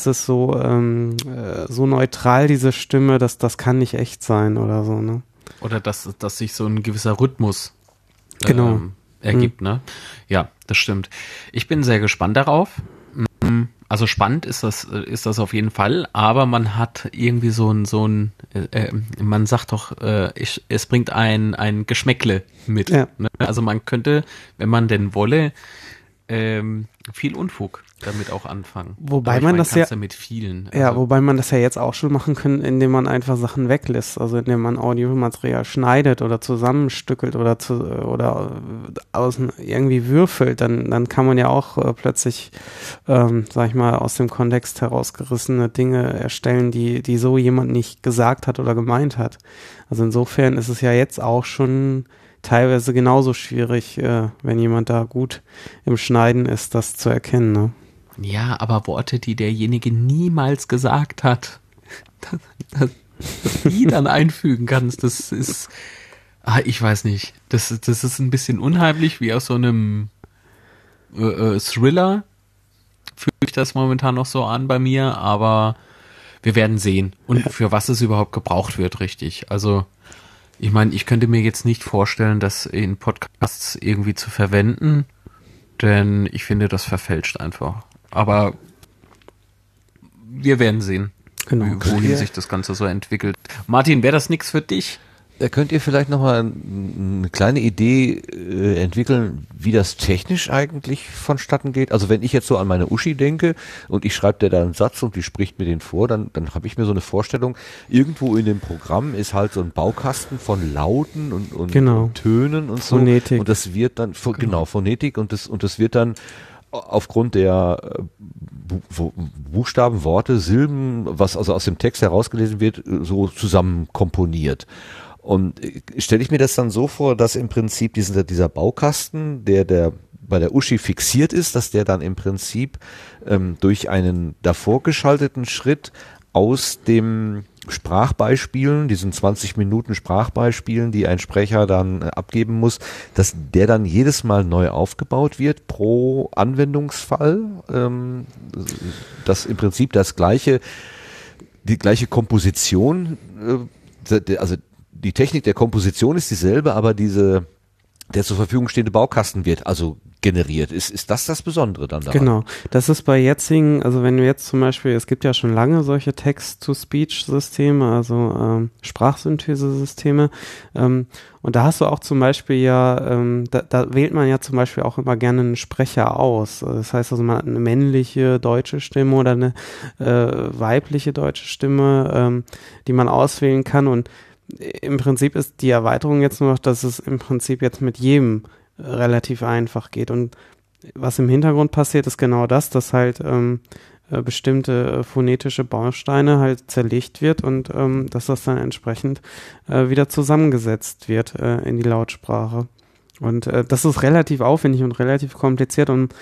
neutral, diese Stimme, das kann nicht echt sein oder so, ne? Oder dass sich so ein gewisser Rhythmus ergibt, ne? Ja, das stimmt. Ich bin sehr gespannt darauf. Also spannend ist das auf jeden Fall, aber man hat irgendwie man sagt doch, es bringt ein Geschmäckle mit. Ja. Ne? Also man könnte, wenn man denn wolle, viel Unfug damit auch anfangen. Wobei man das ja mit vielen. Ja, wobei man das ja jetzt auch schon machen kann, indem man einfach Sachen weglässt, also indem man Audiomaterial schneidet oder zusammenstückelt oder außen irgendwie würfelt, dann kann man ja auch plötzlich, sag ich mal, aus dem Kontext herausgerissene Dinge erstellen, die so jemand nicht gesagt hat oder gemeint hat. Also insofern ist es ja jetzt auch schon teilweise genauso schwierig, wenn jemand da gut im Schneiden ist, das zu erkennen, ne? Ja, aber Worte, die derjenige niemals gesagt hat, dass die dann einfügen kannst, das ist, ich weiß nicht, das ist ein bisschen unheimlich, wie aus so einem Thriller fühlt sich das momentan noch so an bei mir, aber wir werden sehen und für was es überhaupt gebraucht wird, richtig. Also ich meine, ich könnte mir jetzt nicht vorstellen, das in Podcasts irgendwie zu verwenden, denn ich finde, das verfälscht einfach. Aber wir werden sehen, wohin sich das Ganze so entwickelt. Martin, wäre das nichts für dich? Könnt ihr vielleicht nochmal eine kleine Idee entwickeln, wie das technisch eigentlich vonstatten geht? Also wenn ich jetzt so an meine Uschi denke und ich schreibe dir da einen Satz und die spricht mir den vor, dann habe ich mir so eine Vorstellung, irgendwo in dem Programm ist halt so ein Baukasten von Lauten und Tönen und so. Phonetik. Und das wird dann, Phonetik und das wird dann aufgrund der Buchstaben, Worte, Silben, was also aus dem Text herausgelesen wird, so zusammen komponiert. Und stelle ich mir das dann so vor, dass im Prinzip dieser Baukasten, der bei der Uschi fixiert ist, dass der dann im Prinzip durch einen davor geschalteten Schritt aus dem Sprachbeispielen, diesen 20 Minuten Sprachbeispielen, die ein Sprecher dann abgeben muss, dass der dann jedes Mal neu aufgebaut wird pro Anwendungsfall, dass im Prinzip die gleiche Komposition, also die Technik der Komposition ist dieselbe, aber der zur Verfügung stehende Baukasten wird also generiert. Ist das Besondere dann daran? Genau. Das ist bei jetzigen, also wenn du jetzt zum Beispiel, es gibt ja schon lange solche Text-to-Speech-Systeme, also Sprachsynthese-Systeme, und da hast du auch zum Beispiel da wählt man ja zum Beispiel auch immer gerne einen Sprecher aus. Das heißt also, man hat eine männliche deutsche Stimme oder eine weibliche deutsche Stimme, die man auswählen kann, und im Prinzip ist die Erweiterung jetzt nur noch, dass es im Prinzip jetzt mit jedem relativ einfach geht. Und was im Hintergrund passiert, ist genau das, dass halt bestimmte phonetische Bausteine halt zerlegt wird und dass das dann entsprechend wieder zusammengesetzt wird in die Lautsprache. Und das ist relativ aufwendig und relativ kompliziert und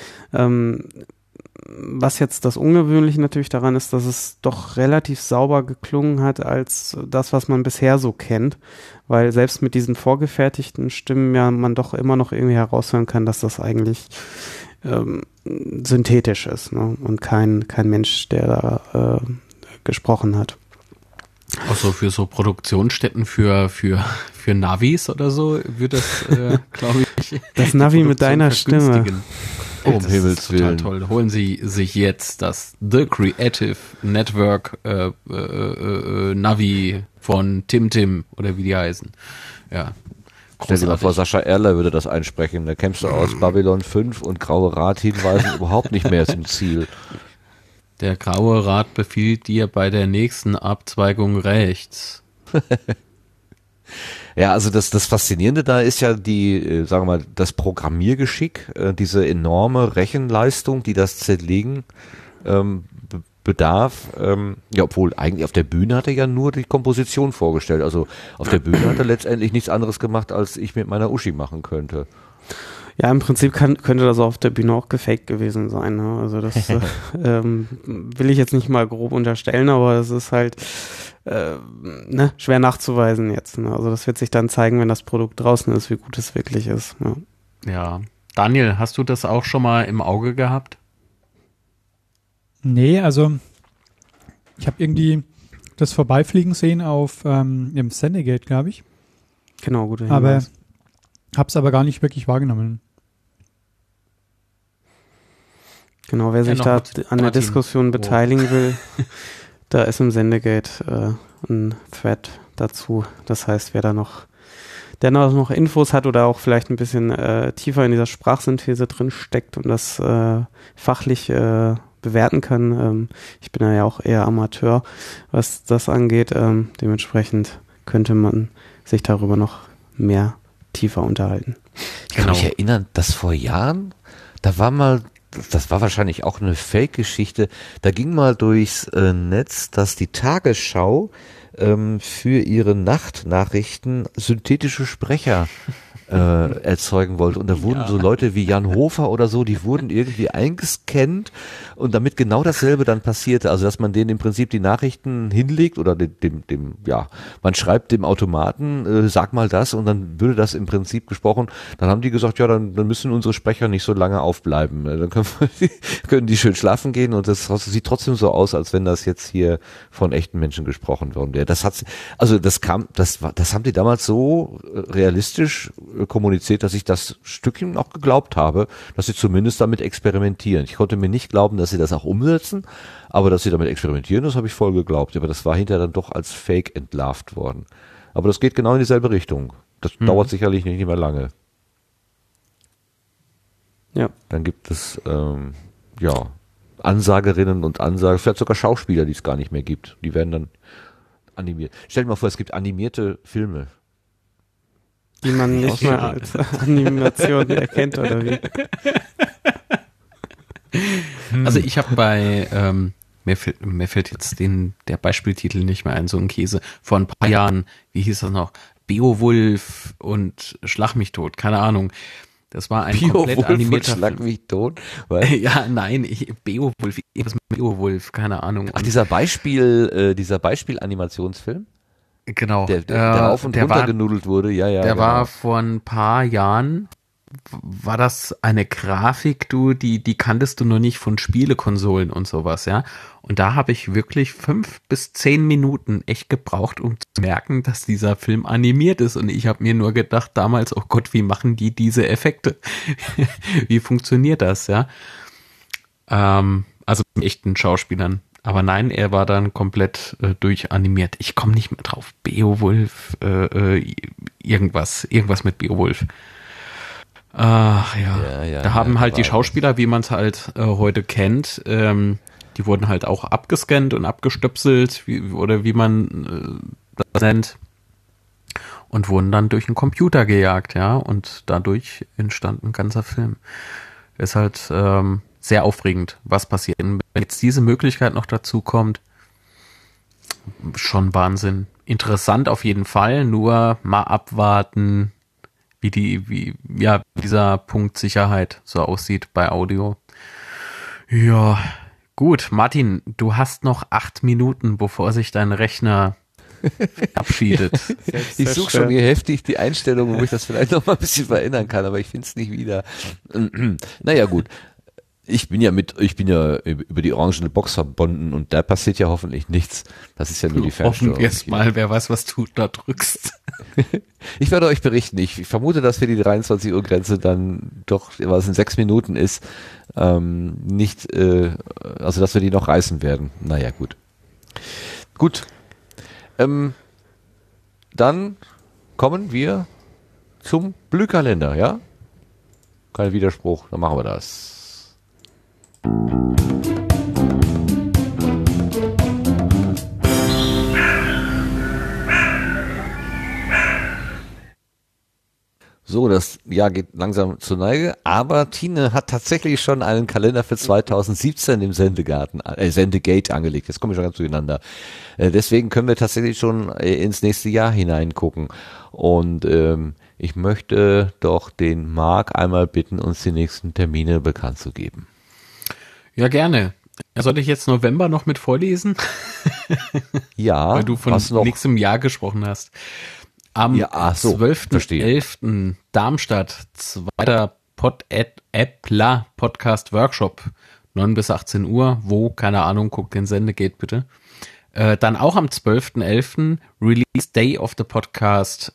was jetzt das Ungewöhnliche natürlich daran ist, dass es doch relativ sauber geklungen hat als das, was man bisher so kennt, weil selbst mit diesen vorgefertigten Stimmen ja man doch immer noch irgendwie heraushören kann, dass das eigentlich synthetisch ist, ne? Und kein Mensch, der da gesprochen hat. Also für so Produktionsstätten für Navis oder so wird das, glaube ich, das Navi mit deiner Stimme. Oh, um Himmels Willen. Toll. Holen Sie sich jetzt das The Creative Network Navi von Tim oder wie die heißen. Ja. Stell dir mal vor, Sascha Erler würde das einsprechen. Da kämpfst du aus Babylon 5 und Graue Rat hinweisen überhaupt nicht mehr zum Ziel. Der Graue Rat befiehlt dir bei der nächsten Abzweigung rechts. Ja, also das Faszinierende da ist ja sagen wir mal, das Programmiergeschick, diese enorme Rechenleistung, die das Zerlegen bedarf. Ja, obwohl eigentlich auf der Bühne hat er ja nur die Komposition vorgestellt. Also auf der Bühne hat er letztendlich nichts anderes gemacht, als ich mit meiner Uschi machen könnte. Ja, im Prinzip könnte das auf der Bühne auch gefaked gewesen sein. Ne? Also das will ich jetzt nicht mal grob unterstellen, aber es ist halt schwer nachzuweisen jetzt. Ne? Also das wird sich dann zeigen, wenn das Produkt draußen ist, wie gut es wirklich ist. Ja. Ja. Daniel, hast du das auch schon mal im Auge gehabt? Nee, also ich habe irgendwie das Vorbeifliegen sehen auf im Sendegate, glaube ich. Genau, guter Hinweis. Aber habe es aber gar nicht wirklich wahrgenommen. Genau, wer sich da an der Diskussion beteiligen will, da ist im Sendegate ein Thread dazu. Das heißt, wer da noch Infos hat oder auch vielleicht ein bisschen tiefer in dieser Sprachsynthese drin steckt und das fachlich bewerten kann. Ich bin ja auch eher Amateur, was das angeht. Dementsprechend könnte man sich darüber noch mehr tiefer unterhalten. Ich kann mich erinnern, dass vor Jahren, das war wahrscheinlich auch eine Fake-Geschichte, da ging mal durchs Netz, dass die Tagesschau für ihre Nachtnachrichten synthetische Sprecher erzeugen wollte. Und da wurden so Leute wie Jan Hofer oder so, die wurden irgendwie eingescannt und damit genau dasselbe dann passierte. Also dass man denen im Prinzip die Nachrichten hinlegt oder man schreibt dem Automaten, sag mal das und dann würde das im Prinzip gesprochen. Dann haben die gesagt, ja, dann müssen unsere Sprecher nicht so lange aufbleiben. Dann können die schön schlafen gehen und das sieht trotzdem so aus, als wenn das jetzt hier von echten Menschen gesprochen worden wäre. Das haben die damals so realistisch kommuniziert, dass ich das Stückchen auch geglaubt habe, dass sie zumindest damit experimentieren. Ich konnte mir nicht glauben, dass sie das auch umsetzen, aber dass sie damit experimentieren, das habe ich voll geglaubt. Aber das war hinterher dann doch als Fake entlarvt worden. Aber das geht genau in dieselbe Richtung. Das dauert sicherlich nicht mehr lange. Ja. Dann gibt es Ansagerinnen und Ansager, vielleicht sogar Schauspieler, die es gar nicht mehr gibt. Die werden dann animiert. Stell dir mal vor, es gibt animierte Filme. Die man nicht mal als Animation erkennt, oder wie? Also ich habe bei, mir fällt jetzt der Beispieltitel nicht mehr ein, so ein Käse, vor ein paar Jahren, wie hieß das noch? Beowulf und Schlag mich tot, keine Ahnung. Das war ein komplett animierter Schlag mich tot? Ja, nein, Beowulf, irgendwas mit Beowulf, keine Ahnung. Ach, dieser Beispiel-Animationsfilm? Genau. Der auf und runter genudelt wurde, ja. Der war vor ein paar Jahren, war das eine Grafik, die kanntest du nur nicht von Spielekonsolen und sowas, ja. Und da habe ich wirklich 5 bis 10 Minuten echt gebraucht, um zu merken, dass dieser Film animiert ist. Und ich habe mir nur gedacht damals, oh Gott, wie machen die diese Effekte? Wie funktioniert das, ja? Also mit echten Schauspielern. Aber nein, er war dann komplett durchanimiert. Ich komme nicht mehr drauf. Beowulf, irgendwas mit Beowulf. Ach ja. Da haben halt die Schauspieler, wie man es halt heute kennt, die wurden halt auch abgescannt und abgestöpselt, wie man das nennt. und wurden dann durch einen Computer gejagt, ja, und dadurch entstand ein ganzer Film. Ist halt sehr aufregend, was passiert. Wenn jetzt diese Möglichkeit noch dazu kommt, schon Wahnsinn. Interessant auf jeden Fall, nur mal abwarten, wie dieser Punkt Sicherheit so aussieht bei Audio. Ja, gut, Martin, du hast noch 8 Minuten, bevor sich dein Rechner verabschiedet. Ich suche schon hier heftig die Einstellung, wo ich das vielleicht noch mal ein bisschen verändern kann, aber ich finde es nicht wieder. Naja, gut. Ich bin ja über die orangene Box verbunden und da passiert ja hoffentlich nichts. Das ist ja nur die Fernsteuerung. Hoffen wir es mal, wer weiß, was du da drückst. Ich werde euch berichten. Ich vermute, dass wir die 23 Uhr Grenze dann doch, was in 6 Minuten ist, also dass wir die noch reißen werden. Naja, gut. Gut. Dann kommen wir zum Blühkalender, ja? Kein Widerspruch, dann machen wir das. So, das Jahr geht langsam zur Neige, aber Tine hat tatsächlich schon einen Kalender für 2017 im Sendegate angelegt. Jetzt komme ich schon ganz durcheinander. Deswegen können wir tatsächlich schon ins nächste Jahr hineingucken. Und ich möchte doch den Marc einmal bitten, uns die nächsten Termine bekannt zu geben. Ja, gerne. Soll ich jetzt November noch mit vorlesen? Ja. Weil du von nächstem Jahr gesprochen hast. Am 12.11. Darmstadt, 2. Podcast Workshop, 9 bis 18 Uhr. Wo? Keine Ahnung, guckt den Sendegate bitte. Dann auch am 12.11. Release Day of the Podcast,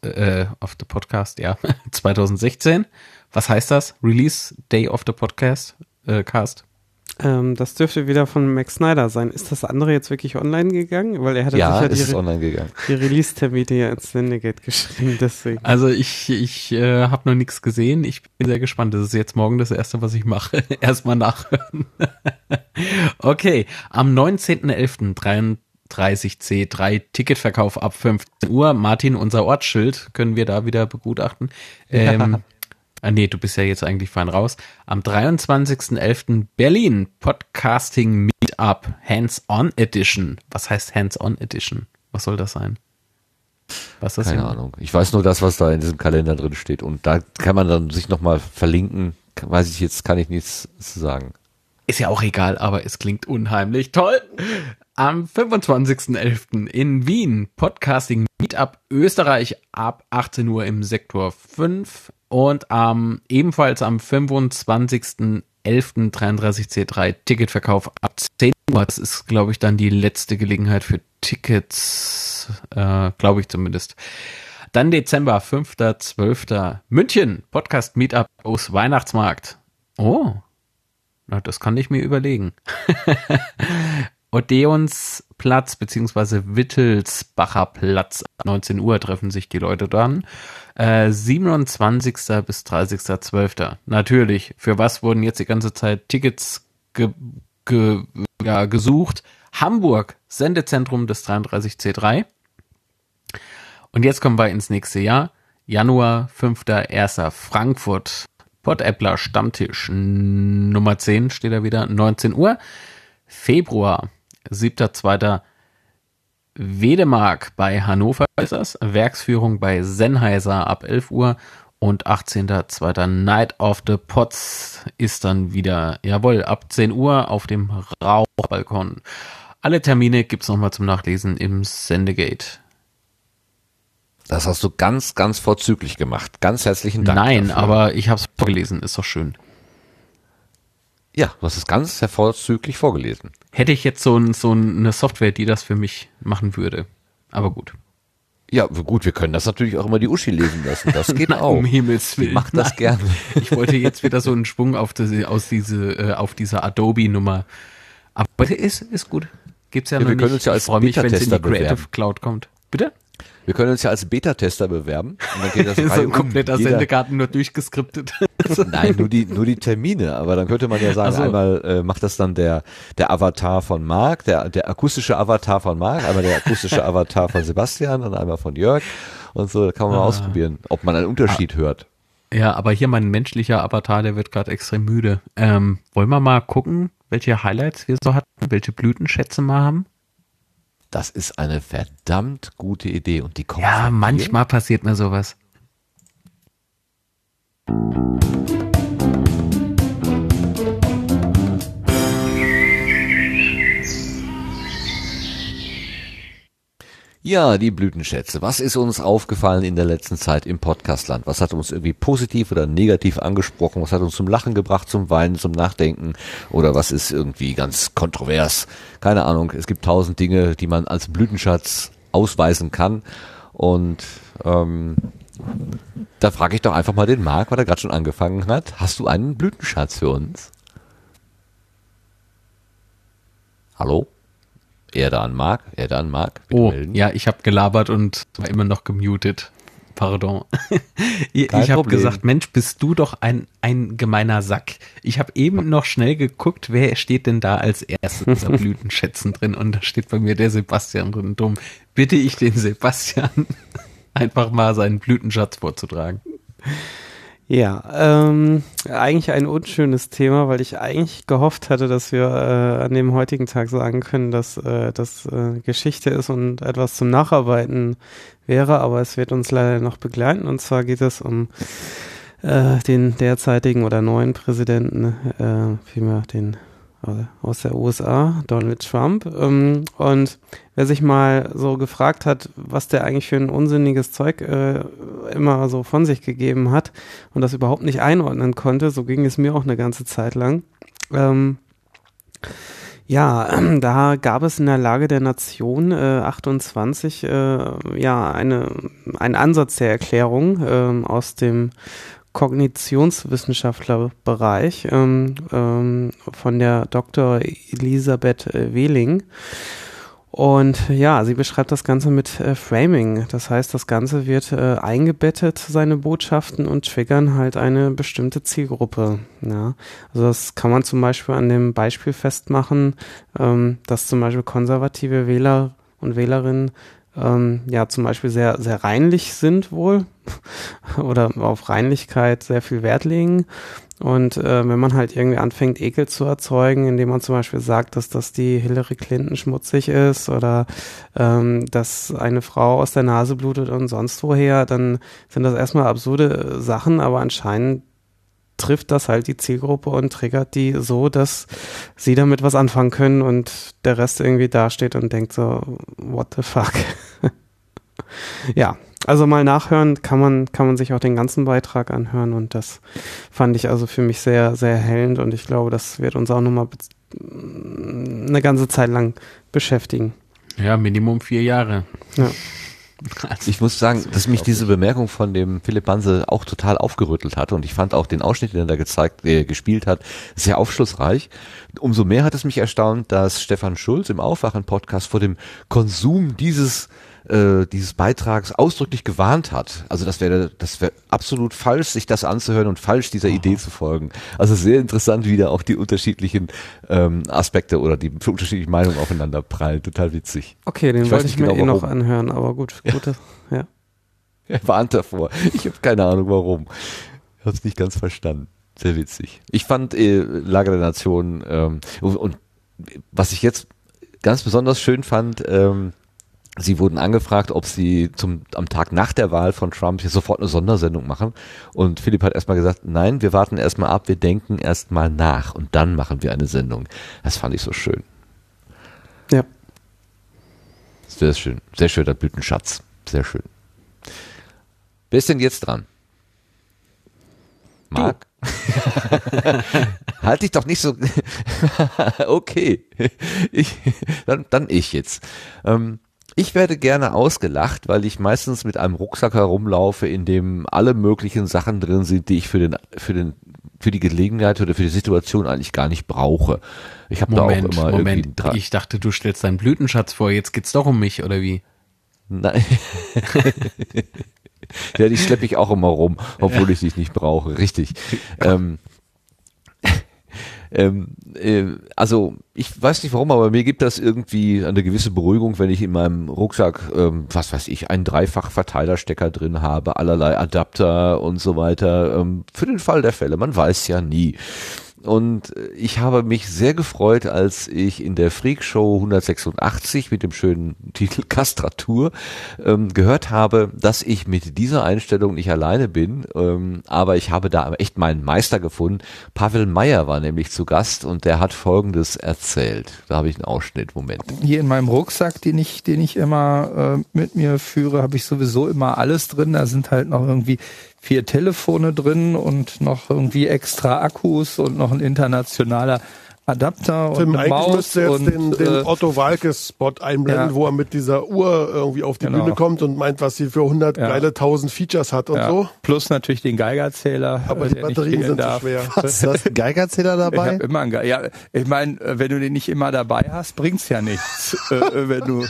2016. Was heißt das? Release Day of the Podcast, Das dürfte wieder von Max Snyder sein. Ist das andere jetzt wirklich online gegangen? Weil er hat online gegangen. Die Release-Termine ja ins Sendegate geschrieben, deswegen. Also ich habe noch nichts gesehen. Ich bin sehr gespannt. Das ist jetzt morgen das Erste, was ich mache. Erstmal nachhören. Okay, am 19.11. 33C3 Ticketverkauf ab 15 Uhr. Martin, unser Ortsschild können wir da wieder begutachten. Nee, du bist ja jetzt eigentlich fein raus. Am 23.11. Berlin Podcasting Meetup Hands-on Edition. Was heißt Hands-on Edition? Was soll das sein? Was ist das? Keine Ahnung. Ich weiß nur das, was da in diesem Kalender drin steht. Und da kann man dann sich nochmal verlinken. Weiß ich jetzt, kann ich nichts zu sagen. Ist ja auch egal, aber es klingt unheimlich toll. Am 25.11. in Wien Podcasting Meetup Österreich ab 18 Uhr im Sektor 5. Und ebenfalls am 25.11. 33C3 Ticketverkauf ab 10 Uhr. Das ist, glaube ich, dann die letzte Gelegenheit für Tickets, glaube ich zumindest. Dann Dezember, 5.12. München Podcast Meetup aus Weihnachtsmarkt. Oh, na, das kann ich mir überlegen. Odeonsplatz bzw. Wittelsbacher Platz. 19 Uhr treffen sich die Leute dann. 27. bis 30.12. Natürlich, für was wurden jetzt die ganze Zeit Tickets gesucht? Hamburg, Sendezentrum des 33C3. Und jetzt kommen wir ins nächste Jahr. Januar, 5.1. Frankfurt, Pottäppler Stammtisch Nummer 10 steht da wieder, 19 Uhr. Februar, 7.2. Wedemark bei Hannover ist das. Werksführung bei Sennheiser ab 11 Uhr. Und 18.2. Night of the Pots ist dann wieder, jawohl, ab 10 Uhr auf dem Rauchbalkon. Alle Termine gibt's nochmal zum Nachlesen im Sendegate. Das hast du ganz, ganz vorzüglich gemacht. Ganz herzlichen Dank. Nein, dafür. Aber ich habe es vorgelesen, ist doch schön. Ja, du hast es ganz hervorzüglich vorgelesen. Hätte ich jetzt so eine Software, die das für mich machen würde. Aber gut. Ja, gut, wir können das natürlich auch immer die Uschi lesen lassen. Das geht Nein, auch. Um Himmels Willen. Mach das gerne. Ich wollte jetzt wieder so einen Schwung auf dieser Adobe-Nummer. Aber ist gut. Gibt's ja noch wir können nicht. Uns ja als ich freue mich, wenn es in die Creative bewerben. Cloud kommt. Bitte? Wir können uns ja als Beta-Tester bewerben. Und dann geht das so ein kompletter Sendegarten nur durchgeskriptet. Nein, nur die Termine. Aber dann könnte man ja sagen, einmal macht das dann der Avatar von Marc, der akustische Avatar von Marc, einmal der akustische Avatar von Sebastian und einmal von Jörg. und so. Da kann man mal ausprobieren, ob man einen Unterschied hört. Ja, aber hier mein menschlicher Avatar, der wird gerade extrem müde. Wollen wir mal gucken, welche Highlights wir so hatten, welche Blütenschätze wir haben? Das ist eine verdammt gute Idee und die kommt. Ja, manchmal passiert mir sowas. Ja, die Blütenschätze. Was ist uns aufgefallen in der letzten Zeit im Podcastland? Was hat uns irgendwie positiv oder negativ angesprochen? Was hat uns zum Lachen gebracht, zum Weinen, zum Nachdenken? Oder was ist irgendwie ganz kontrovers? Keine Ahnung. Es gibt 1000 Dinge, die man als Blütenschatz ausweisen kann. Und da frage ich doch einfach mal den Marc, weil er gerade schon angefangen hat. Hast du einen Blütenschatz für uns? Hallo? Erde an Marc. Oh, ja, ich habe gelabert und war immer noch gemutet. Pardon. Ich habe gesagt, Mensch, bist du doch ein gemeiner Sack. Ich habe eben noch schnell geguckt, wer steht denn da als erstes dieser Blütenschätzen drin und da steht bei mir der Sebastian drin. Drum bitte ich den Sebastian, einfach mal seinen Blütenschatz vorzutragen. Ja, eigentlich ein unschönes Thema, weil ich eigentlich gehofft hatte, dass wir an dem heutigen Tag sagen können, dass das Geschichte ist und etwas zum Nacharbeiten wäre, aber es wird uns leider noch begleiten und zwar geht es um den derzeitigen oder neuen Präsidenten, vielmehr den aus der USA, Donald Trump. Und wer sich mal so gefragt hat, was der eigentlich für ein unsinniges Zeug immer so von sich gegeben hat und das überhaupt nicht einordnen konnte, so ging es mir auch eine ganze Zeit lang. Da gab es in der Lage der Nation 28 einen Ansatz der Erklärung aus dem Kognitionswissenschaftlerbereich von der Dr. Elisabeth Wehling. Und ja, sie beschreibt das Ganze mit Framing. Das heißt, das Ganze wird eingebettet, seine Botschaften, und triggern halt eine bestimmte Zielgruppe. Ja, also das kann man zum Beispiel an dem Beispiel festmachen, dass zum Beispiel konservative Wähler und Wählerinnen zum Beispiel sehr, sehr reinlich sind wohl oder auf Reinlichkeit sehr viel Wert legen. Und wenn man halt irgendwie anfängt, Ekel zu erzeugen, indem man zum Beispiel sagt, dass das die Hillary Clinton schmutzig ist oder dass eine Frau aus der Nase blutet und sonst woher, dann sind das erstmal absurde Sachen, aber anscheinend trifft das halt die Zielgruppe und triggert die so, dass sie damit was anfangen können und der Rest irgendwie dasteht und denkt so, what the fuck? Ja, also mal nachhören, kann man sich auch den ganzen Beitrag anhören und das fand ich also für mich sehr, sehr erhellend und ich glaube, das wird uns auch nochmal eine ganze Zeit lang beschäftigen. Ja, Minimum 4 Jahre. Ja. Ich muss sagen, dass mich diese Bemerkung von dem Philipp Banse auch total aufgerüttelt hatte und ich fand auch den Ausschnitt, den er da gespielt hat, sehr aufschlussreich. Umso mehr hat es mich erstaunt, dass Stefan Schulz im Aufwachen-Podcast vor dem Konsum dieses Beitrags ausdrücklich gewarnt hat. Also das wäre absolut falsch, sich das anzuhören und falsch dieser Idee zu folgen. Also sehr interessant, wie da auch die unterschiedlichen Aspekte oder die unterschiedlichen Meinungen aufeinander prallen. Total witzig. Okay, den wollte ich mir noch anhören, aber gut. Ja. Er warnt davor. Ich habe keine Ahnung warum. Ich habe es nicht ganz verstanden. Sehr witzig. Ich fand Lage der Nation und was ich jetzt ganz besonders schön fand, sie wurden angefragt, ob sie am Tag nach der Wahl von Trump hier sofort eine Sondersendung machen. Und Philipp hat erstmal gesagt, nein, wir warten erstmal ab, wir denken erstmal nach und dann machen wir eine Sendung. Das fand ich so schön. Ja. Sehr schön. Sehr schöner Blütenschatz. Sehr schön. Wer ist denn jetzt dran? Marc? Halt dich doch nicht so. Okay. Dann ich jetzt. Ich werde gerne ausgelacht, weil ich meistens mit einem Rucksack herumlaufe, in dem alle möglichen Sachen drin sind, die ich für die Gelegenheit oder für die Situation eigentlich gar nicht brauche. Ich habe da auch immer irgendwie ich dachte, du stellst deinen Blütenschatz vor, jetzt geht's doch um mich, oder wie? Nein. Ja, die schleppe ich auch immer rum, obwohl ich dich nicht brauche. Richtig. Also ich weiß nicht warum, aber mir gibt das irgendwie eine gewisse Beruhigung, wenn ich in meinem Rucksack, was weiß ich, einen Dreifach-Verteilerstecker drin habe, allerlei Adapter und so weiter, für den Fall der Fälle, man weiß ja nie. Und ich habe mich sehr gefreut, als ich in der Freak Show 186 mit dem schönen Titel Kastratur gehört habe, dass ich mit dieser Einstellung nicht alleine bin, aber ich habe da echt meinen Meister gefunden. Pavel Meyer war nämlich zu Gast und der hat Folgendes erzählt. Da habe ich einen Ausschnitt, Moment. Hier in meinem Rucksack, den ich immer mit mir führe, habe ich sowieso immer alles drin. Da sind halt noch irgendwie 4 Telefone drin und noch irgendwie extra Akkus und noch ein internationaler Adapter Tim, und eine Maus. Müsste jetzt und den Otto Walkes-Spot einblenden, wo er mit dieser Uhr irgendwie auf die Bühne kommt und meint, was sie für 100 geile 1000 Features hat und so. Plus natürlich den Geigerzähler. Aber die Batterien sind so schwer. Was, du hast einen Geigerzähler dabei? Ich hab immer einen ja, ich meine, wenn du den nicht immer dabei hast, bringt's ja nichts. Wenn du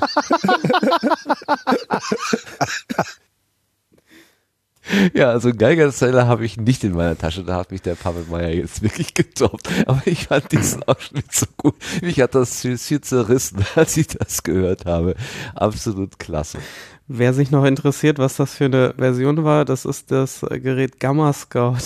Ja, also einen Geigerzähler habe ich nicht in meiner Tasche, da hat mich der Pavel Meyer jetzt wirklich getoppt. Aber ich fand diesen Ausschnitt so gut. Mich hat das viel zerrissen, als ich das gehört habe. Absolut klasse. Wer sich noch interessiert, was das für eine Version war, das ist das Gerät Gamma Scout.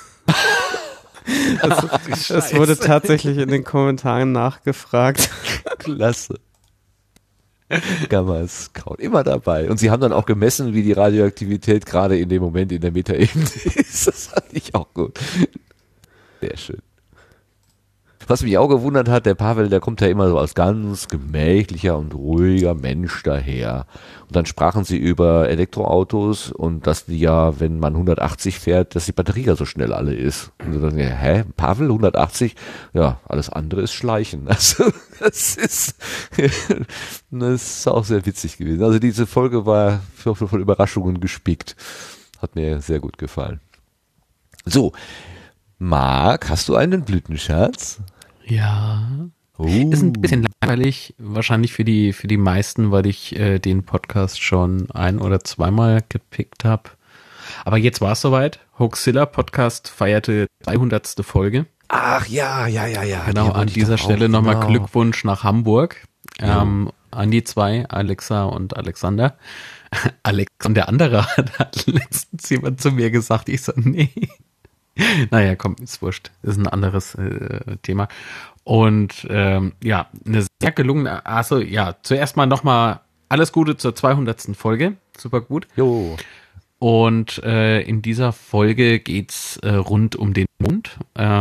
Es wurde tatsächlich in den Kommentaren nachgefragt. Klasse. Gamma Scout, immer dabei. Und sie haben dann auch gemessen, wie die Radioaktivität gerade in dem Moment in der Metaebene ist. Das fand ich auch gut. Sehr schön. Was mich auch gewundert hat, der Pavel, der kommt ja immer so als ganz gemächlicher und ruhiger Mensch daher. Und dann sprachen sie über Elektroautos und dass die ja, wenn man 180 fährt, dass die Batterie ja so schnell alle ist. Und dann dachte ich, Pavel, 180? Ja, alles andere ist Schleichen. Also, das ist auch sehr witzig gewesen. Also diese Folge war von Überraschungen gespickt. Hat mir sehr gut gefallen. So, Marc, hast du einen Blütenschatz? Ja. Ist ein bisschen langweilig, wahrscheinlich für die meisten, weil ich den Podcast schon ein- oder zweimal gepickt habe. Aber jetzt war es soweit. Hoaxilla Podcast feierte 300. Folge. Ach ja. Genau, an dieser Stelle nochmal Glückwunsch nach Hamburg. An die 2, Alexa und Alexander. Alex und der andere hat letztens jemand zu mir gesagt, ich so, nee. Naja, komm, ist wurscht. Ist ein anderes Thema. Und ja, eine sehr gelungene, also ja, zuerst mal nochmal alles Gute zur 200. Folge. Super gut. Jo. Und in dieser Folge geht's rund um den Mond.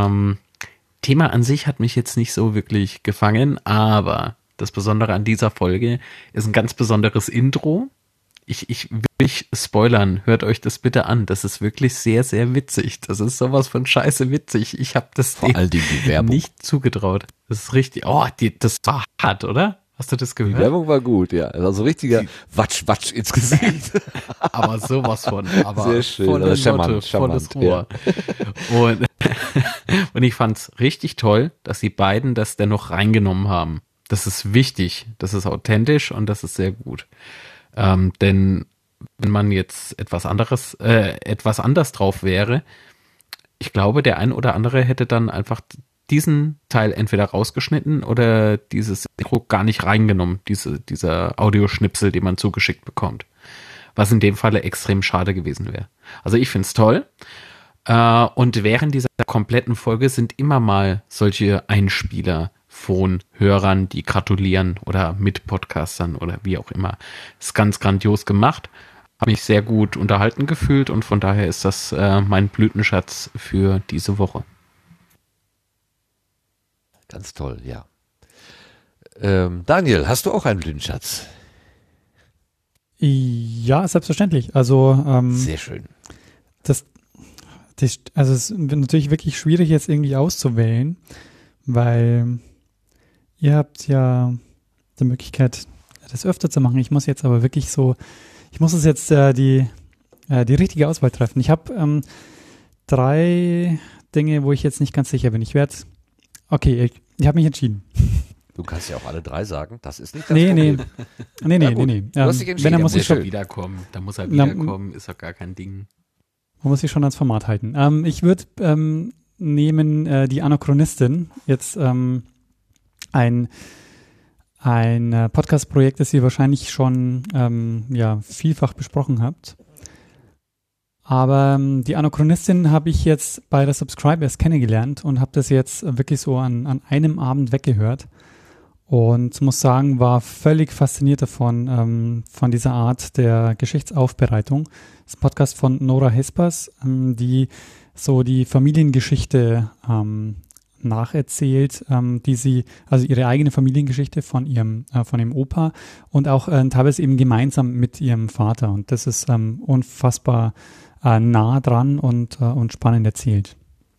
Thema an sich hat mich jetzt nicht so wirklich gefangen, aber das Besondere an dieser Folge ist ein ganz besonderes Intro. Ich will nicht spoilern, hört euch das bitte an. Das ist wirklich sehr, sehr witzig. Das ist sowas von scheiße witzig. Ich habe das vor allen Dingen die Werbung nicht zugetraut. Das ist richtig, das war hart, oder? Hast du das gehört? Die Werbung war gut, ja. Also richtiger Watsch ins Gesicht. Aber sowas von. Aber sehr schön, volle charmant, volles Rohr. Ja. Und ich fand's richtig toll, dass die beiden das dennoch reingenommen haben. Das ist wichtig, das ist authentisch und das ist sehr gut. Denn wenn man jetzt etwas anders drauf wäre, ich glaube, der ein oder andere hätte dann einfach diesen Teil entweder rausgeschnitten oder dieses Intro gar nicht reingenommen, dieser Audioschnipsel, den man zugeschickt bekommt. Was in dem Falle extrem schade gewesen wäre. Also ich find's toll. Und während dieser kompletten Folge sind immer mal solche Einspieler von Hörern, die gratulieren oder mit Podcastern oder wie auch immer. Ist ganz grandios gemacht. Habe mich sehr gut unterhalten gefühlt und von daher ist das mein Blütenschatz für diese Woche. Ganz toll, ja. Daniel, hast du auch einen Blütenschatz? Ja, selbstverständlich. Also sehr schön. Also es ist natürlich wirklich schwierig jetzt irgendwie auszuwählen, weil ihr habt ja die Möglichkeit, das öfter zu machen. Ich muss jetzt aber wirklich ich muss jetzt die richtige Auswahl treffen. Ich habe 3 Dinge, wo ich jetzt nicht ganz sicher bin. Ich habe mich entschieden. Du kannst ja auch alle 3 sagen, das ist nicht das Problem. Nee. Du hast dich entschieden. Wenn er muss schon wiederkommen, ist doch gar kein Ding. Man muss sich schon ans Format halten. Ich würde nehmen die Anachronistin, jetzt ein Podcast-Projekt, das ihr wahrscheinlich schon vielfach besprochen habt. Aber die Anachronistin habe ich jetzt bei der Subscribe erst kennengelernt und habe das jetzt wirklich so an einem Abend weggehört. Und muss sagen, war völlig fasziniert davon, von dieser Art der Geschichtsaufbereitung. Das ist ein Podcast von Nora Hespers, die so die Familiengeschichte nacherzählt, also ihre eigene Familiengeschichte von ihrem Opa und auch teilweise eben gemeinsam mit ihrem Vater. Und das ist unfassbar nah dran und spannend erzählt.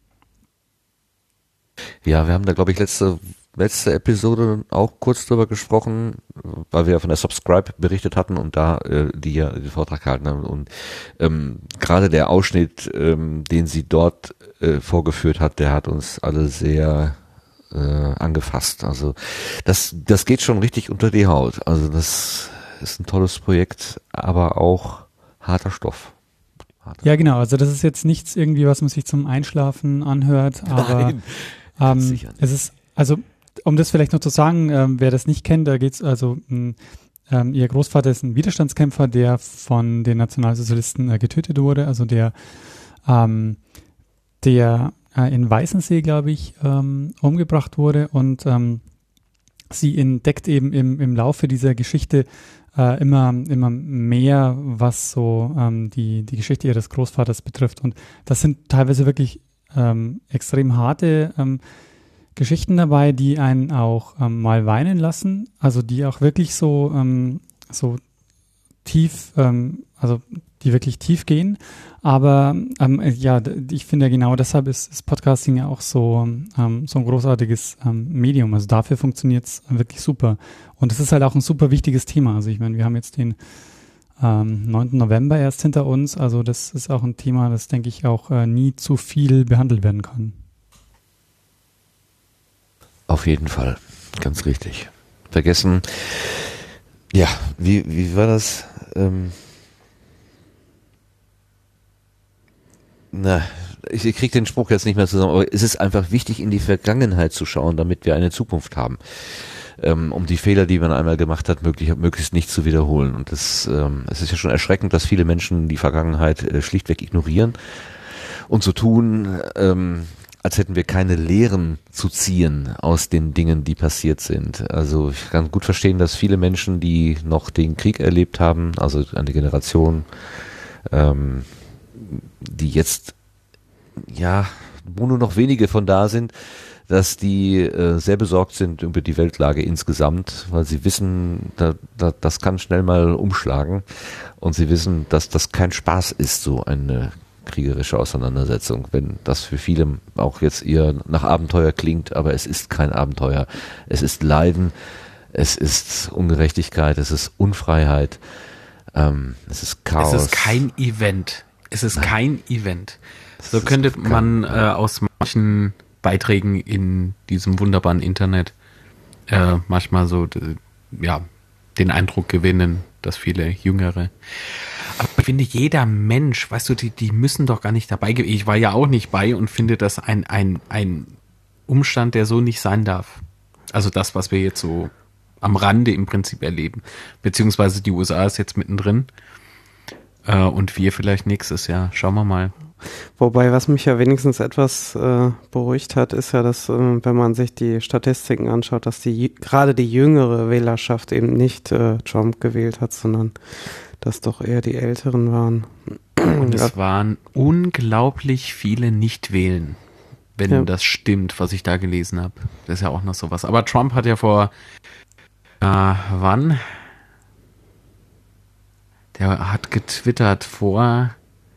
Ja, wir haben da, glaube ich, letzte Episode auch kurz drüber gesprochen, weil wir ja von der Subscribe berichtet hatten und da die ja den Vortrag gehalten haben. Und gerade der Ausschnitt, den sie dort vorgeführt hat, der hat uns alle sehr angefasst. Also das geht schon richtig unter die Haut. Also das ist ein tolles Projekt, aber auch harter Stoff. Ja, genau. Also das ist jetzt nichts irgendwie, was man sich zum Einschlafen anhört, aber es ist, also um das vielleicht noch zu sagen, wer das nicht kennt, da geht's also, ihr Großvater ist ein Widerstandskämpfer, der von den Nationalsozialisten getötet wurde, also der in Weißensee, glaube ich, umgebracht wurde und sie entdeckt eben im Laufe dieser Geschichte immer mehr, was so die Geschichte ihres Großvaters betrifft. Und das sind teilweise wirklich extrem harte Geschichten dabei, die einen auch mal weinen lassen, also die auch wirklich so tief, also die wirklich tief gehen. Aber ich finde ja genau deshalb ist Podcasting ja auch so ein großartiges Medium. Also dafür funktioniert es wirklich super. Und es ist halt auch ein super wichtiges Thema. Also ich meine, wir haben jetzt den 9. November erst hinter uns. Also das ist auch ein Thema, das, denke ich, auch nie zu viel behandelt werden kann. Auf jeden Fall. Ganz richtig. Vergessen. Ja, wie war das? Ich kriege den Spruch jetzt nicht mehr zusammen, aber es ist einfach wichtig, in die Vergangenheit zu schauen, damit wir eine Zukunft haben. Um die Fehler, die man einmal gemacht hat, möglichst nicht zu wiederholen. Und es ist ja schon erschreckend, dass viele Menschen die Vergangenheit schlichtweg ignorieren und so tun, als hätten wir keine Lehren zu ziehen aus den Dingen, die passiert sind. Also ich kann gut verstehen, dass viele Menschen, die noch den Krieg erlebt haben, also eine Generation, die jetzt, ja, wo nur noch wenige von da sind, dass die sehr besorgt sind über die Weltlage insgesamt, weil sie wissen, das kann schnell mal umschlagen und sie wissen, dass das kein Spaß ist, so eine kriegerische Auseinandersetzung, wenn das für viele auch jetzt eher nach Abenteuer klingt, aber es ist kein Abenteuer. Es ist Leiden, es ist Ungerechtigkeit, es ist Unfreiheit, es ist Chaos. Es ist kein Event. Es ist kein Event. So könnte man aus manchen Beiträgen in diesem wunderbaren Internet manchmal so den Eindruck gewinnen, dass viele Jüngere. Aber ich finde, jeder Mensch, weißt du, die müssen doch gar nicht dabei gewesen. Ich war ja auch nicht bei und finde das ein Umstand, der so nicht sein darf. Also das, was wir jetzt so am Rande im Prinzip erleben. Beziehungsweise die USA ist jetzt mittendrin. Und wir vielleicht nächstes Jahr. Schauen wir mal. Wobei, was mich ja wenigstens etwas beruhigt hat, ist ja, dass, wenn man sich die Statistiken anschaut, dass gerade die jüngere Wählerschaft eben nicht Trump gewählt hat, sondern dass doch eher die Älteren waren. Und es waren unglaublich viele Nicht-Wählen, wenn das stimmt, was ich da gelesen habe. Das ist ja auch noch sowas. Aber Trump hat ja vor, wann? Der hat getwittert vor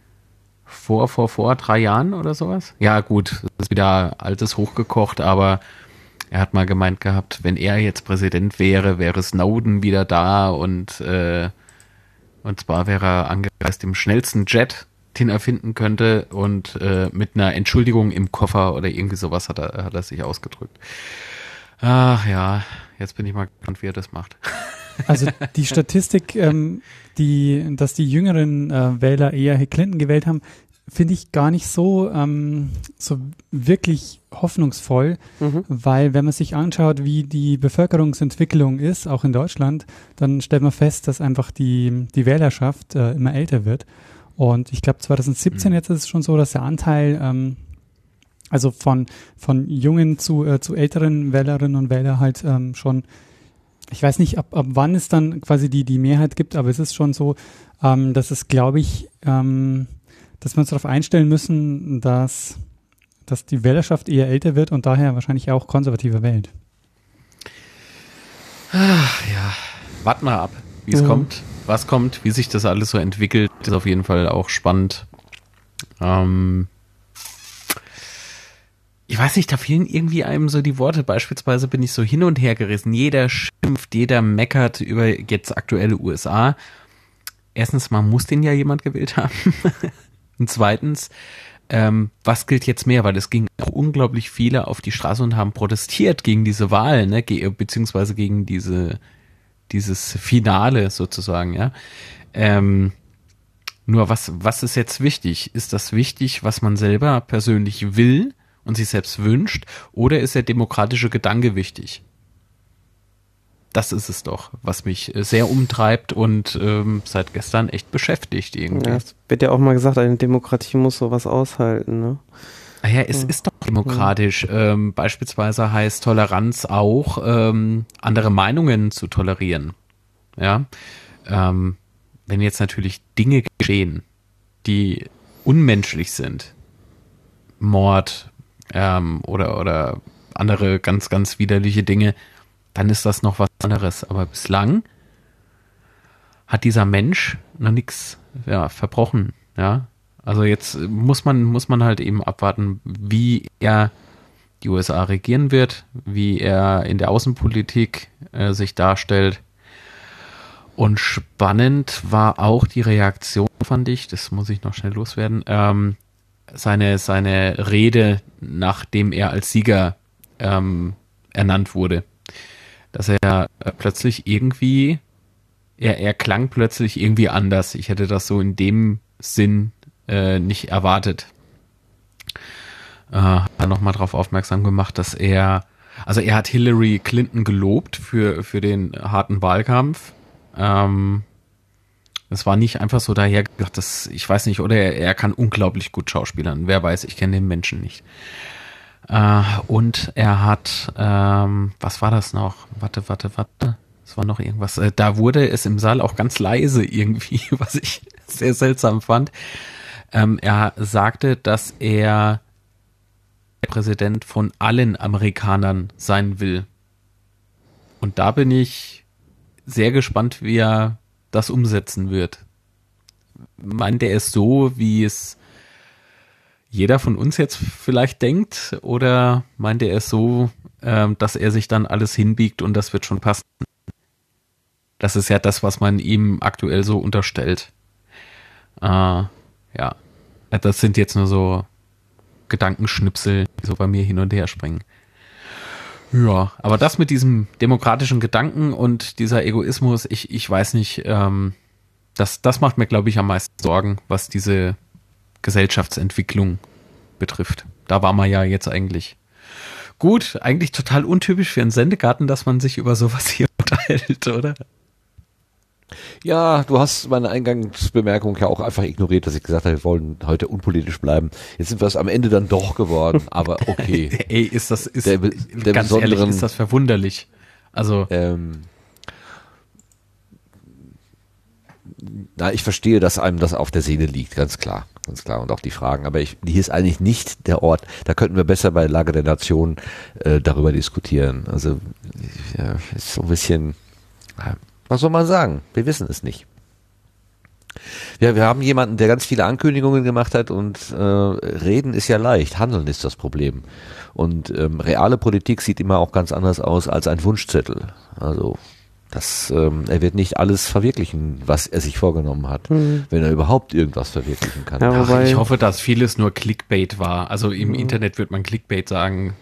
3 Jahren oder sowas. Ja gut, das ist wieder altes hochgekocht, aber er hat mal gemeint gehabt, wenn er jetzt Präsident wäre Snowden wieder da und zwar wäre er angereist im schnellsten Jet, den er finden könnte und mit einer Entschuldigung im Koffer oder irgendwie sowas hat er sich ausgedrückt. Ach ja, jetzt bin ich mal gespannt, wie er das macht. Also die Statistik, dass die jüngeren Wähler eher Clinton gewählt haben, finde ich gar nicht so wirklich hoffnungsvoll, weil wenn man sich anschaut, wie die Bevölkerungsentwicklung ist, auch in Deutschland, dann stellt man fest, dass einfach die Wählerschaft immer älter wird. Und ich glaube 2017 jetzt ist es schon so, dass der Anteil also von jungen zu älteren Wählerinnen und Wählern halt schon, ich weiß nicht, ab wann es dann quasi die Mehrheit gibt, aber es ist schon so, dass es, glaube ich, dass wir uns darauf einstellen müssen, dass die Wählerschaft eher älter wird und daher wahrscheinlich auch konservativer wählt. Ach ja, warten wir ab, wie es kommt, was kommt, wie sich das alles so entwickelt, ist auf jeden Fall auch spannend. Ich weiß nicht, da fehlen irgendwie einem so die Worte. Beispielsweise bin ich so hin und her gerissen. Jeder schimpft, jeder meckert über jetzt aktuelle USA. Erstens mal muss den ja jemand gewählt haben. Und zweitens, was gilt jetzt mehr? Weil es gingen auch unglaublich viele auf die Straße und haben protestiert gegen diese Wahl, ne? Beziehungsweise gegen dieses Finale sozusagen, ja. Nur was ist jetzt wichtig? Ist das wichtig, was man selber persönlich will und sich selbst wünscht, oder ist der demokratische Gedanke wichtig? Das ist es doch, was mich sehr umtreibt und seit gestern echt beschäftigt irgendwie. Ja, es wird ja auch mal gesagt, eine Demokratie muss sowas aushalten, ne? Naja, es ist doch demokratisch. Beispielsweise heißt Toleranz auch, andere Meinungen zu tolerieren. Ja, wenn jetzt natürlich Dinge geschehen, die unmenschlich sind, Mord oder andere ganz, ganz widerliche Dinge, dann ist das noch was anderes. Aber bislang hat dieser Mensch noch nichts verbrochen. Ja, also jetzt muss man halt eben abwarten, wie er die USA regieren wird, wie er in der Außenpolitik sich darstellt. Und spannend war auch die Reaktion, fand ich, das muss ich noch schnell loswerden, seine Rede, nachdem er als Sieger ernannt wurde. Dass er plötzlich irgendwie, er klang plötzlich irgendwie anders. Ich hätte das so in dem Sinn nicht erwartet. Hat nochmal darauf aufmerksam gemacht, dass er hat Hillary Clinton gelobt für den harten Wahlkampf. Es war nicht einfach so daher gedacht, ich weiß nicht, oder er kann unglaublich gut schauspielern. Wer weiß, ich kenne den Menschen nicht. Und er hat, was war das noch? Warte. Es war noch irgendwas. Da wurde es im Saal auch ganz leise irgendwie, was ich sehr seltsam fand. Er sagte, dass er der Präsident von allen Amerikanern sein will. Und da bin ich sehr gespannt, wie er das umsetzen wird. Meint er es so, wie es jeder von uns jetzt vielleicht denkt, oder meint er es so, dass er sich dann alles hinbiegt und das wird schon passen? Das ist ja das, was man ihm aktuell so unterstellt. Ja, das sind jetzt nur so Gedankenschnipsel, die so bei mir hin und her springen. Ja, aber das mit diesem demokratischen Gedanken und dieser Egoismus, ich weiß nicht, das macht mir, glaube ich, am meisten Sorgen, was diese Gesellschaftsentwicklung betrifft. Da war man ja jetzt eigentlich. Gut, eigentlich total untypisch für einen Sendegarten, dass man sich über sowas hier unterhält, oder? Ja, du hast meine Eingangsbemerkung ja auch einfach ignoriert, dass ich gesagt habe, wir wollen heute unpolitisch bleiben. Jetzt sind wir es am Ende dann doch geworden, aber okay. Ey, ganz ehrlich, ist das verwunderlich. Also, ich verstehe, dass einem das auf der Seele liegt, ganz klar. Und auch die Fragen. Aber hier ist eigentlich nicht der Ort. Da könnten wir besser bei Lage der Nation darüber diskutieren. Also, ja, ist so ein bisschen, was soll man sagen? Wir wissen es nicht. Ja, wir haben jemanden, der ganz viele Ankündigungen gemacht hat und reden ist ja leicht, handeln ist das Problem. Und reale Politik sieht immer auch ganz anders aus als ein Wunschzettel. Also er wird nicht alles verwirklichen, was er sich vorgenommen hat, wenn er überhaupt irgendwas verwirklichen kann. Ja, ich hoffe, dass vieles nur Clickbait war. Also im Internet wird man Clickbait sagen.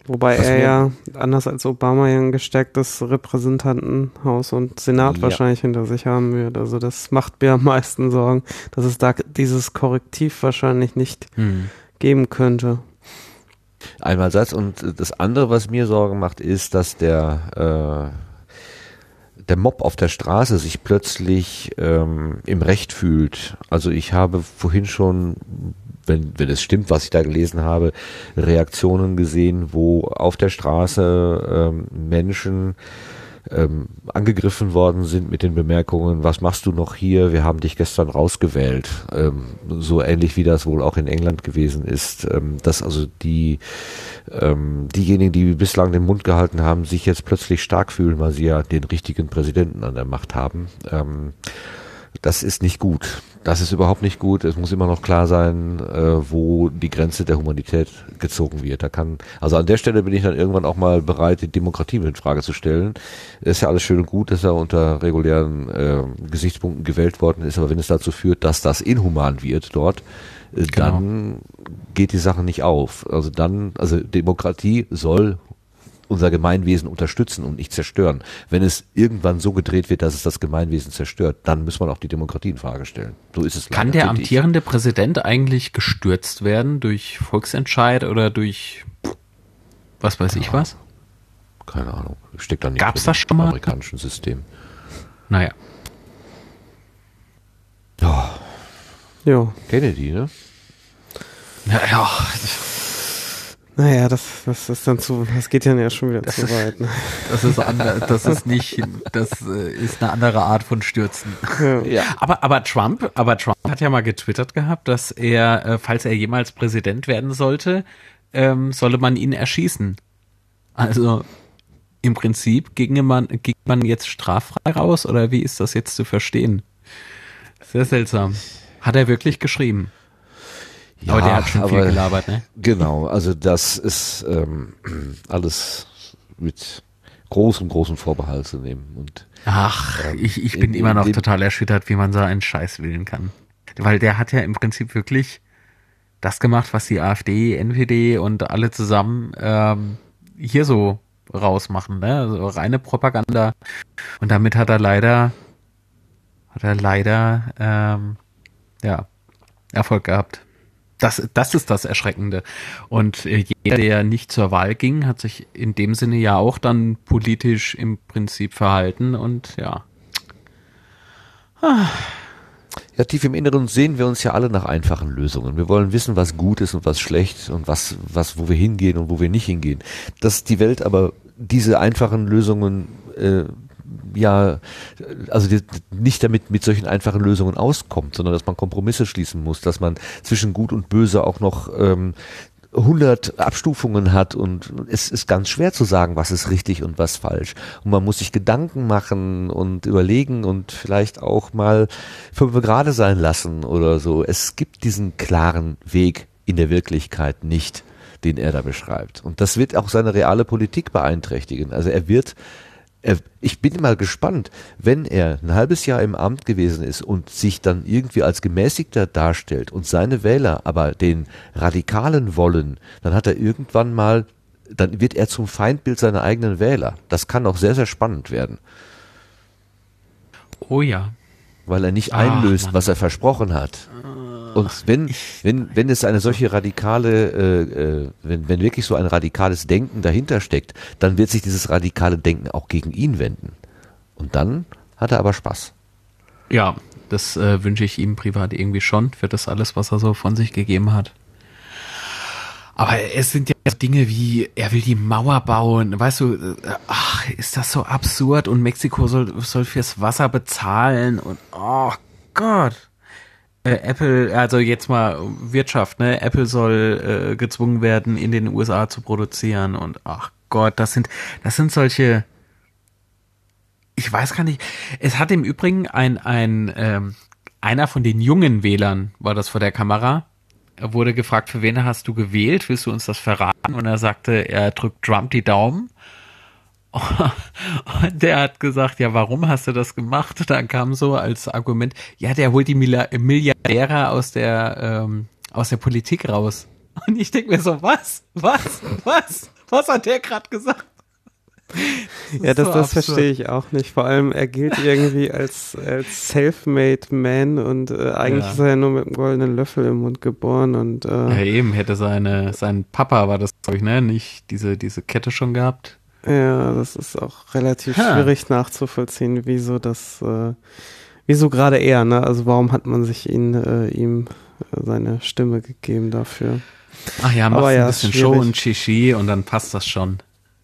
Wobei er ja, anders als Obama, ja ein gestärktes Repräsentantenhaus und Senat wahrscheinlich hinter sich haben wird. Also das macht mir am meisten Sorgen, dass es da dieses Korrektiv wahrscheinlich nicht geben könnte. Einmal das. Und das andere, was mir Sorgen macht, ist, dass der Mob auf der Straße sich plötzlich im Recht fühlt. Also ich habe vorhin schon, wenn es stimmt, was ich da gelesen habe, Reaktionen gesehen, wo auf der Straße Menschen angegriffen worden sind mit den Bemerkungen, was machst du noch hier, wir haben dich gestern rausgewählt. So ähnlich wie das wohl auch in England gewesen ist, dass also diejenigen, die bislang den Mund gehalten haben, sich jetzt plötzlich stark fühlen, weil sie ja den richtigen Präsidenten an der Macht haben. Das ist nicht gut. Das ist überhaupt nicht gut. Es muss immer noch klar sein, wo die Grenze der Humanität gezogen wird. Also an der Stelle bin ich dann irgendwann auch mal bereit, die Demokratie in Frage zu stellen. Ist ja alles schön und gut, dass er unter regulären Gesichtspunkten gewählt worden ist, aber wenn es dazu führt, dass das inhuman wird dort, dann geht die Sache nicht auf. Also Demokratie soll unser Gemeinwesen unterstützen und nicht zerstören. Wenn es irgendwann so gedreht wird, dass es das Gemeinwesen zerstört, dann muss man auch die Demokratie in Frage stellen. So ist es leider. Kann der amtierende Präsident eigentlich gestürzt werden durch Volksentscheid oder durch was weiß ich was? Keine Ahnung. Steckt da nicht Gab's das schon mal? Im amerikanischen System. Naja. Ja. Kennedy, ne? Ja. Naja, das ist dann das geht ja schon wieder zu weit. Ne? Das ist eine andere Art von Stürzen. Ja. Aber Trump hat ja mal getwittert gehabt, dass er, falls er jemals Präsident werden sollte, solle man ihn erschießen. Also im Prinzip ging man jetzt straffrei raus, oder wie ist das jetzt zu verstehen? Sehr seltsam. Hat er wirklich geschrieben? Ja, aber der hat schon viel gelabert, ne? Genau, also das ist alles mit großem Vorbehalt zu nehmen. Und, ich bin immer noch total erschüttert, wie man so einen Scheiß wählen kann. Weil der hat ja im Prinzip wirklich das gemacht, was die AfD, NPD und alle zusammen hier so rausmachen, ne? Also reine Propaganda. Und damit hat er leider Erfolg gehabt. Das ist das Erschreckende. Und jeder, der nicht zur Wahl ging, hat sich in dem Sinne ja auch dann politisch im Prinzip verhalten und ja. Ja, tief im Inneren sehen wir uns ja alle nach einfachen Lösungen. Wir wollen wissen, was gut ist und was schlecht und wo wir hingehen und wo wir nicht hingehen. Dass die Welt aber diese einfachen Lösungen nicht damit mit solchen einfachen Lösungen auskommt, sondern dass man Kompromisse schließen muss, dass man zwischen Gut und Böse auch noch 100 Abstufungen hat und es ist ganz schwer zu sagen, was ist richtig und was falsch. Und man muss sich Gedanken machen und überlegen und vielleicht auch mal 5 Grade sein lassen oder so. Es gibt diesen klaren Weg in der Wirklichkeit nicht, den er da beschreibt. Und das wird auch seine reale Politik beeinträchtigen. Also ich bin mal gespannt, wenn er ein halbes Jahr im Amt gewesen ist und sich dann irgendwie als Gemäßigter darstellt und seine Wähler aber den Radikalen wollen, dann wird er zum Feindbild seiner eigenen Wähler. Das kann auch sehr, sehr spannend werden. Oh ja. Weil er nicht einlöst, was er versprochen hat. Und wenn es eine solche radikale, wenn wirklich so ein radikales Denken dahinter steckt, dann wird sich dieses radikale Denken auch gegen ihn wenden. Und dann hat er aber Spaß. Ja, das wünsche ich ihm privat irgendwie schon, für das alles, was er so von sich gegeben hat. Aber es sind ja Dinge wie, er will die Mauer bauen, weißt du, ist das so absurd und Mexiko soll fürs Wasser bezahlen und oh Gott. Apple, also jetzt mal Wirtschaft, ne? Apple soll gezwungen werden, in den USA zu produzieren und ach Gott, das sind solche, ich weiß gar nicht, es hat im Übrigen einer von den jungen Wählern, war das vor der Kamera, er wurde gefragt, für wen hast du gewählt, willst du uns das verraten? Und er sagte, er drückt Trump die Daumen. Und der hat gesagt, ja, warum hast du das gemacht? Dann kam so als Argument, ja, der holt die Milliardäre aus der Politik raus. Und ich denke mir so, was? Was hat der gerade gesagt? Ja, das verstehe ich auch nicht. Vor allem, er gilt irgendwie als self-made man und eigentlich ist er ja nur mit einem goldenen Löffel im Mund geboren und ja, eben hätte sein Papa war das, glaube ich, ne, nicht diese Kette schon gehabt. Ja, das ist auch relativ schwierig nachzuvollziehen, wieso gerade er, ne? Also warum hat man sich ihm seine Stimme gegeben dafür? Ach ja, machst ein bisschen Show und Shishi und dann passt das schon.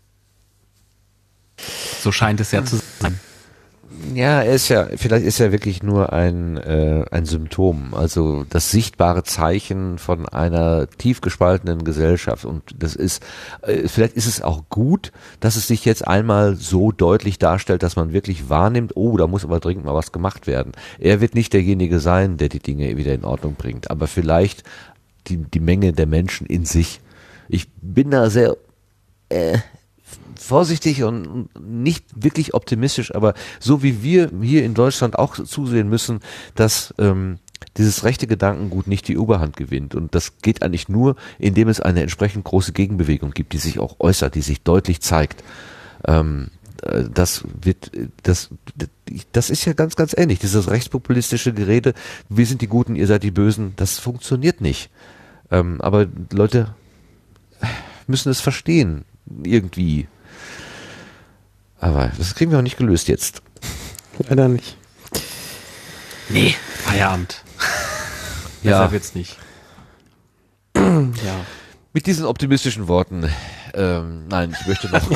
So scheint es ja zu sein. Ja, vielleicht ist er wirklich nur ein Symptom, also das sichtbare Zeichen von einer tief gespaltenen Gesellschaft. Und das ist, vielleicht ist es auch gut, dass es sich jetzt einmal so deutlich darstellt, dass man wirklich wahrnimmt, oh, da muss aber dringend mal was gemacht werden. Er wird nicht derjenige sein, der die Dinge wieder in Ordnung bringt, aber vielleicht die Menge der Menschen in sich. Ich bin da sehr vorsichtig und nicht wirklich optimistisch, aber so wie wir hier in Deutschland auch zusehen müssen, dass dieses rechte Gedankengut nicht die Oberhand gewinnt. Und das geht eigentlich nur, indem es eine entsprechend große Gegenbewegung gibt, die sich auch äußert, die sich deutlich zeigt. Das ist ja ganz, ganz ähnlich. Dieses rechtspopulistische Gerede, wir sind die Guten, ihr seid die Bösen, das funktioniert nicht. Aber Leute müssen es verstehen, irgendwie. Aber das kriegen wir auch nicht gelöst jetzt. Leider nicht. Nee, Feierabend. Ja. Besser wird's nicht. Ja. Mit diesen optimistischen Worten, nein, ich möchte noch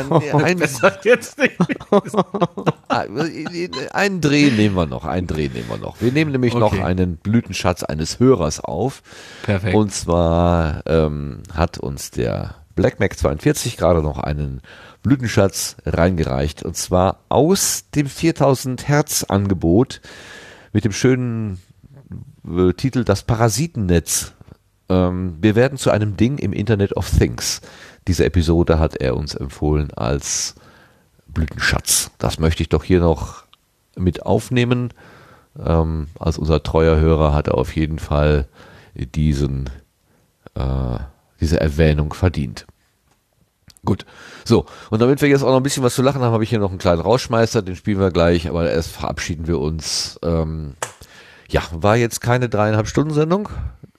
einen Dreh nehmen wir noch. Wir nehmen nämlich noch einen Blütenschatz eines Hörers auf. Perfekt. Und zwar hat uns der Black Mac 42 gerade noch einen Blütenschatz reingereicht. Und zwar aus dem 4000 Hertz Angebot mit dem schönen Titel Das Parasitennetz. Wir werden zu einem Ding im Internet of Things. Diese Episode hat er uns empfohlen als Blütenschatz. Das möchte ich doch hier noch mit aufnehmen. Als unser treuer Hörer hat er auf jeden Fall diese Erwähnung verdient. Gut, so, und damit wir jetzt auch noch ein bisschen was zu lachen haben, habe ich hier noch einen kleinen Rausschmeißer, den spielen wir gleich, aber erst verabschieden wir uns. War jetzt keine 3,5 Stunden Sendung,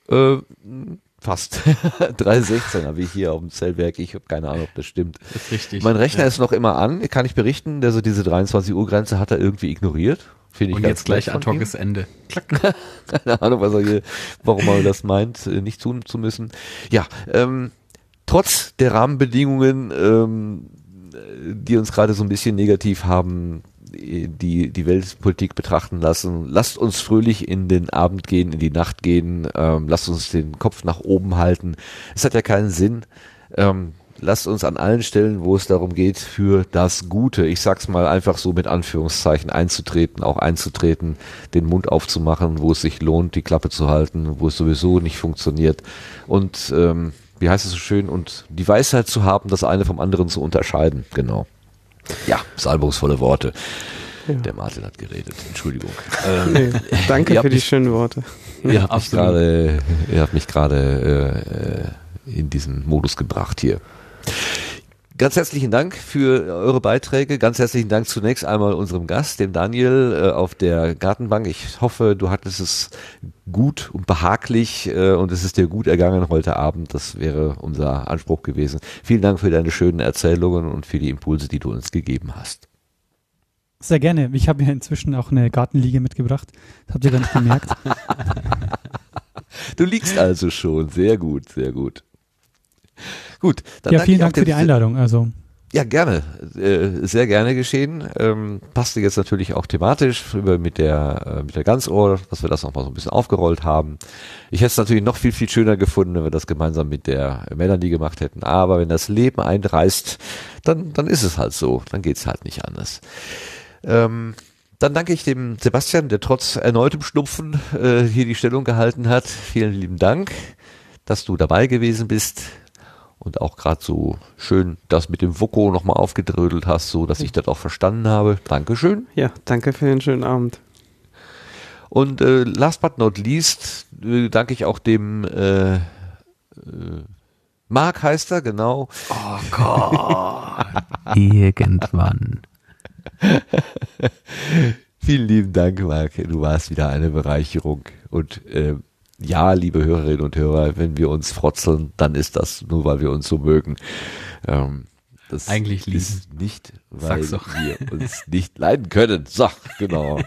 fast. 3,16 habe ich hier auf dem Zellwerk, ich habe keine Ahnung, ob das stimmt. Das ist richtig. Mein Rechner ist noch immer an, kann ich berichten, der so diese 23 Uhr Grenze hat er irgendwie ignoriert. Finde ich und jetzt gleich ad hoc ist Ende. Keine Ahnung, warum er das meint, nicht tun zu müssen. Ja, trotz der Rahmenbedingungen, die uns gerade so ein bisschen negativ haben, die Weltpolitik betrachten lassen, lasst uns fröhlich in den Abend gehen, in die Nacht gehen, lasst uns den Kopf nach oben halten. Es hat ja keinen Sinn. Lasst uns an allen Stellen, wo es darum geht, für das Gute, ich sag's mal einfach so mit Anführungszeichen, einzutreten, den Mund aufzumachen, wo es sich lohnt, die Klappe zu halten, wo es sowieso nicht funktioniert und wie heißt es so schön, und die Weisheit zu haben, das eine vom anderen zu unterscheiden. Genau. Ja, salbungsvolle Worte. Ja. Der Martin hat geredet. Entschuldigung. Danke für die schönen Worte. Ihr habt mich gerade in diesen Modus gebracht hier. Ganz herzlichen Dank für eure Beiträge. Ganz herzlichen Dank zunächst einmal unserem Gast, dem Daniel, auf der Gartenbank. Ich hoffe, du hattest es gut und behaglich und es ist dir gut ergangen heute Abend. Das wäre unser Anspruch gewesen. Vielen Dank für deine schönen Erzählungen und für die Impulse, die du uns gegeben hast. Sehr gerne. Ich habe mir inzwischen auch eine Gartenliege mitgebracht. Das habt ihr gar nicht gemerkt. Du liegst also schon. Sehr gut, sehr gut. Gut, dann ja, vielen Dank für die Einladung. Also. Ja, gerne. Sehr gerne geschehen. Passte jetzt natürlich auch thematisch mit der Ganzohr, dass wir das nochmal so ein bisschen aufgerollt haben. Ich hätte es natürlich noch viel, viel schöner gefunden, wenn wir das gemeinsam mit der Melanie gemacht hätten. Aber wenn das Leben einreißt, dann ist es halt so. Dann geht's halt nicht anders. Dann danke ich dem Sebastian, der trotz erneutem Schnupfen hier die Stellung gehalten hat. Vielen lieben Dank, dass du dabei gewesen bist. Und auch gerade so schön das mit dem Voko nochmal aufgedrödelt hast, so dass ich das auch verstanden habe. Dankeschön. Ja, danke für den schönen Abend. Und last but not least danke ich auch dem Marc heißt er, genau. Oh Gott. Irgendwann. Vielen lieben Dank, Marc. Du warst wieder eine Bereicherung. Und ja, liebe Hörerinnen und Hörer, wenn wir uns frotzeln, dann ist das nur, weil wir uns so mögen. Das eigentlich lieben. Ist nicht, weil wir uns nicht leiden können. So, genau.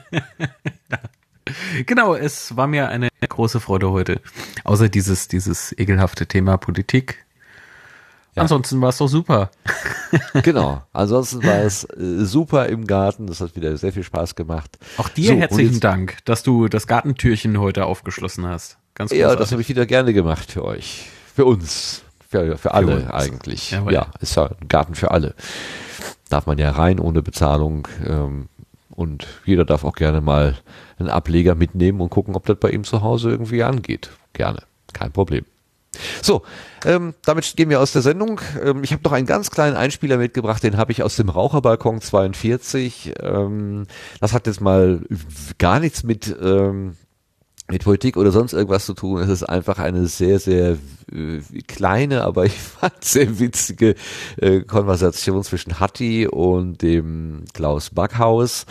Genau, es war mir eine große Freude heute. Außer dieses ekelhafte Thema Politik. Ja. Ansonsten war es doch super. Genau, ansonsten war es super im Garten. Das hat wieder sehr viel Spaß gemacht. Auch dir herzlichen Dank, dass du das Gartentürchen heute aufgeschlossen hast. Ganz großartig. Ja, das habe ich wieder gerne gemacht für euch. Für uns. Für alle uns. Eigentlich. Jawohl. Ja, ist ja ein Garten für alle. Darf man ja rein ohne Bezahlung. Und jeder darf auch gerne mal einen Ableger mitnehmen und gucken, ob das bei ihm zu Hause irgendwie angeht. Gerne. Kein Problem. So, damit gehen wir aus der Sendung. Ich habe noch einen ganz kleinen Einspieler mitgebracht, den habe ich aus dem Raucherbalkon 42. Das hat jetzt mal gar nichts mit Politik oder sonst irgendwas zu tun. Es ist einfach eine sehr, sehr kleine, aber ich fand sehr witzige Konversation zwischen Hatti und dem Klaus Backhaus.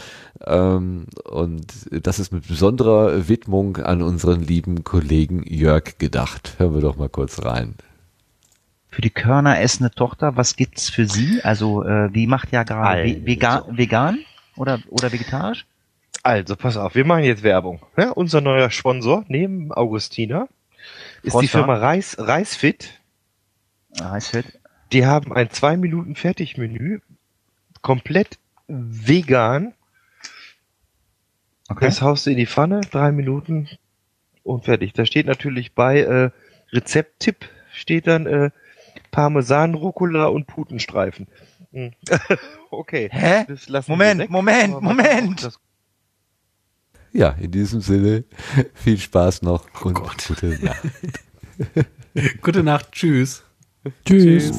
Und das ist mit besonderer Widmung an unseren lieben Kollegen Jörg gedacht. Hören wir doch mal kurz rein. Für die Körner essende Tochter, was gibt's für sie? Also die macht ja gerade vegan oder vegetarisch? Also, pass auf, wir machen jetzt Werbung. Ja, unser neuer Sponsor neben Augustina ist die Firma Reisfit. Reisfit. Die haben ein 2-Minuten-Fertigmenü, komplett vegan. Okay. Das haust du in die Pfanne, 3 Minuten und fertig. Da steht natürlich bei Rezepttipp steht dann Parmesan, Rucola und Putenstreifen. Okay. Hä? Moment. Ja, in diesem Sinne, viel Spaß noch und gute Nacht. Gute Nacht, tschüss. Tschüss.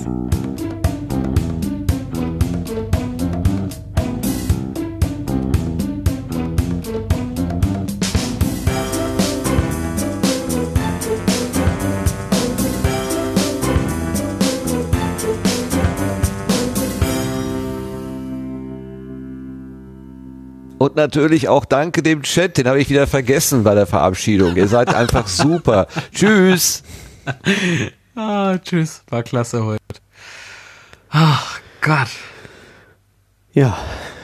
Und natürlich auch danke dem Chat, den habe ich wieder vergessen bei der Verabschiedung. Ihr seid einfach super. Tschüss. Tschüss. War klasse heute. Ach Gott. Ja,